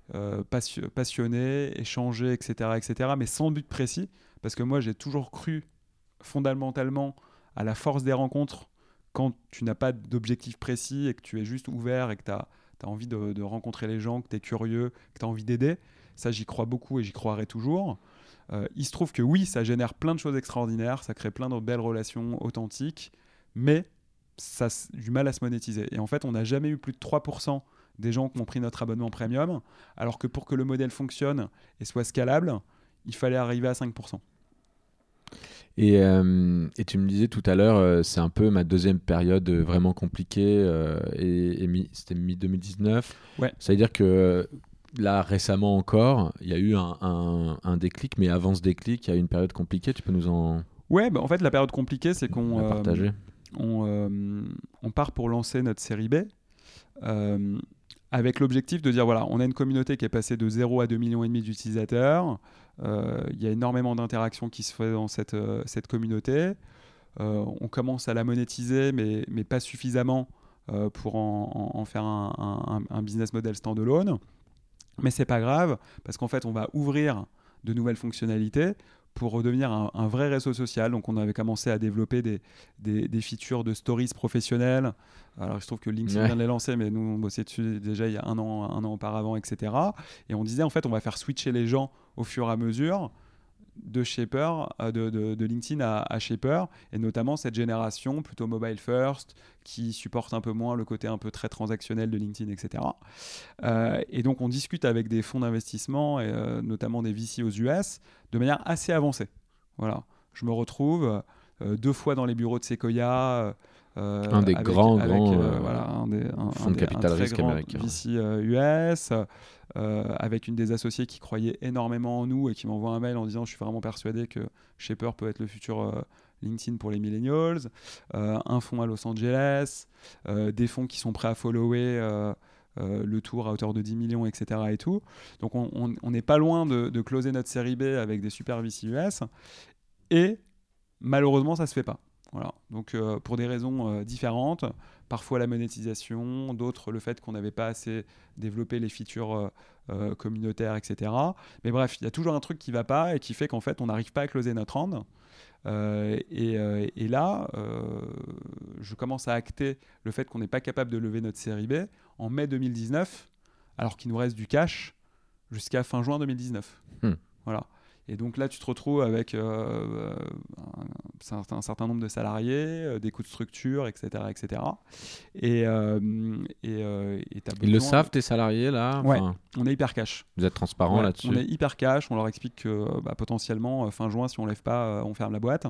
euh, passion- passionner, échanger, et cetera, et cetera, mais sans but précis, parce que moi, j'ai toujours cru fondamentalement à la force des rencontres quand tu n'as pas d'objectif précis et que tu es juste ouvert et que tu as envie de, de rencontrer les gens, que tu es curieux, que tu as envie d'aider. Ça, j'y crois beaucoup et j'y croirai toujours. Euh, il se trouve que oui, ça génère plein de choses extraordinaires, ça crée plein de belles relations authentiques, mais ça a du mal à se monétiser. Et en fait, on n'a jamais eu plus de trois pour cent des gens qui ont pris notre abonnement premium, alors que pour que le modèle fonctionne et soit scalable, il fallait arriver à cinq pour cent. Et, euh, et tu me disais tout à l'heure, euh, c'est un peu ma deuxième période vraiment compliquée, euh, et, et mi, c'était mi-deux mille dix-neuf. Ouais. Ça veut dire que là, récemment encore, il y a eu un, un, un déclic, mais avant ce déclic, il y a eu une période compliquée. Tu peux nous en Ouais, bah en fait, la période compliquée, c'est qu'on la partager? euh, on, euh, on part pour lancer notre série B, euh, avec l'objectif de dire, voilà, on a une communauté qui est passée de zéro à deux virgule cinq millions d'utilisateurs. Euh, Il y a énormément d'interactions qui se font dans cette, euh, cette communauté. Euh, on commence à la monétiser, mais, mais pas suffisamment euh, pour en, en- en faire un, un- un business model standalone. Mais c'est pas grave, parce qu'en fait, on va ouvrir de nouvelles fonctionnalités pour redevenir un, un vrai réseau social. Donc, on avait commencé à développer des, des, des features de stories professionnelles. Alors, il se trouve que LinkedIn Ouais. vient de les lancer, mais nous, on bossait dessus déjà il y a un an, un an auparavant, et cetera. Et on disait, en fait, on va faire switcher les gens au fur et à mesure de Shaper, euh, de, de, de LinkedIn à, à Shaper, et notamment cette génération plutôt mobile first, qui supporte un peu moins le côté un peu très transactionnel de LinkedIn, et cetera. Euh, et donc on discute avec des fonds d'investissement, et euh, notamment des V C aux U S, de manière assez avancée. Voilà. Je me retrouve euh, deux fois dans les bureaux de Sequoia, euh, Un des avec, grands, avec, grands euh, euh, voilà, un, des, un, fonds un de des- un capital très risque grand américain. V C euh, U S, euh, avec une des associées qui croyait énormément en nous et qui m'envoie un mail en disant je suis vraiment persuadé que Shaper peut être le futur euh, LinkedIn pour les millennials, euh, un fonds à Los Angeles, euh, des fonds qui sont prêts à follower euh, euh, le tour à hauteur de dix millions, et cetera. Et tout. Donc on n'est pas loin de, de closer notre série B avec des super V C U S, et malheureusement ça se fait pas. Voilà. Donc euh, pour des raisons euh, différentes, parfois la monétisation, d'autres le fait qu'on n'avait pas assez développé les features euh, euh, communautaires, et cetera. Mais bref, il y a toujours un truc qui va pas et qui fait qu'en fait on n'arrive pas à closer notre round. Euh, et, euh, et là, euh, je commence à acter le fait qu'on n'est pas capable de lever notre série B en mai deux mille dix-neuf, alors qu'il nous reste du cash jusqu'à fin juin deux mille dix-neuf. Hmm. Voilà. Et donc là, tu te retrouves avec euh, un, un certain nombre de salariés, euh, des coûts de structure, et cetera, et cetera. Et, euh, et, euh, et t'as Ils le besoin- savent, tes salariés, là? Ouais, Enfin, on est hyper cash. vous êtes transparent Ouais, là-dessus? on est hyper cash. On leur explique que bah, potentiellement, euh, fin juin, si on lève pas, euh, on ferme la boîte.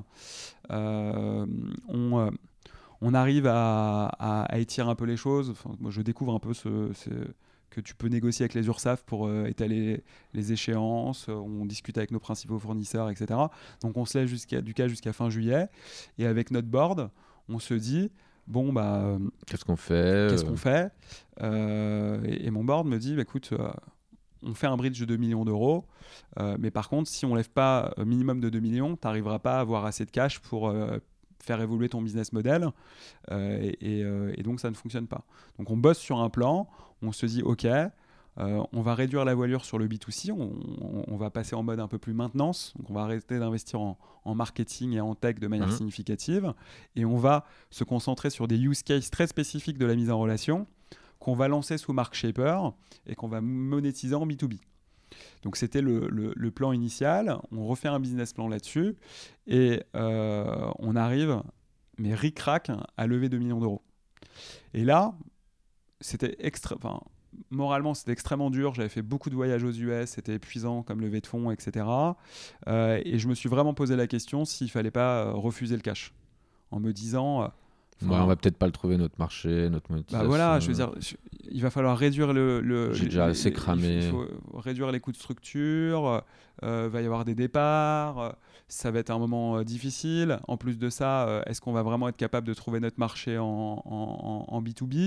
Euh, on, euh, on arrive à, à- à étirer un peu les choses. Enfin, moi, je découvre un peu ce, ce- que tu peux négocier avec les URSSAF pour euh, étaler les échéances. On discute avec nos principaux fournisseurs, et cetera. Donc on se lève jusqu'à, du cas jusqu'à fin juillet. Et avec notre board, on se dit, bon, bah, Qu'est-ce qu'on fait? qu'est-ce qu'on fait Euh, et, et mon board me dit, bah, écoute, euh, on fait un bridge de deux millions d'euros, euh, mais par contre, si on lève pas un minimum de deux millions, tu n'arriveras pas à avoir assez de cash pour euh, faire évoluer ton business model, euh, et, et, euh, et donc ça ne fonctionne pas. Donc on bosse sur un plan, on se dit ok, euh, on va réduire la voilure sur le B deux C, on, on- on va passer en mode un peu plus maintenance, donc on va arrêter d'investir en, en marketing et en tech de manière Mhm. significative, et on va se concentrer sur des use cases très spécifiques de la mise en relation qu'on va lancer sous marque Shaper et qu'on va monétiser en B deux B. Donc c'était le, le- le plan initial, on refait un business plan là-dessus, et euh, on arrive, mais ric-rac, à lever deux millions d'euros. Et là, c'était extra... Enfin, moralement, c'était extrêmement dur. J'avais fait beaucoup de voyages aux U S, c'était épuisant comme levée de fonds, et cetera. Euh, et je me suis vraiment posé la question s'il fallait pas euh, refuser le cash, en me disant... euh, Ouais, on va peut-être pas le trouver, notre marché, notre monétisation. Bah voilà, je veux dire, je- il va falloir réduire le. le J'ai déjà les- assez les- cramé. Il faut, il faut réduire les coûts de structure. Euh, va y avoir des départs. euh, Ça va être un moment euh, difficile. En plus de ça, euh, est-ce qu'on va vraiment être capable de trouver notre marché en, en, en- en B deux B?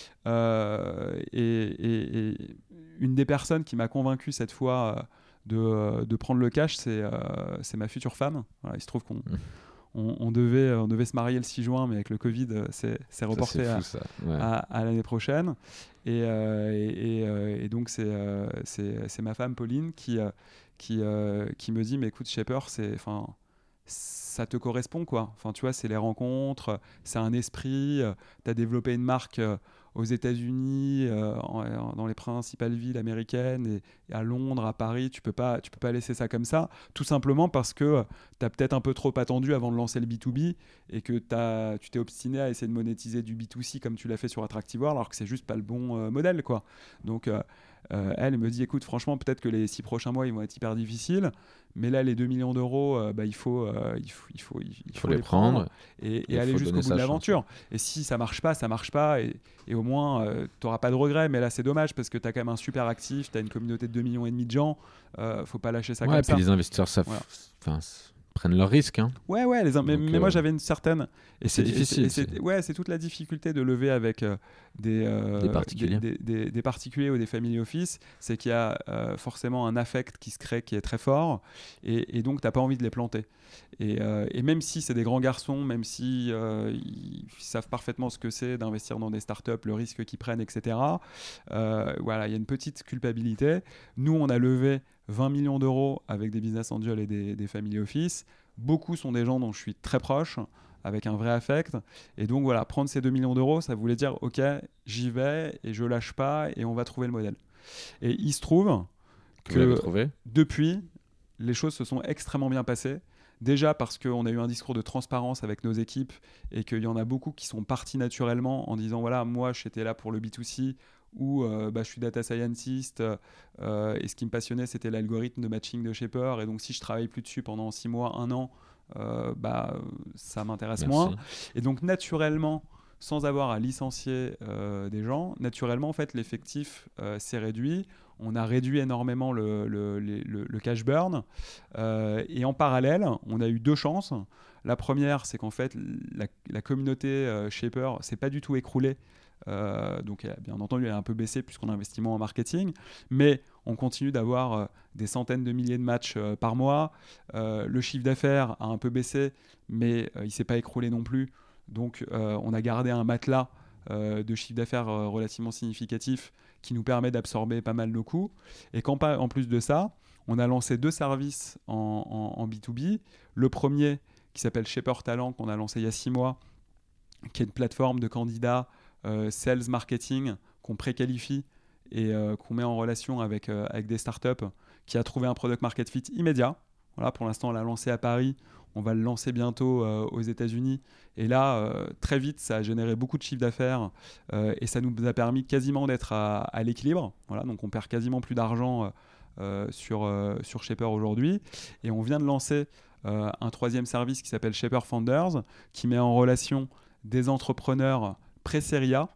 Euh, et, et- et une des personnes qui m'a convaincu cette fois euh, de, de prendre le cash, c'est euh, c'est ma future femme. Voilà, il se trouve qu'on. Mmh. on, on, devait, on devait se marier le six juin, mais avec le Covid, c'est, c'est reporté ça, c'est fou, à, ouais. à, à l'année prochaine. Et, euh, et, et, et donc, c'est, euh, c'est, c'est ma femme, Pauline, qui, euh, qui, euh, qui me dit, mais écoute, Shaper, c'est, ça te correspond, quoi. Enfin, tu vois, c'est les rencontres, c'est un esprit. Euh, tu as développé une marque euh, aux États-Unis, euh, en, en, dans les principales villes américaines, et, et à Londres, à Paris. Tu peux pas, tu peux pas laisser ça comme ça, tout simplement parce que euh, tu as peut-être un peu trop attendu avant de lancer le B deux B et que t'as, tu t'es obstiné à essayer de monétiser du B deux C comme tu l'as fait sur Attractiveworld, alors que c'est juste pas le bon euh, modèle, quoi. Donc, euh, euh, elle me dit, écoute, franchement, peut-être que les six prochains mois, ils vont être hyper difficiles. Mais là, les deux millions d'euros, euh, bah, il, faut, euh, il, faut, il, faut, il, faut, il faut les les prendre, prendre et, et aller jusqu'au bout de l'aventure. Chance. Et si ça marche pas, ça marche pas. Et, et au moins, euh, tu n'auras pas de regrets. Mais là, c'est dommage parce que tu as quand même un super actif, tu as une communauté de deux virgule cinq millions de gens. Euh, faut pas lâcher ça ouais, comme et ça. Puis les investisseurs savent. Voilà. prennent leurs risques. Hein. Ouais, ouais, les in- mais, Donc, mais moi euh, j'avais une certaine. Et c'est difficile. Et c'est, et c'est, ouais, c'est toute la difficulté de lever avec euh, des, euh, des, particuliers. Des, des, des, des particuliers ou des family office, c'est qu'il y a euh, forcément un affect qui se crée qui est très fort, et, et donc t'as pas envie de les planter. Et, euh, et même si c'est des grands garçons, même si euh, ils savent parfaitement ce que c'est d'investir dans des startups, le risque qu'ils prennent, et cetera. Euh, voilà, il y a une petite culpabilité. Nous, on a levé vingt millions d'euros avec des business angels et des, des family office. Beaucoup sont des gens dont je suis très proche, avec un vrai affect. Et donc voilà, prendre ces deux millions d'euros, ça voulait dire, ok, j'y vais et je lâche pas et on va trouver le modèle. Et il se trouve que depuis, les choses se sont extrêmement bien passées. Déjà parce qu'on a eu un discours de transparence avec nos équipes et qu'il y en a beaucoup qui sont partis naturellement en disant, voilà, moi j'étais là pour le B deux C, où euh, bah, je suis data scientist euh, et ce qui me passionnait c'était l'algorithme de matching de Shaper, et donc si je travaille plus dessus pendant six mois, un an, euh, bah, ça m'intéresse Merci. moins. Et donc naturellement, sans avoir à licencier euh, des gens, naturellement en fait l'effectif euh, s'est réduit. On a réduit énormément le, le, le, le cash burn euh, et en parallèle on a eu deux chances. La première, c'est qu'en fait la, la communauté euh, Shaper s'est pas du tout écroulée. Euh, donc bien entendu elle a un peu baissé puisqu'on a investi moins en marketing, mais on continue d'avoir euh, des centaines de milliers de matchs euh, par mois. Euh, le chiffre d'affaires a un peu baissé, mais euh, il ne s'est pas écroulé non plus, donc euh, on a gardé un matelas euh, de chiffre d'affaires euh, relativement significatif qui nous permet d'absorber pas mal nos coûts. Et qu'en en plus de ça, on a lancé deux services en, en, en B deux B. Le premier qui s'appelle Shaper Talent, qu'on a lancé il y a six mois, qui est une plateforme de candidats Euh, sales marketing qu'on préqualifie et euh, qu'on met en relation avec, euh, avec des startups, qui a trouvé un product market fit immédiat. Voilà, pour l'instant, on l'a lancé à Paris. On va le lancer bientôt euh, aux États-Unis. Et là, euh, très vite, ça a généré beaucoup de chiffre d'affaires euh, et ça nous a permis quasiment d'être à, à l'équilibre. Voilà, donc on perd quasiment plus d'argent euh, sur, euh, sur Shaper aujourd'hui. Et on vient de lancer euh, un troisième service qui s'appelle Shaper Founders, qui met en relation des entrepreneurs pré-série A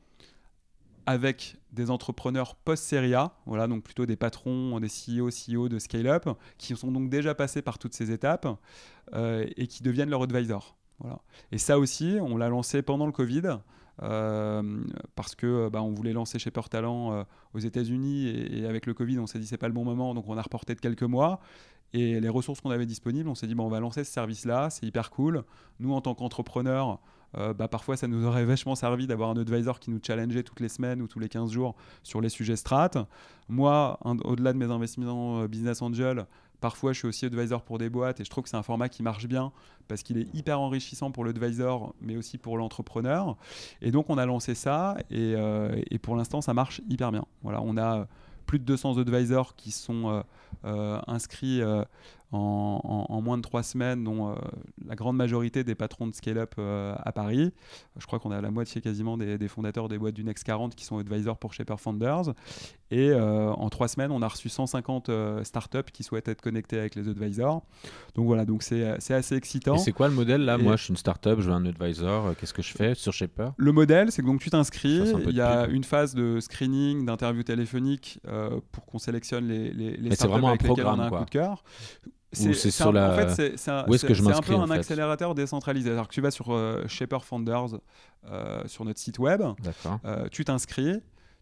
avec des entrepreneurs post-série A, voilà, donc plutôt des patrons, des C E O, C E O de scale-up, qui sont donc déjà passés par toutes ces étapes euh, et qui deviennent leur advisor. Voilà. Et ça aussi, on l'a lancé pendant le Covid, euh, parce que bah, on voulait lancer Shaper Talent euh, aux États-Unis, et, et avec le Covid, on s'est dit c'est pas le bon moment, donc on a reporté de quelques mois. Et les ressources qu'on avait disponibles, on s'est dit bon, on va lancer ce service-là, c'est hyper cool. Nous, en tant qu'entrepreneurs, Euh, bah, parfois ça nous aurait vachement servi d'avoir un advisor qui nous challengeait toutes les semaines ou tous les quinze jours sur les sujets strat. Moi, un, au-delà de mes investissements euh, business angel, parfois je suis aussi advisor pour des boîtes, et je trouve que c'est un format qui marche bien parce qu'il est hyper enrichissant pour l'advisor mais aussi pour l'entrepreneur. Et donc on a lancé ça, et, euh, et pour l'instant ça marche hyper bien. Voilà, on a plus de deux cents advisors qui sont euh, euh, inscrits euh, en, en, en moins de trois semaines, dont euh, la grande majorité des patrons de scale-up euh, à Paris. Je crois qu'on a la moitié quasiment des, des fondateurs des boîtes du Next quarante qui sont advisors pour Shaper Founders. Et euh, en trois semaines, on a reçu cent cinquante euh, startups qui souhaitent être connectées avec les advisors. Donc voilà, donc c'est, c'est assez excitant. Et c'est quoi le modèle là ? Et Moi, je suis une startup, je veux un advisor. Euh, qu'est-ce que je fais sur Shaper ? Le modèle, c'est que donc tu t'inscris. Il y a pub. une phase de screening, d'interview téléphonique euh, pour qu'on sélectionne les, les, les Mais startups avec lesquelles on a un quoi. coup de cœur. C'est, c'est sur un, la... En fait, c'est, c'est un, Où est-ce c'est, que je c'est un m'inscris, peu un en fait accélérateur décentralisé. Alors que tu vas sur euh, Shaper Founders euh, sur notre site web, D'accord. Euh, tu t'inscris,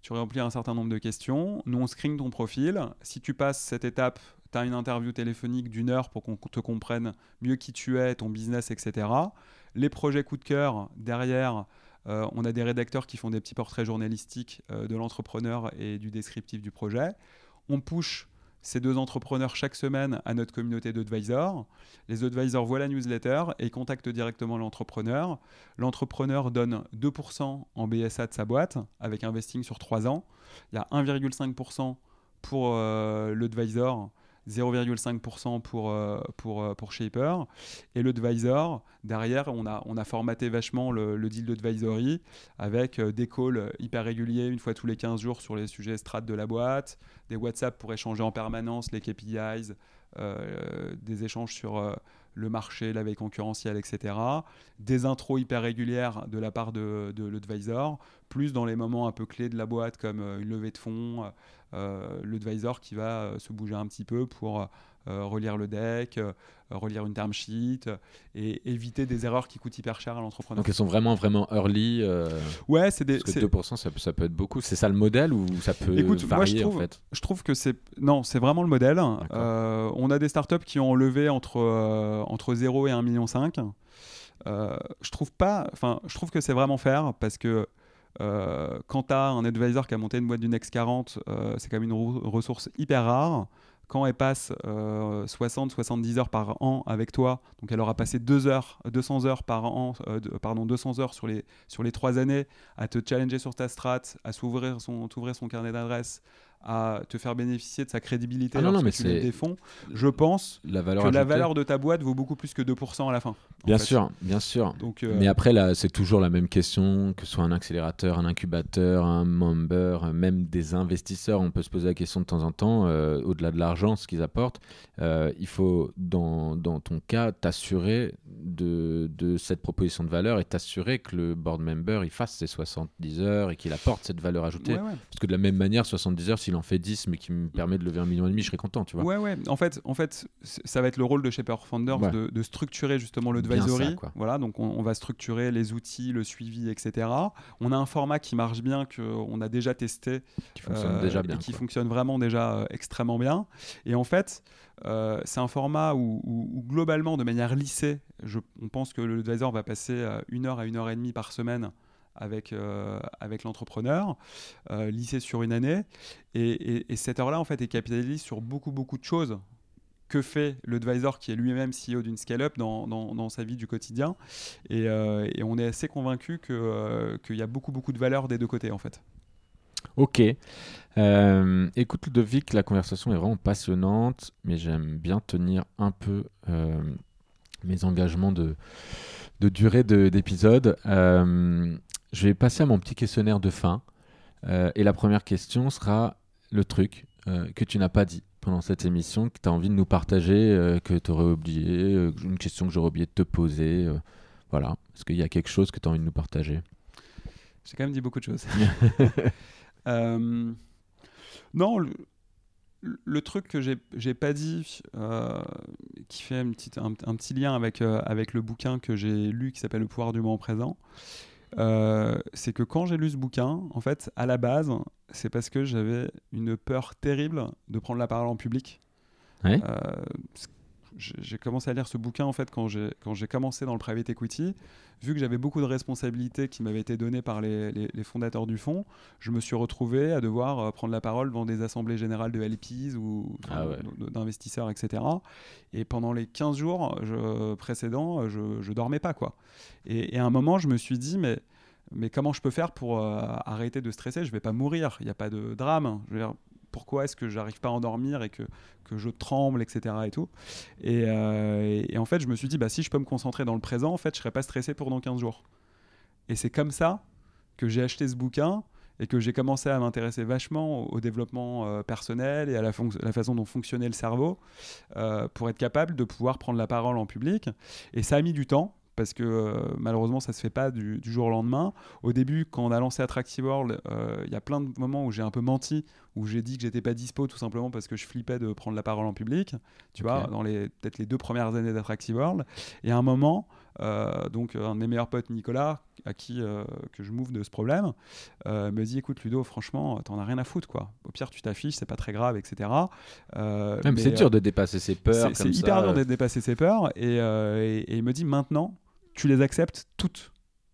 tu remplis un certain nombre de questions, nous on screen ton profil, si tu passes cette étape, tu as une interview téléphonique d'une heure pour qu'on te comprenne mieux qui tu es, ton business, et cetera. Les projets coup de cœur, derrière, euh, on a des rédacteurs qui font des petits portraits journalistiques euh, de l'entrepreneur et du descriptif du projet. On push ces deux entrepreneurs chaque semaine à notre communauté d'advisors. Les advisors voient la newsletter et contactent directement l'entrepreneur. L'entrepreneur donne deux pour cent en B S A de sa boîte avec un vesting sur trois ans. Il y a un virgule cinq pour cent pour euh, l'advisor, zéro virgule cinq pour cent pour, euh, pour, euh, pour Shaper. Et l'advisor, derrière, on a, on a formaté vachement le, le deal d'advisory avec euh, des calls hyper réguliers, une fois tous les quinze jours sur les sujets strat de la boîte, des WhatsApp pour échanger en permanence les K P Is, euh, des échanges sur euh, le marché, la veille concurrentielle, et cetera. Des intros hyper régulières de la part de, de l'advisor, plus dans les moments un peu clés de la boîte comme euh, une levée de fonds, euh, l'advisor qui va euh, se bouger un petit peu pour euh, relire le deck, euh, relire une term sheet euh, et éviter des erreurs qui coûtent hyper cher à l'entrepreneur. Donc elles sont vraiment vraiment early. Euh... Ouais, c'est des. Parce que c'est... deux pour cent ça peut, ça peut être beaucoup. C'est ça le modèle ou ça peut Écoute, varier moi, je trouve, en fait. Je trouve que c'est non, c'est vraiment le modèle. Euh, on a des startups qui ont levé entre euh, entre zéro et un virgule cinq million. Euh, je trouve pas. Enfin, je trouve que c'est vraiment faire parce que. Euh, quand tu as un advisor qui a monté une boîte du Next quarante, euh, c'est quand même une re- ressource hyper rare. Quand elle passe euh, soixante à soixante-dix heures par an avec toi, donc elle aura passé deux heures, deux cents heures par an, euh, de, pardon, deux cents heures sur les, sur les trois années à te challenger sur ta strat, à s'ouvrir son, t'ouvrir son carnet d'adresses, à te faire bénéficier de sa crédibilité ah non, lorsque non, mais tu c'est... lèves des fonds, je pense la valeur que ajoutée. la valeur de ta boîte vaut beaucoup plus que deux pour cent à la fin. Bien fait. sûr, bien sûr. Donc, euh... Mais après, là, c'est toujours la même question, que ce soit un accélérateur, un incubateur, un member, même des investisseurs. On peut se poser la question de temps en temps, euh, au-delà de l'argent, ce qu'ils apportent. Euh, il faut, dans, dans ton cas, t'assurer de, de cette proposition de valeur et t'assurer que le board member il fasse ses soixante-dix heures et qu'il apporte cette valeur ajoutée. Ouais, ouais. Parce que de la même manière, soixante-dix heures, s'il en fait dix, mais qui me permet de lever un million et demi, je serais content, tu vois. Ouais, ouais. En fait, en fait, ça va être le rôle de Shaper Founders ouais. de, de structurer justement l'advisory. Voilà, donc on, on va structurer les outils, le suivi, et cetera. On a un format qui marche bien, qu'on a déjà testé, qui fonctionne euh, déjà bien, et qui quoi. fonctionne vraiment déjà euh, extrêmement bien. Et en fait, euh, c'est un format où, où, où globalement, de manière lissée, je, on pense que l'advisor va passer euh, une heure à une heure et demie par semaine avec, euh, avec l'entrepreneur, euh, lissé sur une année. Et, et, et cette heure-là, en fait, est capitalise sur beaucoup, beaucoup de choses que fait l'advisor qui est lui-même C E O d'une scale-up dans, dans, dans sa vie du quotidien. Et, euh, et on est assez convaincu que, euh, qu'il y a beaucoup, beaucoup de valeur des deux côtés, en fait. Ok. Euh, écoute, Ludovic, la conversation est vraiment passionnante, mais j'aime bien tenir un peu euh, mes engagements de, de durée de, d'épisode. Euh, je vais passer à mon petit questionnaire de fin. Euh, et la première question sera le truc euh, que tu n'as pas dit pendant cette émission, que tu as envie de nous partager, euh, que tu aurais oublié, euh, une question que j'aurais oublié de te poser. Euh, voilà. Est-ce qu'il y a quelque chose que tu as envie de nous partager ? J'ai quand même dit beaucoup de choses. euh, non, le, le truc que j'ai, j'ai pas dit, euh, qui fait une petite, un, un petit lien avec, euh, avec le bouquin que j'ai lu qui s'appelle Le pouvoir du moment présent, euh, c'est que quand j'ai lu ce bouquin, en fait, à la base, c'est parce que j'avais une peur terrible de prendre la parole en public. Ouais. Euh, j'ai commencé à lire ce bouquin en fait quand j'ai quand j'ai commencé dans le private equity. Vu que j'avais beaucoup de responsabilités qui m'avaient été données par les, les, les fondateurs du fonds, je me suis retrouvé à devoir euh, prendre la parole devant des assemblées générales de L Ps ou ah ouais. d'investisseurs, et cetera. Et pendant les quinze jours je, précédents, je, je dormais pas quoi. Et, et à un moment, je me suis dit mais mais comment je peux faire pour euh, arrêter de stresser ? Je vais pas mourir, il n'y a pas de drame. Je veux dire, pourquoi est-ce que j'arrive pas à endormir et que, que je tremble, et cetera et tout. Et, euh, et, et en fait, je me suis dit, bah, si je peux me concentrer dans le présent, en fait, je serai pas stressé pour dans quinze jours. Et c'est comme ça que j'ai acheté ce bouquin et que j'ai commencé à m'intéresser vachement au, au développement euh, personnel et à la, fonc- la façon dont fonctionnait le cerveau euh, pour être capable de pouvoir prendre la parole en public. Et ça a mis du temps. Parce que euh, malheureusement, ça ne se fait pas du, du jour au lendemain. Au début, quand on a lancé Attractive World, il euh, y a plein de moments où j'ai un peu menti, où j'ai dit que j'étais pas dispo tout simplement parce que je flippais de prendre la parole en public, tu okay. vois, dans les, peut-être les deux premières années d'Attractive World. Et à un moment, euh, donc un de mes meilleurs potes, Nicolas, à qui euh, que je m'ouvre de ce problème, euh, me dit écoute Ludo, franchement, t'en as rien à foutre quoi. Au pire, tu t'affiches, c'est pas très grave, et cetera. Euh, ouais, mais mais c'est dur de dépasser ses peurs. C'est, comme c'est ça. hyper dur de dépasser ses peurs. Et, euh, et, et il me dit maintenant, tu les acceptes toutes.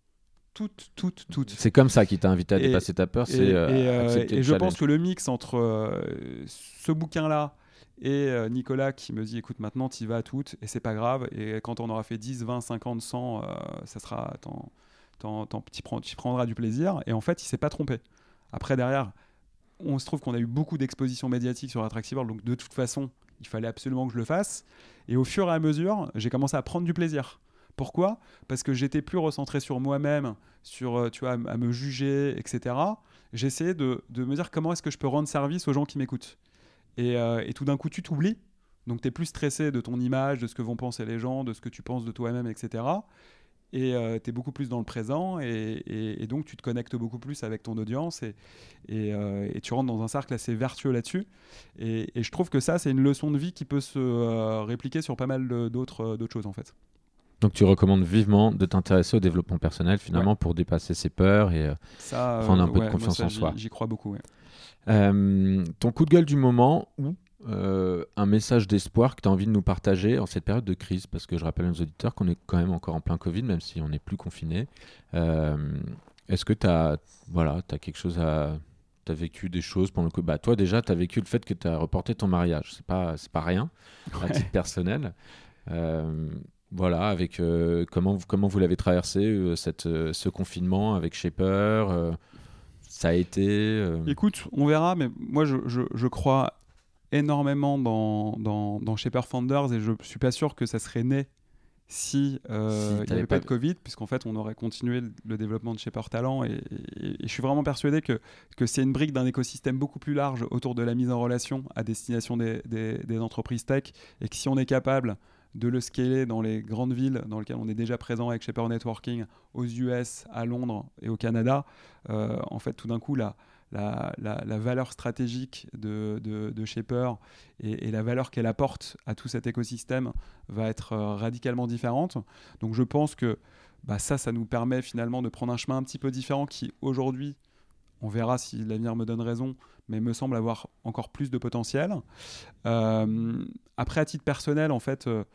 Toutes, toutes, toutes. C'est comme ça qu'il t'a invité à et, dépasser ta peur, et, c'est euh, et, euh, accepter et le je challenge. pense que le mix entre euh, ce bouquin-là et euh, Nicolas qui me dit écoute, maintenant tu y vas à toutes et c'est pas grave. Et quand on aura fait dix, vingt, cinquante, cent, euh, ça sera, t'en, t'en, t'en, t'y, prends, t'y prendras du plaisir. Et en fait, il s'est pas trompé. Après, derrière, on se trouve qu'on a eu beaucoup d'expositions médiatiques sur Attractive World, donc de toute façon, il fallait absolument que je le fasse. Et au fur et à mesure, j'ai commencé à prendre du plaisir. Pourquoi ? Parce que j'étais plus recentré sur moi-même, sur, tu vois, à me juger, et cetera. J'essayais de, de me dire comment est-ce que je peux rendre service aux gens qui m'écoutent. Et, euh, et tout d'un coup, tu t'oublies. Donc, tu es plus stressé de ton image, de ce que vont penser les gens, de ce que tu penses de toi-même, et cetera. Et euh, tu es beaucoup plus dans le présent. Et, et, et donc, tu te connectes beaucoup plus avec ton audience. Et, et, euh, et tu rentres dans un cercle assez vertueux là-dessus. Et, et je trouve que ça, c'est une leçon de vie qui peut se euh, répliquer sur pas mal de, d'autres, d'autres choses, en fait. Donc tu recommandes vivement de t'intéresser au développement personnel finalement ouais. pour dépasser ses peurs et euh, ça, prendre un euh, peu ouais, de confiance moi ça, en j'y, soi. J'y crois beaucoup. Ouais. Euh, ton coup de gueule du moment ou euh, un message d'espoir que tu as envie de nous partager en cette période de crise, parce que je rappelle à nos auditeurs qu'on est quand même encore en plein Covid, même si on n'est plus confiné. Euh, est-ce que tu as voilà, t'as quelque chose à... Tu as vécu des choses pendant le Covid ? Bah, toi déjà, tu as vécu le fait que tu as reporté ton mariage. C'est pas, c'est pas rien ouais. à titre personnel. Euh, Voilà, avec euh, comment, vous, comment vous l'avez traversé, euh, cette, euh, ce confinement avec Shaper, euh, ça a été... Euh... Écoute, on verra, mais moi je, je, je crois énormément dans, dans, dans Shaper Founders et je suis pas sûr que ça serait né si euh, il si n'y avait pas, pas de Covid, puisqu'en fait on aurait continué le développement de Shaper Talent et, et, et je suis vraiment persuadé que, que c'est une brique d'un écosystème beaucoup plus large autour de la mise en relation à destination des, des, des entreprises tech et que si on est capable de le scaler dans les grandes villes dans lesquelles on est déjà présent avec Shaper Networking, aux U S, à Londres et au Canada, euh, en fait tout d'un coup la, la, la, la valeur stratégique de, de, de Shaper et, et la valeur qu'elle apporte à tout cet écosystème va être euh, radicalement différente. Donc je pense que bah, ça, ça nous permet finalement de prendre un chemin un petit peu différent qui aujourd'hui, on verra si l'avenir me donne raison, mais me semble avoir encore plus de potentiel. Euh, après, à titre personnel, en fait, euh,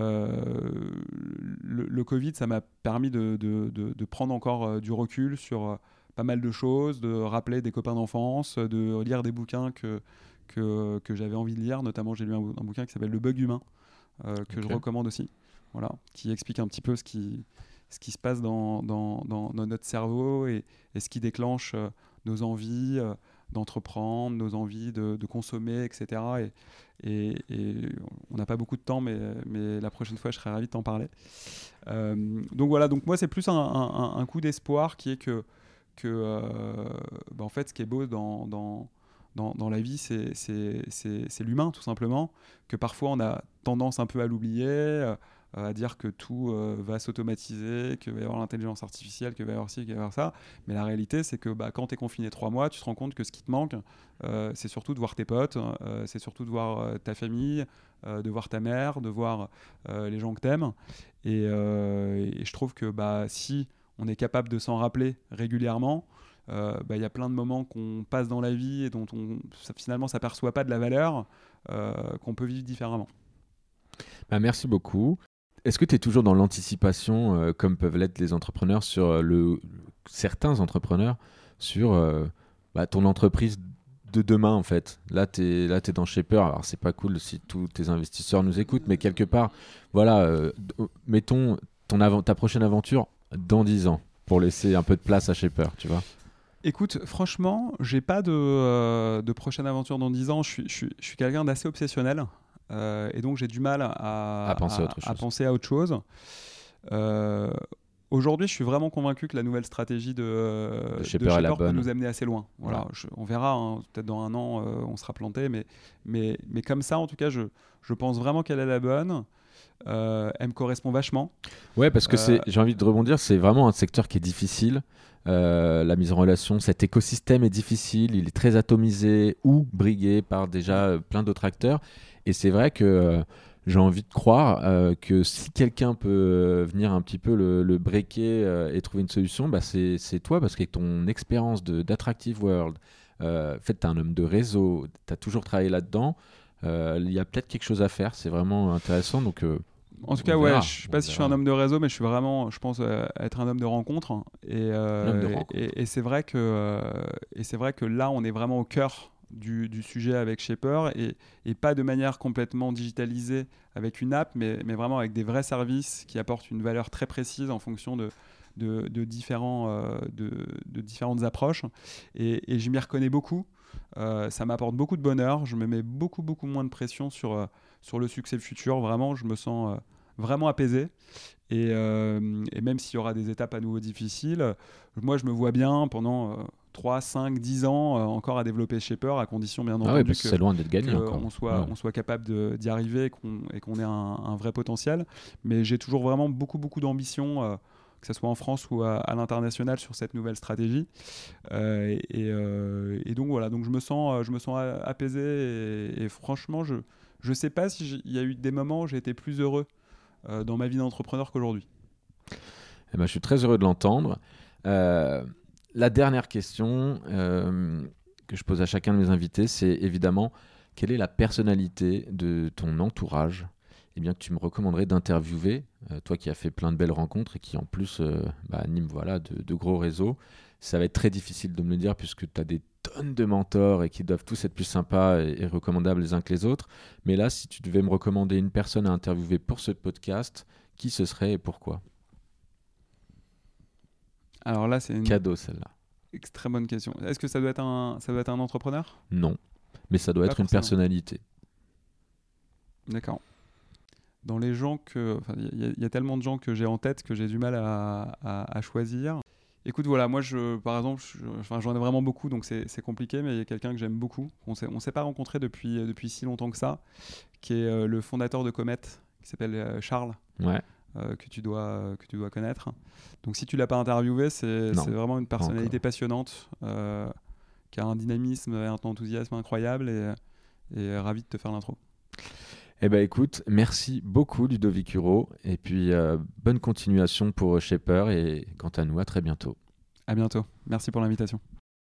le, le Covid, ça m'a permis de, de, de, de prendre encore euh, du recul sur euh, pas mal de choses, de rappeler des copains d'enfance, de lire des bouquins que, que, que j'avais envie de lire. Notamment, j'ai lu un, un bouquin qui s'appelle Le Bug Humain, euh, que okay. je recommande aussi, voilà, qui explique un petit peu ce qui, ce qui se passe dans, dans, dans, dans notre cerveau et, et ce qui déclenche euh, nos envies euh, d'entreprendre, nos envies de, de consommer, et cetera. Et, et, et on n'a pas beaucoup de temps, mais, mais la prochaine fois, je serais ravi de t'en parler. Euh, donc voilà, donc moi, c'est plus un, un, un coup d'espoir qui est que, que euh, bah en fait, ce qui est beau dans, dans, dans, dans la vie, c'est, c'est, c'est, c'est l'humain, tout simplement, que parfois, on a tendance un peu à l'oublier, euh, à dire que tout euh, va s'automatiser, qu'il va y avoir l'intelligence artificielle, qu'il va y avoir ci, qu'il va y avoir ça. Mais la réalité, c'est que bah, quand tu es confiné trois mois, tu te rends compte que ce qui te manque, euh, c'est surtout de voir tes potes, euh, c'est surtout de voir euh, ta famille, euh, de voir ta mère, de voir euh, les gens que tu aimes. Et, euh, et je trouve que bah, si on est capable de s'en rappeler régulièrement, il euh, bah, y a plein de moments qu'on passe dans la vie et dont on ça, finalement s'aperçoit pas de la valeur, euh, qu'on peut vivre différemment. Bah, merci beaucoup. Est-ce que tu es toujours dans l'anticipation, euh, comme peuvent l'être les entrepreneurs, sur euh, le, certains entrepreneurs, sur euh, bah, ton entreprise de demain en fait ? Là, tu es là, t'es dans Shaper. Alors, c'est pas cool si tous tes investisseurs nous écoutent, mais quelque part, voilà, euh, mettons ton avant- ta prochaine aventure dans dix ans pour laisser un peu de place à Shaper, tu vois ? Écoute, franchement, j'ai pas de, euh, de prochaine aventure dans dix ans. Je suis, je suis, je suis quelqu'un d'assez obsessionnel. Euh, et donc j'ai du mal à, à, penser, à, à, autre chose. à penser à autre chose. Euh, aujourd'hui, je suis vraiment convaincu que la nouvelle stratégie de, de Shaper, de peut nous amener assez loin. Voilà, voilà. Je, on verra, hein, peut-être dans un an, euh, on sera planté, mais, mais, mais comme ça, en tout cas, je, je pense vraiment qu'elle est la bonne. Euh, elle me correspond vachement. Ouais, parce que euh, c'est, j'ai envie de rebondir, c'est vraiment un secteur qui est difficile. Euh, la mise en relation, cet écosystème est difficile, il est très atomisé ou brigué par déjà euh, plein d'autres acteurs. Et c'est vrai que euh, j'ai envie de croire euh, que si quelqu'un peut euh, venir un petit peu le, le breaker euh, et trouver une solution, bah c'est, c'est toi, parce qu'avec ton expérience de, d'Attractive World, euh, en fait, tu es un homme de réseau, tu as toujours travaillé là-dedans, il euh, y a peut-être quelque chose à faire, c'est vraiment intéressant. Donc, euh, en tout cas, ouais, je ne sais pas si je suis un homme de réseau, mais je suis vraiment, je pense, euh, être un homme de rencontre. Et, euh, homme de rencontre. et, et, et, c'est vrai que, euh, et c'est vrai que là, on est vraiment au cœur Du, du sujet avec Shaper et, et pas de manière complètement digitalisée avec une app, mais, mais vraiment avec des vrais services qui apportent une valeur très précise en fonction de, de, de, différents, euh, de, de différentes approches. Et, et je m'y reconnais beaucoup. Euh, ça m'apporte beaucoup de bonheur. Je me mets beaucoup, beaucoup moins de pression sur, euh, sur le succès futur. Vraiment, je me sens euh, vraiment apaisé. Et, euh, et même s'il y aura des étapes à nouveau difficiles, moi, je me vois bien pendant... Euh, trois, cinq, dix ans euh, encore à développer Shaper, à condition bien entendu ah ouais, que, c'est loin d'être gagné encore. On, soit, ouais. on soit capable de, d'y arriver et qu'on, et qu'on ait un, un vrai potentiel. Mais j'ai toujours vraiment beaucoup, beaucoup d'ambition, euh, que ce soit en France ou à, à l'international, sur cette nouvelle stratégie. Euh, et, euh, et donc voilà, donc je me sens, je me sens apaisé et, et franchement, je ne sais pas s'il y a eu des moments où j'ai été plus heureux euh, dans ma vie d'entrepreneur qu'aujourd'hui. Eh ben, je suis très heureux de l'entendre. Euh, La dernière question euh, que je pose à chacun de mes invités, c'est évidemment quelle est la personnalité de ton entourage eh bien, que tu me recommanderais d'interviewer, euh, toi qui as fait plein de belles rencontres et qui en plus euh, bah, anime voilà, de, de gros réseaux. Ça va être très difficile de me le dire puisque tu as des tonnes de mentors et qui doivent tous être plus sympas et, et recommandables les uns que les autres. Mais là, si tu devais me recommander une personne à interviewer pour ce podcast, qui ce serait et pourquoi ? Alors là, c'est une cadeau celle-là. Extrêmement bonne question. Est-ce que ça doit être un, ça doit être un entrepreneur ? Non, mais ça doit Pas être une forcément. personnalité. D'accord. Dans les gens que, il y, y a tellement de gens que j'ai en tête que j'ai du mal à, à, à choisir. Écoute, voilà, moi, je, par exemple, je, enfin, j'en ai vraiment beaucoup, donc c'est, c'est compliqué, mais il y a quelqu'un que j'aime beaucoup. On s'est, on s'est pas rencontré depuis, depuis si longtemps que ça, qui est euh, le fondateur de Comet, qui s'appelle euh, Charles. Ouais. Euh, que, tu dois, euh, que tu dois connaître. Donc si tu ne l'as pas interviewé, c'est, c'est vraiment une personnalité passionnante, euh, qui a un dynamisme et un enthousiasme incroyable et, et ravi de te faire l'intro. Eh ben écoute, merci beaucoup Ludovic Huro et puis euh, bonne continuation pour Shaper et quant à nous, à très bientôt. À bientôt. Merci pour l'invitation.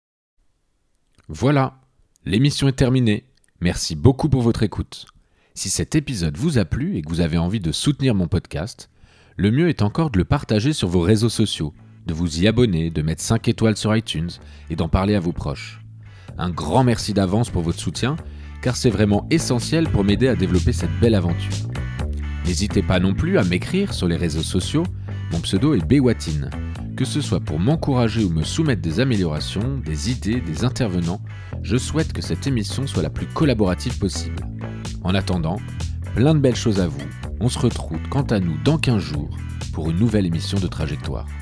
Voilà, l'émission est terminée. Merci beaucoup pour votre écoute. Si cet épisode vous a plu et que vous avez envie de soutenir mon podcast, le mieux est encore de le partager sur vos réseaux sociaux, de vous y abonner, de mettre cinq étoiles sur iTunes et d'en parler à vos proches. Un grand merci d'avance pour votre soutien, car c'est vraiment essentiel pour m'aider à développer cette belle aventure. N'hésitez pas non plus à m'écrire sur les réseaux sociaux, mon pseudo est Bewatine, que ce soit pour m'encourager ou me soumettre des améliorations, des idées, des intervenants, je souhaite que cette émission soit la plus collaborative possible. En attendant, plein de belles choses à vous. On se retrouve quant à nous dans quinze jours pour une nouvelle émission de Trajectoire.